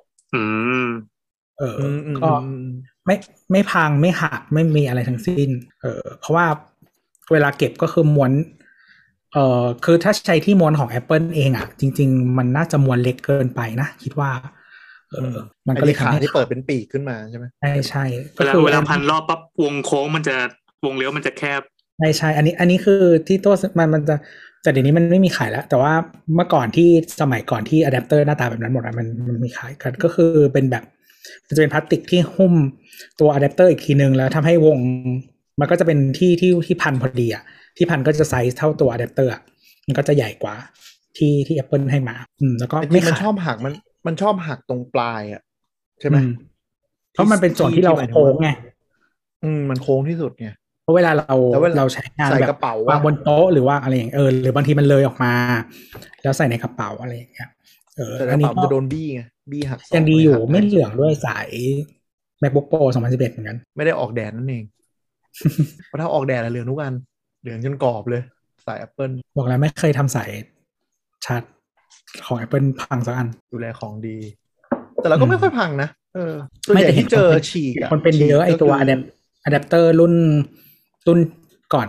ก็ไม่พังไม่หักไม่มีอะไรทั้งสิ้นเพราะว่าเวลาเก็บก็คือม้วนคือถ้าใช้ที่ม้วนของ Apple เองจริงๆมันน่าจะม้วนเล็กเกินไปนะคิดว่ามันก็เลยทำให้ที่เปิดเป็นปีกขึ้นมาใช่ไหมใช่เวลาพันรอบปั๊บวงโค้งมันจะวงเลี้ยวมันจะแคบใช่อันนี้คือที่ตัวมันจะแต่เดี๋ยวนี้มันไม่มีขายแล้วแต่ว่าเมื่อก่อนที่สมัยก่อนที่อะแดปเตอร์หน้าตาแบบนั้นหมดมันมีขายกันก็คือเป็นแบบมันจะเป็นพลาสติกที่หุ้มตัวอะแดปเตอร์อีกทีนึงแล้วทำให้วงมันก็จะเป็นที่พันพอดีที่พันก็จะไซส์เท่าตัวอะแดปเตอร์มันก็จะใหญ่กว่าที่ Apple ให้มาแล้วก็ไม่มันชอบหักมันชอบหักตรงปลายใช่ไหมเพราะมันเป็นส่วนที่เราโค้งไงมันโค้งที่สุดไงเพราะเวลาเราใช้งานแบบวางบนโต๊ะหรือว่าอะไรอย่างหรือบางทีมันเลยออกมาแล้วใส่ในกระเป๋าอะไรอย่างเงี้ยอันนี้จะโดนบี้ไงบี้หักยังดีอยู่ไม่เหลืองด้วยสาย MacBook Pro 2011เหมือนกันไม่ได้ออกแดดนั่นเองเพราะถ้าออกแดดเหลืองทุกอันเหลืองจนกรอบเลยสาย Apple บอกแล้วไม่เคยทำสายชาร์จของ Apple พังสักอันดูแลของดีแต่เราก็ไม่ค่อยพังนะส่วนใหญ่ที่เจอฉีกคนเป็นเยอะไอตัวอะแดปเตอร์รุ่นก่อน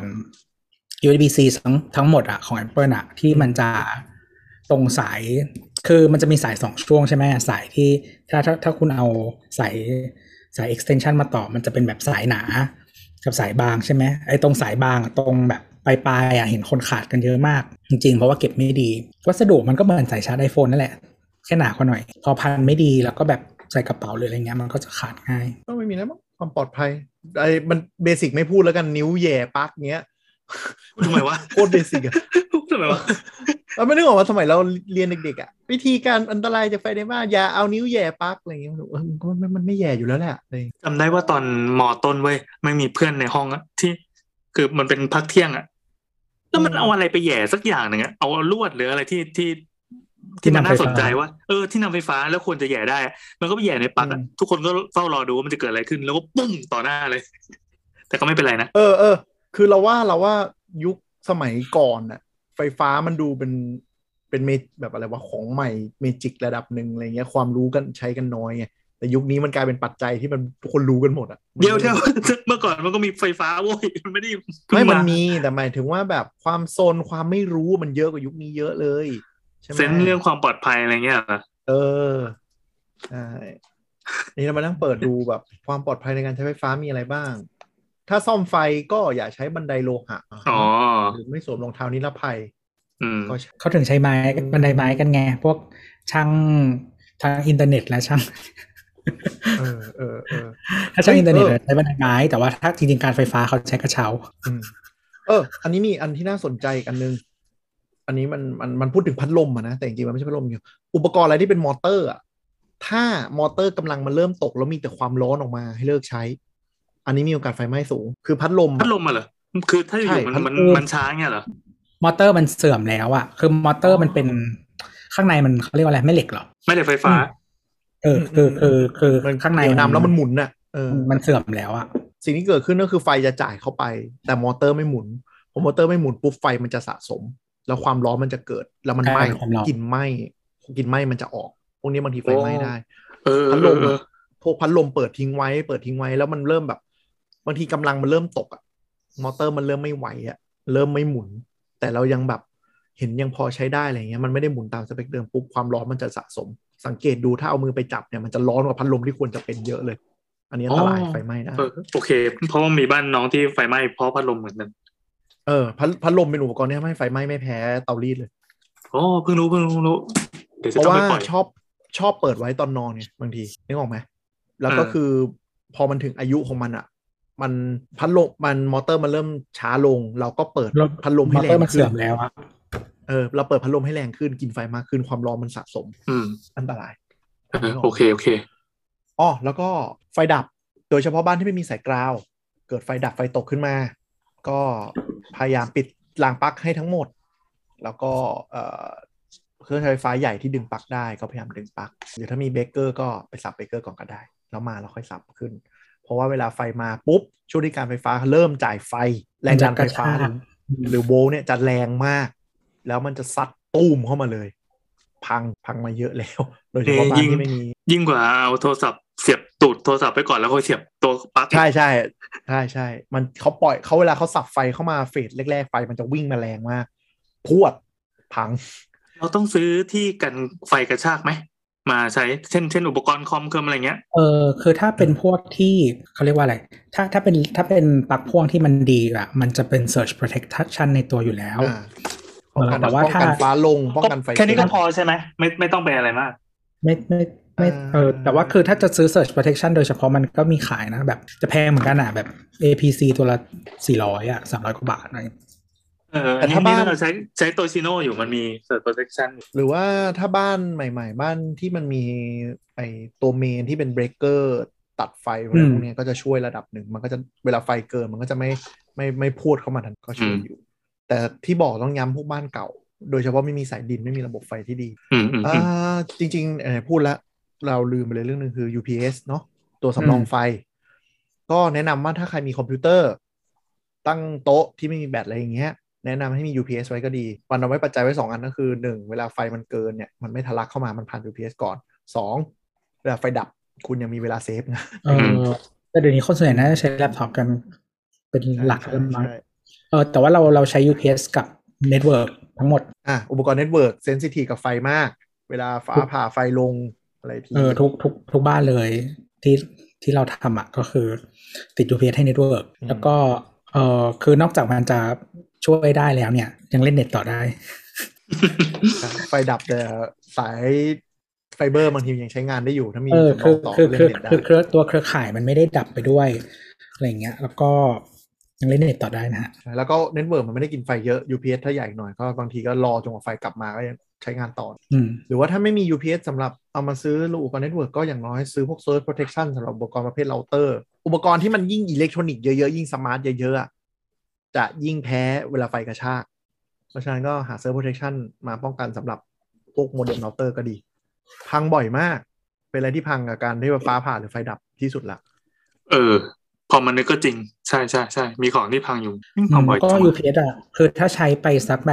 USB-C ทั้งหมดของ Apple ที่มันจะตรงสายคือมันจะมีสาย2ช่วงใช่ไหมสายที่ถ้าคุณเอาสาย extension มาต่อมันจะเป็นแบบสายหนากับสายบางใช่ไหมไอ้ตรงสายบางตรงแบบปลายเห็นคนขาดกันเยอะมากจริงๆเพราะว่าเก็บไม่ดีวัสดุมันก็เหมือนสายชาร์จ iPhone นั่นแหละแค่หนากว่าหน่อยพอพันไม่ดีแล้วก็แบบใส่กระเป๋าหรืออะไรเงี้ยมันก็จะขาดง่ายก็ไม่มีแล้วมั้งความปลอดภัยมันเบสิกไม่พูดแล้วกันนิ้วแย่ปลั๊กเงี้ยทำไมวะโคตรเบสิกทำไมวะไม่นึกออกว่าสมัยเราเรียนเด็กๆวิธีการอันตรายจากไฟในบ้านอย่าเอานิ้วแย่ปลั๊กอะไรเงี้ยมันไม่แย่อยู่แล้วแหละจำได้ว่าตอนม.ต้นเว้ยไม่มีเพื่อนในห้องที่คือมันเป็นพักเที่ยงแล้วมันเอาอะไรไปแย่สักอย่างหนึ่งเอาลวดหรืออะไรที่มันน่าสนใจว่าที่นำไฟฟ้าแล้วควรจะแย่ได้มันก็ไปแย่ในปลั๊กทุกคนก็เฝ้ารอดูว่ามันจะเกิดอะไรขึ้นแล้วก็ปุ้งต่อหน้าเลยแต่ก็ไม่เป็นไรนะคือเราว่ายุคสมัยก่อนไฟฟ้ามันดูเป็นแบบอะไรว่าของใหม่เมจิกระดับหนึ่งอะไรเงี้ยความรู้กันใช้กันน้อยไงแต่ยุคนี้มันกลายเป็นปัจจัยที่มันทุกคนรู้กันหมดเดี๋ยวเมื่อก่อนมันก็มีไฟฟ้าโว้ยมันไม่ได้มันมีแต่หมายถึงว่าแบบความโซนความไม่รู้มันเยอะกว่ายุคนี้เยอะเลยเซนเรื่องความปลอดภัยอะไรเงี้ยใช่นี่เรามานั่งเปิดดูแบบความปลอดภัยในการใช้ไฟฟ้ามีอะไรบ้างถ้าซ่อมไฟก็อย่าใช้บันไดโลหะหรือไม่สวมรองเท้านิรภัยเขาถึงใช้ไม้บันไดไม้กันไงพวกช่างทางอินเทอร์เน็ตและช่างถ้าช่างอินเทอร์เน็ตใช้บันไดไม้แต่ว่าถ้าจริงๆการไฟฟ้าเขาใช้กระเช้าอันนี้มีอันที่น่าสนใจอันนึงอันนี้มันพูดถึงพัดลมนะแต่จริงๆมันไม่ใช่พัดลมอยู่อุปกรณ์อะไรที่เป็นมอเตอร์ถ้ามอเตอร์กำลังมันเริ่มตกแล้วมีแต่ความร้อนออกมาให้เลิกใช้อันนี้มีโอกาสไฟไหม้สูงคือพัดลมเหรอคือถ้าอยู่มันช้าเงี้ยเหรอมอเตอร์มันเสื่อมแล้วคือมอเตอร์มันเป็นข้างในมันเขาเรียกว่าอะไรไม่เหล็กหรอไม่เหล็กไฟฟ้าคือข้างในนำแล้วมันหมุนมันเสื่อมแล้วสิ่งที่เกิดขึ้นก็คือไฟจะจ่ายเข้าไปแต่มอเตอร์ไม่หมุนพอมอเตอร์ไม่หมุนปุ๊บไฟมันจะสะสมแล้วความร้อนมันจะเกิดแล้วมันไหม้กลิ่นไหม้มันจะออกพวกนี้บางทีไฟไหม้ได้พัดลมพวกพัดลมเปิดทิ้งไว้แล้วมันเริ่มแบบบางทีกำลังมันเริ่มตกมอเตอร์มันเริ่มไม่ไหวเริ่มไม่หมุนแต่เรายังแบบเห็นยังพอใช้ได้อะไรเงี้ยมันไม่ได้หมุนตามสเปคเดิมปุ๊บความร้อนมันจะสะสมสังเกตดูถ้าเอามือไปจับเนี่ยมันจะร้อนกว่าพัดลมที่ควรจะเป็นเยอะเลยอันนี้อันตรายไฟไหม้ได้โอเคเพราะว่ามีบ้านน้องที่ไฟไหม้เพราะพัดลมเหมือนกันพัดลมเป็นอุปกรณ์ที่ทำให้ไฟไหม้ไม่แพ้เตารีดเลยเพิ่งรู้เพราะว่าชอบเปิดไว้ตอนนอนไงบางทีนึกออกไหมแล้วก็คือพอมันถึงอายุของมันมันพัดลมมันมอเตอร์มันเริ่มช้าลงเราก็เปิดพัดลมให้แรงขึ้นแล้วเราเปิดพัดลมให้แรงขึ้นกินไฟมากขึ้นความร้อนมันสะสมอันตรายโอเคแล้วก็ไฟดับโดยเฉพาะบ้านที่ไม่มีสายกราวเกิดไฟดับไฟตกขึ้นมาก็พยายามปิดรางปลั๊กให้ทั้งหมดแล้วก็เครื่องใช้ไฟฟ้าใหญ่ที่ดึงปลั๊กได้ก็พยายามดึงปลั๊กหรือถ้ามีเบรกเกอร์ก็ไปสับเบรกเกอร์ก่อนก็ได้แล้วค่อยสับขึ้นพราะว่าเวลาไฟมาปุ๊บช่วงที่การไฟฟ้าเริ่มจ่ายไฟแรงดันไฟฟ้าหรือโวลต์เนี่ยจะแรงมากแล้วมันจะซัดตุ้มเข้ามาเลยพังมาเยอะแล้วโดยเฉพาะบ้านที่ไม่มียิ่งกว่าเอาโทรศัพท์เสียบตูดโทรศัพท์ไปก่อนแล้วค่อยเสียบตัวปลั๊กใช่มันเขาปล่อยเขาเวลาเขาสับไฟเข้ามาเฟสแรกๆไฟมันจะวิ่งมาแรงมากพรวดพังเราต้องซื้อที่กันไฟกระชากไหมมาใช้เช่นอุปกรณ์คอมเครื่องอะไรเงี้ยคือถ้าเป็นพวกที่เขาเรียกว่าอะไรถ้าเป็นปลั๊กพ่วงที่มันดีอ่ะมันจะเป็น surge protection ในตัวอยู่แล้วแต่ว่าถ้าป้องกันฟ้าลงป้องกันไฟแค่นี้ก็พอใช่ไหมไม่ต้องไปอะไรมากไม่แต่ว่าคือถ้าจะซื้อ surge protection โดยเฉพาะมันก็มีขายนะแบบจะแพงเหมือนกันอ่ะแบบ APC ตัวละ400อ่ะ300กว่าบาทอะไรแต่ถ้าบ้านเราใช้โตชิโน่อยู่มันมี surge protection หรือว่าถ้าบ้านใหม่ๆบ้านที่มันมีไอตัวเมนที่เป็นเบรกเกอร์ตัดไฟอะไรพวกนี้ก็จะช่วยระดับหนึ่งมันก็จะเวลาไฟเกินมันก็จะไม่พูดเข้ามาทันก็ช่วยอยู่แต่ที่บอกต้องย้ำพวกบ้านเก่าโดยเฉพาะไม่มีสายดินไม่มีระบบไฟที่ดีจริงๆพูดแล้วเราลืมไปเลยเรื่องนึงคือ UPS เนาะตัวสำรองไฟก็แนะนำว่าถ้าใครมีคอมพิวเตอร์ตั้งโต๊ะที่ไม่มีแบตอะไรอย่างเงี้ยแนะนำให้มี UPS ไว้ก็ดีมันเอาไว้ปัจจัยไว้2อันก็คือ1เวลาไฟมันเกินเนี่ยมันไม่ทะลักเข้ามามันผ่าน UPS ก่อน2เวลาไฟดับคุณยังมีเวลาเซฟนะแต่เดี๋ยวนี้คนส่วนใหญ่น่าจะใช้แล็ปท็อปกันเป็นหลักแล้วมั้งแต่ว่าเราใช้ UPS กับเน็ตเวิร์กทั้งหมดอุปกรณ์เน็ตเวิร์กเซนซิทีฟกับไฟมากเวลาฟ้าผ่าไฟลงอะไรทีทุกบ้านเลยที่เราทำอ่ะก็คือติด UPS ให้เน็ตเวิร์กแล้วก็คือนอกจากมันจะช่วยได้แล้วเนี่ยยังเล่นเน็ตต่อได้ไฟดับแต่สายไฟเบอร์บางทียังใช้งานได้อยู่ถ้ามีต่อเล่นเน็ตได้คือตัวเครือข่ายมันไม่ได้ดับไปด้วยอะไรเงี้ยแล้วก็ยังเล่นเน็ตต่อได้นะฮะแล้วก็เน็ตเวิร์กมันไม่ได้กินไฟเยอะ UPS ถ้าใหญ่หน่อยก็บางทีก็รอจนกว่าไฟกลับมาก็ยังใช้งานต่อหรือว่าถ้าไม่มี UPS สำหรับเอามาซื้ออุปกรณ์เน็ตเวิร์กก็อย่างน้อยซื้อพวก Surge Protection สำหรับอุปกรณ์ประเภทเราเตอร์อุปกรณ์ที่มันยิ่งอิเล็กทรอนิกส์เยอะๆยิ่งสมาร์ทเยอะๆจะยิ่งแพ้เวลาไฟกระชากเพราะฉะนั้นก็หา Surge Protection มาป้องกันสำหรับพวกโมเด็มเราเตอร์ก็ดีพังบ่อยมากเป็นอะไรที่พังกับการที่ฟ้าผ่าหรือไฟดับที่สุดละพอมันนึกก็จริงใช่มีของที่พังอยู่พังบ่อยก็ UPS อ่ะคือถ้าใช้ไปสักแบบ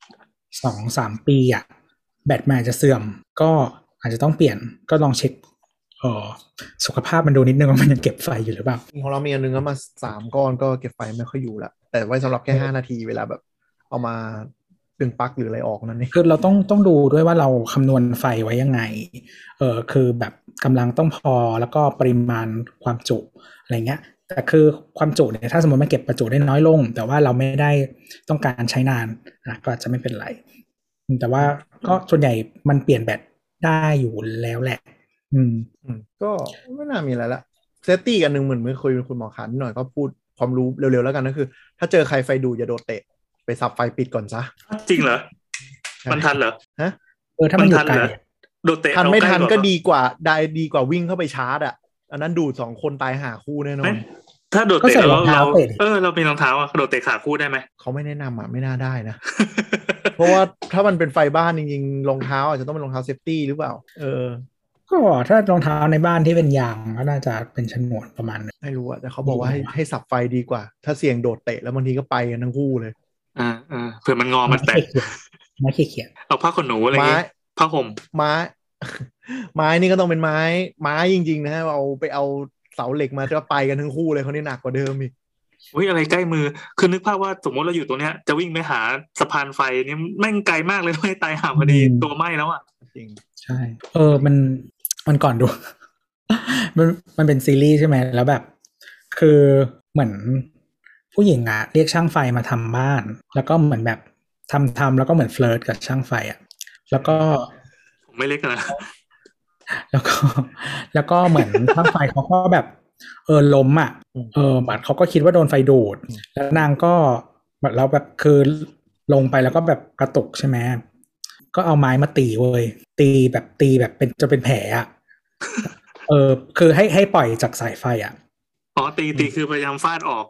2-3 ปีอ่ะแบตมันจะเสื่อมก็อาจจะต้องเปลี่ยนก็ลองเช็คสุขภาพมันดูนิดนึงว่ามันยังเก็บไฟอยู่หรือเปล่าของเรามีอันนึงก็มา3ก้อนก็เก็บไฟไม่ค่อยอยู่ละแต่ไว้สำหรับแค่5นาทีเวลาแบบเอามาดึงปลั๊กหรืออะไรออกนั่นเองคือเราต้องดูด้วยว่าเราคำนวณไฟไว้ยังไงคือแบบกำลังต้องพอแล้วก็ปริมาณความจุอะไรเงี้ยแต่คือความจุเนี่ยถ้าสมมติมันเก็บประจุได้น้อยลงแต่ว่าเราไม่ได้ต้องการใช้นานก็อาจจะไม่เป็นไรแต่ว่าก็ส่วนใหญ่มันเปลี่ยนแบตได้อยู่แล้วแหละก็ไม่น่ามีอะไรละเซฟตี้กันนึงเหมือนคุยกับคุณหมอขันหน่อยก็พูดความรู้เร็วๆแล้วกันก็คือถ้าเจอใครไฟดูอย่าโดดเตะไปสับไฟปิดก่อนซะจริงเหรอมันทันเหรอฮะถ้ามันอยู่ไกลโดดเตะทันไม่ทันก็ดีกว่าวิ่งเข้าไปชาร์จอ่ะอันนั้นดูด2คนตายหาคู่แน่นอนถ้าโดดเตะเรามีรองเท้าโดดเตะขาคู่ได้ไหมเขาไม่แนะนำไม่น่าได้นะ เพราะว่าถ้ามันเป็นไฟบ้านจริงๆรองเท้าอาจจะต้องเป็นรองเท้าเซฟตี้หรือเปล่าก็ถ้ารองเท้าในบ้านที่เป็นยางก็น่าจะเป็นฉนวนประมาณนึงไม่รู้แต่เขาบอกว่าให้สับไฟดีกว่าถ้าเสี่ยงโดดเตะแล้วบางทีก็ไปกันทั้งคู่เลยเผื่อมันงอมันแตกไม่เขียนเอาผ้าขนหนูอะไรเงี้ยผ้าห่มไม้นี่ก็ต้องเป็นไม้จริงๆนะเอาเสาเหล็กมาจะไปกันทั้งคู่เลยเขานี่หนักกว่าเดิมอีกอะไรใกล้มือคือนึกภาพว่าสมมติเราอยู่ตรงเนี้ยจะวิ่งไปหาสะพานไฟนี่แม่งไกลมากเลยไม่ตายห่าพอดีตัวไหม้แล้วอ่ะจริงใช่มันก่อนดูมันเป็นซีรีส์ใช่ไหมแล้วแบบคือเหมือนผู้หญิงเรียกช่างไฟมาทำบ้านแล้วก็เหมือนแบบทำแล้วก็เหมือนเฟลิร์ตกับช่างไฟแล้วก็ผมไม่เล็กนะแล้วก็เหมือนช่างไฟเขาก็แบบล้มเหมือนเขาก็คิดว่าโดนไฟดูดแล้วนางก็แบบเราแบบคือลงไปแล้วก็แบบกระตุกใช่ไหมก็เอาไม้มาตีเว้ยตีแบบเป็นจะเป็นแผลคือให้ปล่อยจากสายไฟตีคือพยายามฟาดออก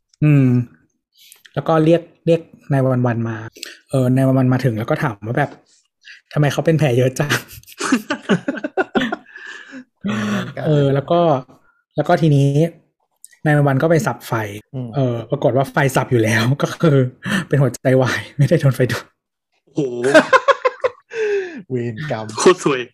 แล้วก็เรียกนายวันมานายวันมาถึงแล้วก็ถามว่าแบบทำไมเขาเป็นแผลเยอะจังแล้วก็ทีนี้นายวันก็ไปสับไฟปรากฏว่าไฟสับอยู่แล้วก็คือเป็นหัวใจวายไม่ได้โดนไฟดูดโอ้โหเวรกรรมโคตรสวย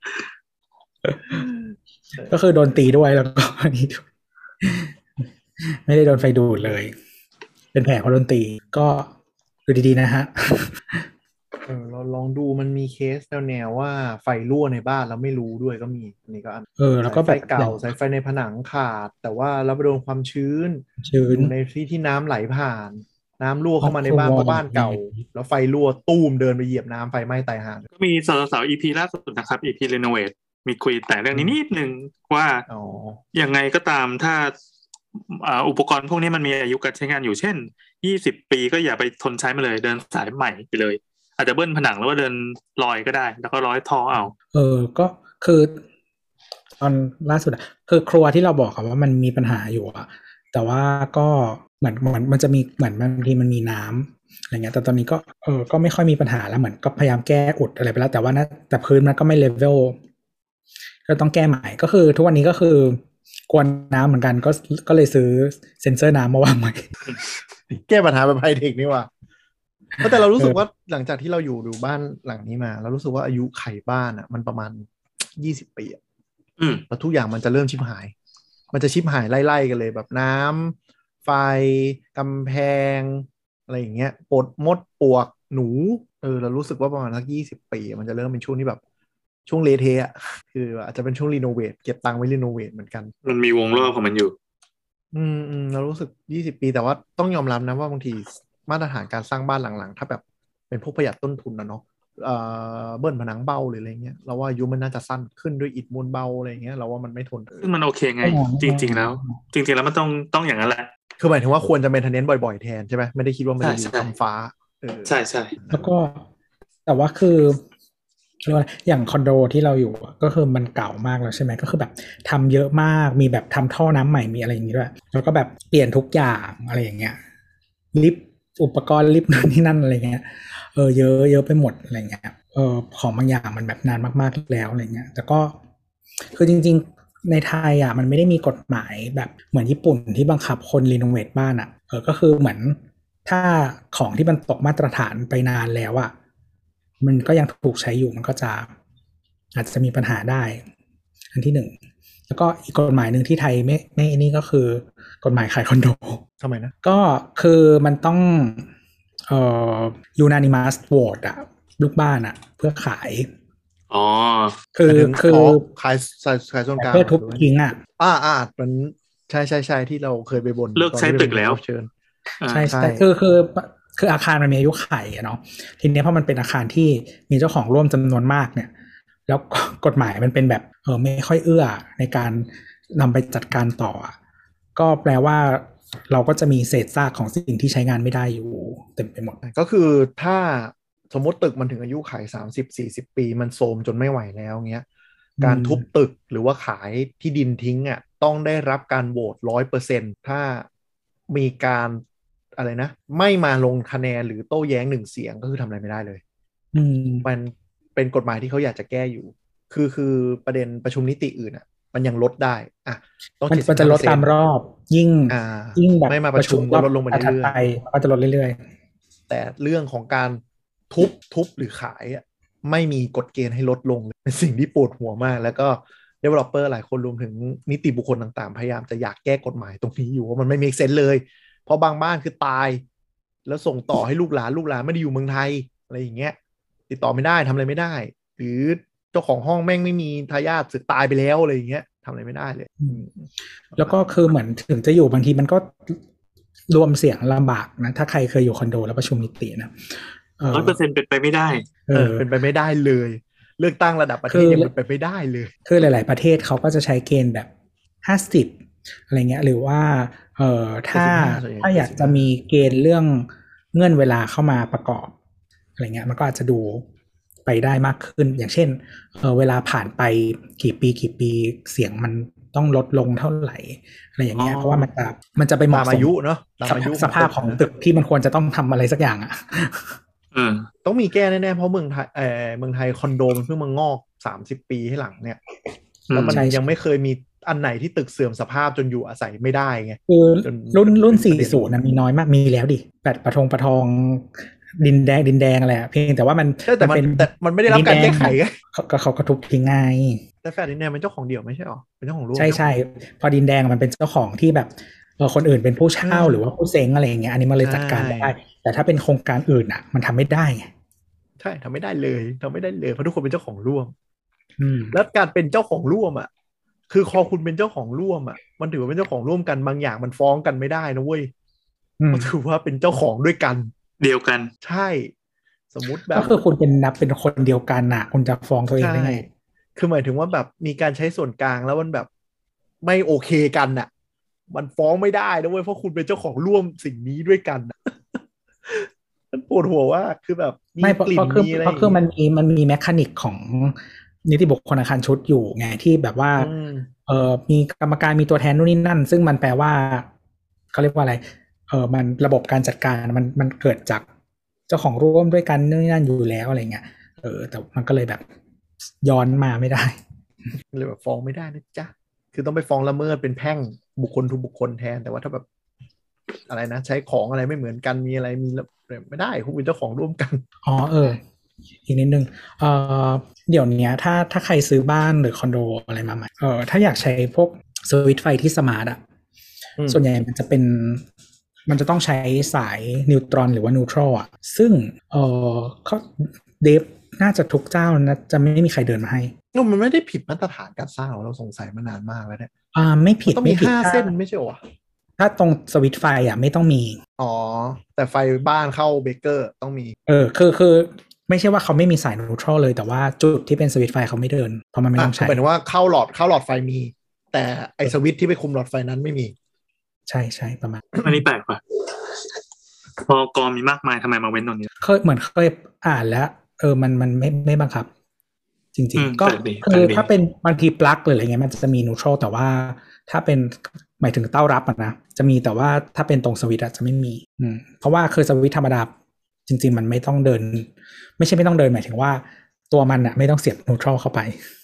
ก็คือโดนตีด้วยแล้วก็อันนี้ด้วยไม่ได้โดนไฟดูดเลย เป็นแผลเพราะโดนตีก็ดูดีๆนะฮะเราลองดูมันมีเคสแนวว่าไฟรั่วในบ้านแล้วไม่รู้ด้วยก็มีอันนี้ก็อันแล้วก็สายไฟเก่าสายไฟในผนังขาดแต่ว่าเราไปโดนความชื้นอยู่ในที่น้ำไหลผ่านน้ำรั่วเข้ามาในบ้านเพราะบ้านเก่าแล้วไฟรั่วตู้มเดินไปเหยียบน้ำไฟไหม้ตายห่าก็มีสาวๆ EP ล่าสุดนะครับ EP Renovate มีคุยแต่เรื่องนี้นิดนึงว่ายังไงก็ตามถ้าอุปกรณ์พวกนี้มันมีอายุการใช้งานอยู่เช่น20 ปีก็อย่าไปทนใช้มาเลยเดินสายใหม่ไปเลยอาจจะเบิ้ลผนังแล้วว่าเดินลอยก็ได้แล้วก็ร้อยท่อเอาก็คือตอนล่าสุดคือครัวที่เราบอกว่ามันมีปัญหาอยู่อะแต่ว่าก็เหมือนมันจะมีเหมือนบางทีมันมีน้ำอะไรเงี้ยแต่ตอนนี้ก็ก็ไม่ค่อยมีปัญหาแล้วเหมือนก็พยายามแก้อุดอะไรไปแล้วแต่ว่าแต่พื้นมันก็ไม่เลเวลก็ต้องแก้ใหม่ก็คือทุกวันนี้ก็คือกวนน้ำเหมือนกันก็เลยซื้อเซ็นเซอร์น้ำมาวางใหม่แก้ปัญหาแบบไฮเทคนี่ว่ะแต่เรารู้สึกว่าหลังจากที่เราอยู่ดูบ้านหลังนี้มาเรารู้สึกว่าอายุไขบ้านอ่ะมันประมาณ20 ปีอ่ะแล้วทุกอย่างมันจะเริ่มชิบหายมันจะชิบหายไล่ๆกันเลยแบบน้ำไฟกำแพงอะไรอย่างเงี้ยปดมดปวกหนูเรารู้สึกว่าประมาณสัก20 ปีมันจะเริ่มเป็นช่วงที่แบบช่วงเลเทะคืออาจจะเป็นช่วงรีโนเวทเก็บตังค์ไว้รีโนเวทเหมือนกันมันมีวงรอบของมันอยู่เรารู้สึก20 ปีแต่ว่าต้องยอมรับนะว่าบางทีมาตรฐานการสร้างบ้านหลังๆถ้าแบบเป็นพวกประหยัดต้นทุนนะเนาะเบิ้ลผนังเบาหรืออะไรเงี้ยเราว่าอายุมันน่าจะสั้นขึ้นด้วยอิฐมูลเบาอะไรเงี้ยเราว่ามันไม่ทนซึ่งมันโอเคไงจริงๆแล้วมันต้องอย่างนั้นแหละคือหมายถึงว่าควรจะเมนเทนเนนซ์บ่อยๆแทนใช่ไหมไม่ได้คิดว่ามันจะอยู่คำฟ้าใช่ใช่แล้วก็แต่ว่าคืออย่างคอนโดที่เราอยู่ก็คือมันเก่ามากแล้วใช่ไหมก็คือแบบทำเยอะมากมีแบบทำท่อน้ำใหม่มีอะไรอย่างนี้ด้วยแล้วก็แบบเปลี่ยนทุกอย่างอะไรอย่างเงี้ยลิฟต์อุปกรณ์ลิฟต์นี่นั่นอะไรเงี้ยเยอะไปหมดอะไรเงี้ยของบางอย่างมันแบบนานมากๆแล้วอะไรเงี้ยแต่ก็คือจริงๆในไทยอ่ะมันไม่ได้มีกฎหมายแบบเหมือนญี่ปุ่นที่บังคับคนรีโนเวทบ้านอ่ะก็คือเหมือนถ้าของที่มันตกมาตรฐานไปนานแล้วอ่ะมันก็ยังถูกใช้อยู่มันก็จะอาจจะมีปัญหาได้อันที่หนึ่งแล้วก็อีกกฎหมายหนึ่งที่ไทยไม่นี่ก็คือกฎหมายขายคอนโดทำไมนะก็คือมันต้องunanimous vote อะลูกบ้านอะเพื่อขายคือขายส่วนกลางเพื่อทุบทิ้งอะมันใช่ที่เราเคยไปบ่นเลิกใช้ตึกแล้วใช่คืออาคารมันมีอายุขัยเนาะทีนี้พอมันเป็นอาคารที่มีเจ้าของร่วมจำนวนมากเนี่ยแล้วกฎหมายมันเป็นแบบไม่ค่อยเอื้อในการนำไปจัดการต่อก็แปลว่าเราก็จะมีเศษซากของสิ่งที่ใช้งานไม่ได้อยู่เต็มไปหมดก็คือถ้าสมมติตึกมันถึงอายุขาย30-40 ปีมันโทรมจนไม่ไหวแล้วเงี้ยการทุบตึกหรือว่าขายที่ดินทิ้งต้องได้รับการโหวต 100% ถ้ามีการอะไรนะไม่มาลงคะแนนหรือโต้แย้ง1 เสียงก็คือทำอะไรไม่ได้เลยมันเป็นกฎหมายที่เขาอยากจะแก้อยู่คือประเด็นประชุมนิติอื่นมันยังลดได้ต้องมันจะลดตามรอบยิ่งแบบไม่มาประชุมก็ลดลงไปเรื่อยๆก็จะลดเรื่อยๆแต่เรื่องของการทุบหรือขายไม่มีกฎเกณฑ์ให้ลดลงเลยเป็นสิ่งที่ปวดหัวมากแล้วก็ developer หลายคนรวมถึงนิติบุคคลต่างๆพยายามจะอยากแก้กฎหมายตรงนี้อยู่ว่ามันไม่ make sense เลยเพราะบางบ้านคือตายแล้วส่งต่อให้ลูกหลานไม่ได้อยู่เมืองไทยอะไรอย่างเงี้ยติดต่อไม่ได้ทำอะไรไม่ได้หรือเจ้าของห้องแม่งไม่มีทายาทสึกตายไปแล้วอะไรอย่างเงี้ยทำอะไรไม่ได้เลยแล้วก็คือเหมือนถึงจะอยู่บางทีมันก็รวมเสียงลำบากนะถ้าใครเคยอยู่คอนโดแล้วประชุมนิตินะ 100% เป็นไปไม่ได้เป็นไปไม่ได้เลยเลือกตั้งระดับประเทศยังเป็นไปไม่ได้เลยคือหลายๆประเทศเขาก็จะใช้เกณฑ์แบบ50อะไรเงี้ยหรือว่าถ้าอยากจะมีเกณฑ์เรื่องเงื่อนเวลาเข้ามาประกอบอะไรเงี้ยมันก็อาจจะดูไปได้มากขึ้นอย่างเช่นเวลาผ่านไปกี่ปีเสียงมันต้องลดลงเท่าไหร่อะไรอย่างเงี้ยเพราะว่ามันจะไปเหมาะสมอายุเนาะสภาพของตึกที่มันควรจะต้องทำอะไรสักอย่างต้องมีแก้แน่ๆเพราะเมืองไทยคอนโดมันเพิ่งมางอก30 ปีให้หลังเนี่ยแล้วมันยังไม่เคยมีอันไหนที่ตึกเสื่อมสภาพจนอยู่อาศัยไม่ได้ไงคือจนรุ่นเป็นประเด็น 40นะมีน้อยมากมีแล้วดิแบบปะทองดินแดงอะไรเพียงแต่ว่ามันใช่แต่มันไม่ได้รับการแก้ไขไงเขาก็ทุบทิ้งไงแต่แฟลตดินแดงเป็นเจ้าของเดี่ยวไม่ใช่หรอเป็นเจ้าของร่วมใช่พอดินแดงมันเป็นเจ้าของที่แบบคนอื่นเป็นผู้เช่าหรือว่าผู้เซ้งอะไรอย่างเงี้ยอันนี้มันเลยจัดการได้แต่ถ้าเป็นโครงการอื่นอ่ะมันทำไม่ได้ไงใช่ทำไม่ได้เลยเพราะทุกคนเป็นเจ้าของร่วมแล้วการเป็นเจ้าของร่วมอ่ะคือพอคุณเป็นเจ้าของร่วมอ่ะมันถือว่าเป็นเจ้าของร่วมกันบางอย่างมันฟ้องกันไม่ได้นะเว้ยมันถือว่าเป็นเจ้าของด้วยกันเดียวกันใช่สมมุติแบบก็คือคุณเป็นนับเป็นคนเดียวกันน่ะคุณจะฟ้องตัวเองได้ไงคือหมายถึงว่าแบบมีการใช้ส่วนกลางแล้วมันแบบไม่โอเคกันน่ะมันฟ้องไม่ได้นะเว้ยเพราะคุณเป็นเจ้าของร่วมสิ่งนี้ด้วยกันมันปวดหัวว่าคือแบบไม่เพราะคือมันมีแมคานิกของนิติบุคคลอาคารชุดอยู่ไงที่แบบว่ามีกรรมการมีตัวแทนนู่นนี่นั่นซึ่งมันแปลว่าเขาเรียกว่าอะไรมันระบบการจัดการมันเกิดจากเจ้าของร่วมด้วยกันนู่นนี่นั่นอยู่แล้วอะไรเงี้ยแต่มันก็เลยแบบย้อนมาไม่ได้เลยแบบฟ้องไม่ได้นะจ๊ะคือต้องไปฟ้องละเมิดเป็นแพ่งบุคคลทุกบุคคลแทนแต่ว่าถ้าแบบอะไรนะใช้ของอะไรไม่เหมือนกันมีอะไรมีไม่ได้คุณเป็นเจ้าของร่วมกันอีกนิดนึงเดี๋ยวนี้ถ้าใครซื้อบ้านหรือคอนโดอะไรมาใหม่ถ้าอยากใช้พวกสวิตช์ไฟที่สมาร์ทส่วนใหญ่มันจะต้องใช้สายนิวตรอนหรือว่านิวทรัลซึ่งเขาเดฟน่าจะทุกเจ้านะจะไม่มีใครเดินมาให้มันไม่ได้ผิดมาตรฐานการสร้างเราสงสัยมานานมากแล้วเนี่ยไม่ผิดต้องมี5 เส้นไม่ใช่หรอถ้าตรงสวิตช์ไฟไม่ต้องมีแต่ไฟบ้านเข้าเบเกอร์ต้องมีคือไม่ใช่ว่าเขาไม่มีสายนิวทรัลเลยแต่ว่าจุดที่เป็นสวิตช์ไฟเขาไม่เดินเพราะมันไม่ต้องใช้หมายถึงว่าเข้าหลอดไฟมีแต่ไอสวิตช์ที่ไปคุมหลอดไฟนั้นไม่มีใช่ประมาณอันนี้แปลกป่ะพอกรมีมากมายทำไมมาเว้นตรงนี้เคยอ่านแล้วมันไม่บังคับจริงๆก็คือถ้าเป็นบางทีปลั๊กหรืออะไรเงี้ยมันจะมีนิวทรัลแต่ว่าถ้าเป็นหมายถึงเต้ารับนะจะมีแต่ว่าถ้าเป็นตรงสวิตช์จะไม่มีเพราะว่าคือสวิตช์ธรรมดาจริงๆมันไม่ต้องเดินไม่ใช่ไม่ต้องเดินหมายถึงว่าตัวมันไม่ต้องเสียบนิวทรัลเข้าไป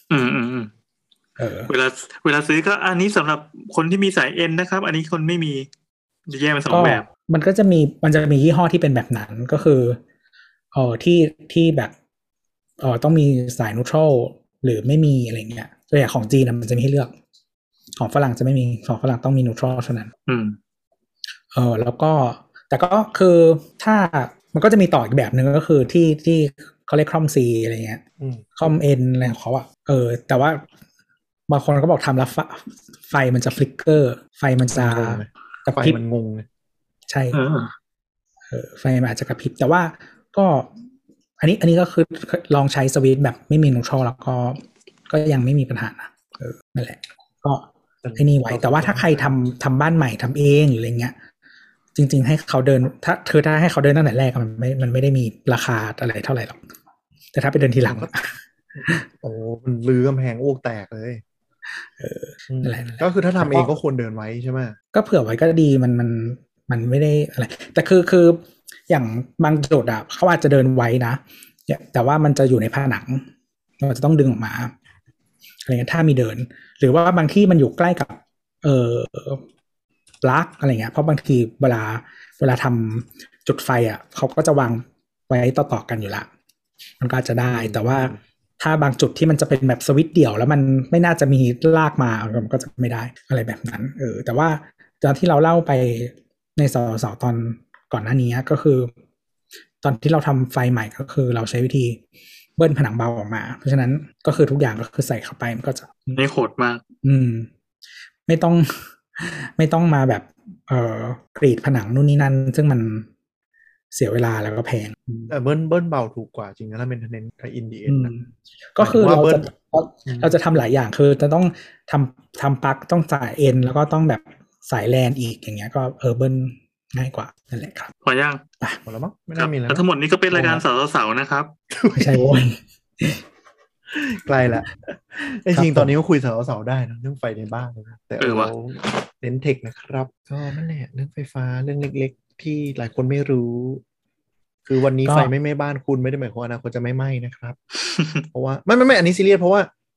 เวลาซื้อก็อันนี้สำหรับคนที่มีสายเอ็นนะครับอันนี้คนไม่มีจะแยกเป็น2แบบมันจะมียี่ห้อที่เป็นแบบนั้นก็คือที่แบบต้องมีสายนิวทรัลหรือไม่มีอะไรเงี้ยตัวอย่างของจีนมันจะมีให้เลือกของฝรั่งจะไม่มีของฝรั่งต้องมีนิวทรัลเท่านั้นแล้วก็แต่ก็คือถ้ามันก็จะมีต่ออีกแบบนึงก็คือที่เขาเรียกคอมซีอะไรเงี้ยคอมเอ็นอะไรของเขาแต่ว่าบางคนก็บอกทำแล้วไฟมันจะฟลิกเกอร์ไฟมันจะกระพริบมันงงใช่ไฟมันอาจจะกระพริบแต่ว่าก็อันนี้ก็คือลองใช้สวิตช์แบบไม่มีนิวทรัลแล้วก็ยังไม่มีปัญหานะนั่นแหละก็ไอ้นี่ไว้แต่ว่าถ้าใครทำบ้านใหม่ทำเองหรืออะไรเงี้ยจริงๆให้เขาเดินถ้าให้เขาเดินตั้งแต่แรกมันไม่ได้มีราคาอะไรเท่าไหร่หรอกแต่ถ้าไปเดินทีหลังมันลื้อกำแพงอ้วกแตกเลยนั่นแหละก็คือถ้าทำเองก็ควรเดินไว้ใช่ไหมก็เผื่อไว้ก็ดีมันไม่ได้อะไรแต่คืออย่างบางจุดเขาอาจจะเดินไว้นะแต่ว่ามันจะอยู่ในผนังเราจะต้องดึงออกมาอะไรเงี้ยถ้ามีเดินหรือว่าบางที่มันอยู่ใกล้กับปลั๊กอะไรเงี้ยเพราะบางทีเวลาทำจุดไฟเขาก็จะวางไว้ต่อๆกันอยู่ละมันก็จะได้แต่ว่าถ้าบางจุดที่มันจะเป็นแบบสวิตช์เดี่ยวแล้วมันไม่น่าจะมีลากมามันก็จะไม่ได้อะไรแบบนั้นแต่ว่าตอนที่เราเล่าไปในสาวตอนก่อนหน้านี้ก็คือตอนที่เราทำไฟใหม่ก็คือเราใช้วิธีเบิ้ลผนังเบาออกมาเพราะฉะนั้นก็คือทุกอย่างก็คือใส่เข้าไปมันก็จะไม่โหดมากไม่ต้องมาแบบกรีดผนังนู่นนี่นั่นซึ่งมันเสียเวลาแล้วก็แพงเบิ้ลเบาถูกกว่าจริงนะแล้วเมนเทนเนนซ์กับอินดีเอ็นก็คือเราจะทำหลายอย่างคือจะต้องทำปลั๊กต้องสายเอ็นแล้วก็ต้องแบบสายแลนอีกอย่างเงี้ยก็เบิ้ลง่ายกว่านั่นแหละครับพอยังหมดแล้วมั้งไม่น่ามีแล้วทั้งหมดนี้ก็เป็นรายการสาวๆนะครับไม่ใช่โว้ยใกล้ละจริงตอนนี้ก็คุยสาวๆได้นะเรื่องไฟในบ้านนะแต่เราเน้นเทคนะครับก็นั่นแหละเรื่องไฟฟ้าเรื่องเล็กๆที่หลายคนไม่รู้คือวันนี้ไฟไม่ไหม้บ้านคุณไม่ได้หมายความว่าอนาคตจะไม่ไหม้นะครับเพราะว่าไม่อันนี้ซีเรียสเพราะว่า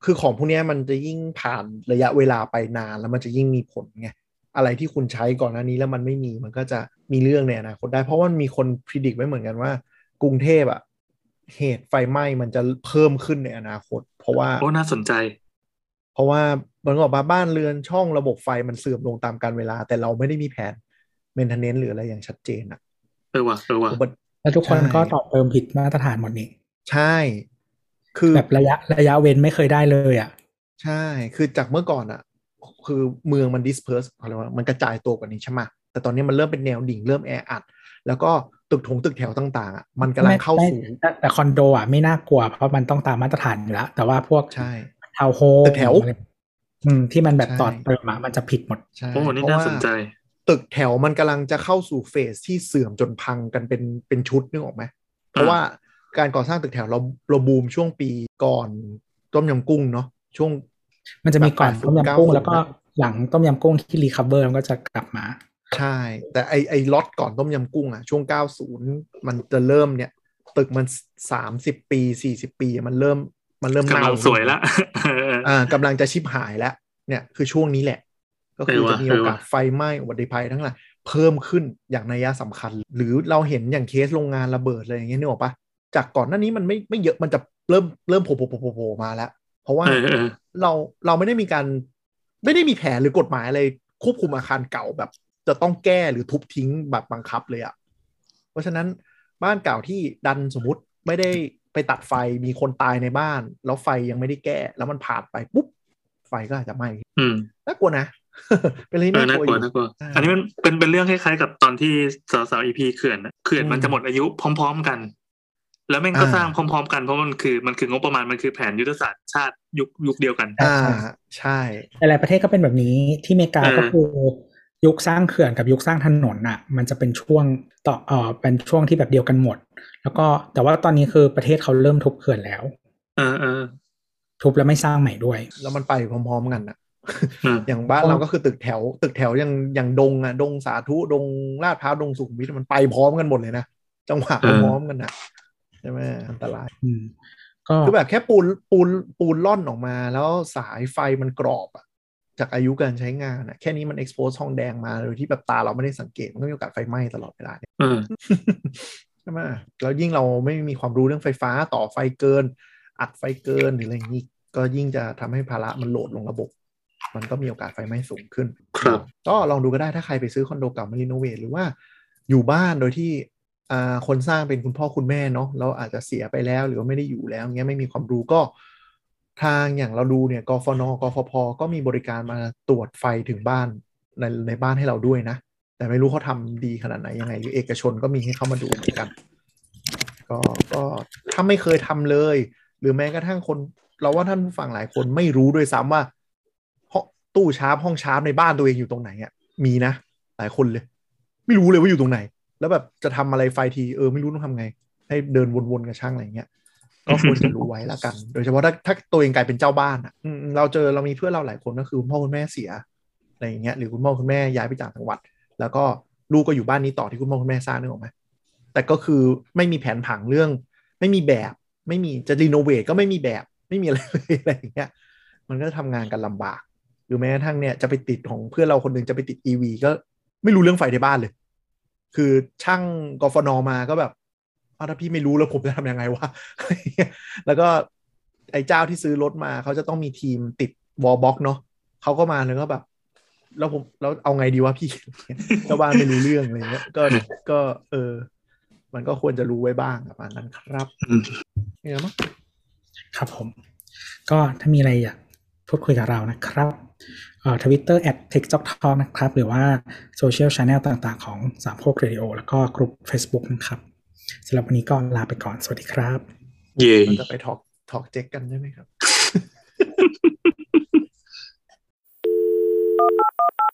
คือของพวกนี้มันจะยิ่งผ่านระยะเวลาไปนานแล้วมันจะยิ่งมีผลไงอะไรที่คุณใช้ก่อนหน้านี้แล้วมันไม่มีมันก็จะมีเรื่องในอนาคตได้เพราะว่ามีคนพิจิตรไว้เหมือนกันว่ากรุงเทพอะเหตุไฟไหม้มันจะเพิ่มขึ้นในอนาคตเพราะว่าโอ้น่าสนใจเพราะว่ามันบอกว่าบ้านเรือนช่องระบบไฟมันเสื่อมลงตามกาลเวลาแต่เราไม่ได้มีแผนเมนเทนเนนซ์หรืออะไรอย่างชัดเจนอะว่ะแล้วทุกคนก็ต่อเติมผิดมาตรฐานหมดนี่ใช่คือแบบระยะเว้นไม่เคยได้เลยอ่ะใช่คือจากเมื่อก่อนอะคือเมืองมัน disperse อะไรวะมันกระจายตัวกว่านี้ใช่ไหมแต่ตอนนี้มันเริ่มเป็นแนวดิ่งเริ่มแออัดแล้วก็ตึกแถวต่างๆอะมันกำลังเข้าสู่แต่คอนโดอ่ะไม่น่ากลัวเพราะมันต้องตามมาตรฐานอยู่แล้วแต่ว่าพวกใช่ทาวน์โฮตึกแถวอะไรที่มันแบบต่อเติมอ่ะมันจะผิดหมดใช่โอ้นี่เพราะว่าน่าสนใจตึกแถวมันกำลังจะเข้าสู่เฟสที่เสื่อมจนพังกันเป็นชุดนึกออกไหมเพราะว่าการก่อสร้างตึกแถวเราบูมช่วงปีก่อนต้มยำกุ้งเนาะช่วงมันจะมีก่อนต้มยำกุ้งแล้วก็หลังต้มยำกุ้งที่รีคัฟเวอร์มันก็จะกลับมาใช่แต่ไอล็อตก่อนต้มยำกุ้งอะช่วง90มันจะเริ่มเนี่ยตึกมัน30 ปี40 ปีมันเริ่มกำลังสวยละกำลังจะชิบหายแล้วเนี่ยคือช่วงนี้แหละก็คือจะมีโอกาสไฟไหม้อุบัติภัยทั้งหลายเพิ่มขึ้นอย่างนัยสำคัญหรือเราเห็นอย่างเคสโรงงานระเบิดอะไรอย่างเงี้ยนึกออกปะจากก่อนหน้านี้มันไม่เยอะมันจะเริ่มโผล่มาแล้วเพราะว่าเราไม่ได้มีแผนหรือกฎหมายอะไรควบคุมอาคารเก่าแบบจะต้องแก้หรือทุบทิ้งแบบบังคับเลยอะเพราะฉะนั้นบ้านเก่าที่ดันสมมติไม่ได้ไปตัดไฟมีคนตายในบ้านแล้วไฟยังไม่ได้แก้แล้วมันผ่านไปปุ๊บไฟก็อาจจะไหม้น่ากลัวนะเป็นอะไรน่ากลัวอันนี้มันเป็นเรื่องคล้ายๆกับตอนที่สาว EP เขื่อนมันจะหมดอายุพร้อมๆกันแล้วแม่งก็สร้างพร้อมๆกันเพราะมันคืองบประมาณมันคือแผนยุทธศาสตร์ชาติยุคเดียวกันใช่หลายประเทศก็เป็นแบบนี้ที่อเมริกาก็คือยุคสร้างเขื่อนกับยุคสร้างถนนอ่ะมันจะเป็นช่วงเป็นช่วงที่แบบเดียวกันหมดแล้วก็แต่ว่าตอนนี้คือประเทศเขาเริ่มทุบเขื่อนแล้วทุบแล้วไม่สร้างใหม่ด้วยแล้วมันไปพร้อมๆกันอ่ะอย่างบ้านเราก็คือตึกแถวอย่างดงสาธุดงลาดพร้าวดงสุขุมวิทมันไปพร้อมกันหมดเลยนะจังหวะพร้อมกันนะใช่ไหมอันตรายก็คือแบบแค่ปูนล่อนออกมาแล้วสายไฟมันกรอบอ่ะจากอายุการใช้งานอ่ะแค่นี้มัน expose ทองแดงมาโดยที่แบบตาเราไม่ได้สังเกตมันก็มีโอกาสไฟไหม้ตลอดเวลาเนี่ยใช่ไหมแล้วยิ่งเราไม่มีความรู้เรื่องไฟฟ้าต่อไฟเกินอัดไฟเกินหรืออะไรอย่างนี้ก็ยิ่งจะทำให้ภาระมันโหลดลงระบบมันก็มีโอกาสไฟไหม้สูงขึ้นครับก็ลองดูก็ได้ถ้าใครไปซื้อคอนโดเก่ามารีโนเวทหรือว่าอยู่บ้านโดยที่คนสร้างเป็นคุณพ่อคุณแม่เนาะเราอาจจะเสียไปแล้วหรือว่าไม่ได้อยู่แล้วเงี้ยไม่มีความรู้ก็ทางอย่างเราดูเนี่ยกฟน.กฟผ.ก็มีบริการมาตรวจไฟถึงบ้านในบ้านให้เราด้วยนะแต่ไม่รู้เขาทำดีขนาดไหนยังไงหรือเอกชนก็มีให้เข้ามาดูเหมือนกันก็ถ้าไม่เคยทำเลยหรือแม้กระทั่งคนเราว่าท่านผู้ฟังหลายคนไม่รู้ด้วยซ้ำว่าตู้ชาร์จห้องชาร์จในบ้านตัวเองอยู่ตรงไหนอ่ะมีนะหลายคนเลยไม่รู้เลยว่าอยู่ตรงไหนแล้วแบบจะทำอะไรไฟทีไม่รู้ต้องทำไงให้เดินวนๆกับช่างอะไรเงี้ยก็ควรจะรู้ไว้ละกันโดยเฉพาะถ้าตัวเองกลายเป็นเจ้าบ้านอ่ะเรามีเพื่อนเราหลายคนก็คือคุณพ่อคุณแม่เสียอะไรอย่างเงี้ยหรือคุณพ่อคุณแม่ย้ายไปต่างจังหวัดแล้วก็ลูกก็อยู่บ้านนี้ต่อที่คุณพ่อคุณแม่สร้างนึกออกไหมแต่ก็คือไม่มีแผนผังเรื่องไม่มีแบบไม่มีจะรีโนเวทก็ไม่มีแบบไม่มีอะไรเลยอะไรอย่างเงี้ยมันก็ทำงานกันลำบากหรือแม้กระทั่งเนี่ยจะไปติดของเพื่อนเราคนหนึ่งจะไปติด EV ก็ไม่รู้เรื่องไฟในบ้านเลยคือช่างกฟน.มาก็แบบถ้าพี่ไม่รู้แล้วผมจะทำยังไงวะ แล้วก็ไอ้เจ้าที่ซื้อรถมาเขาจะต้องมีทีมติดวอลบ็อกเนาะเขาก็มาแล้วก็แบบแล้วเอาไงดีวะพี่ เจ้าบ้านไม่รู้เรื่องอะไรเงี้ยก็มันก็ควรจะรู้ไว้บ้างประมาณนั้นครับเนี่ยมั้งครับผมก็ถ้ามีอะไรอยากพูดคุยกับเรานะครับTwitter @techtalk นะครับหรือว่าโซเชียล channel ต่างๆของสามโคกเรดิโอแล้วก็กลุ่ม Facebook นะครับสำหรับวันนี้ก็ลาไปก่อนสวัสดีครับเราจะไปทอล์กเจ๊กกันได้ไหมครับ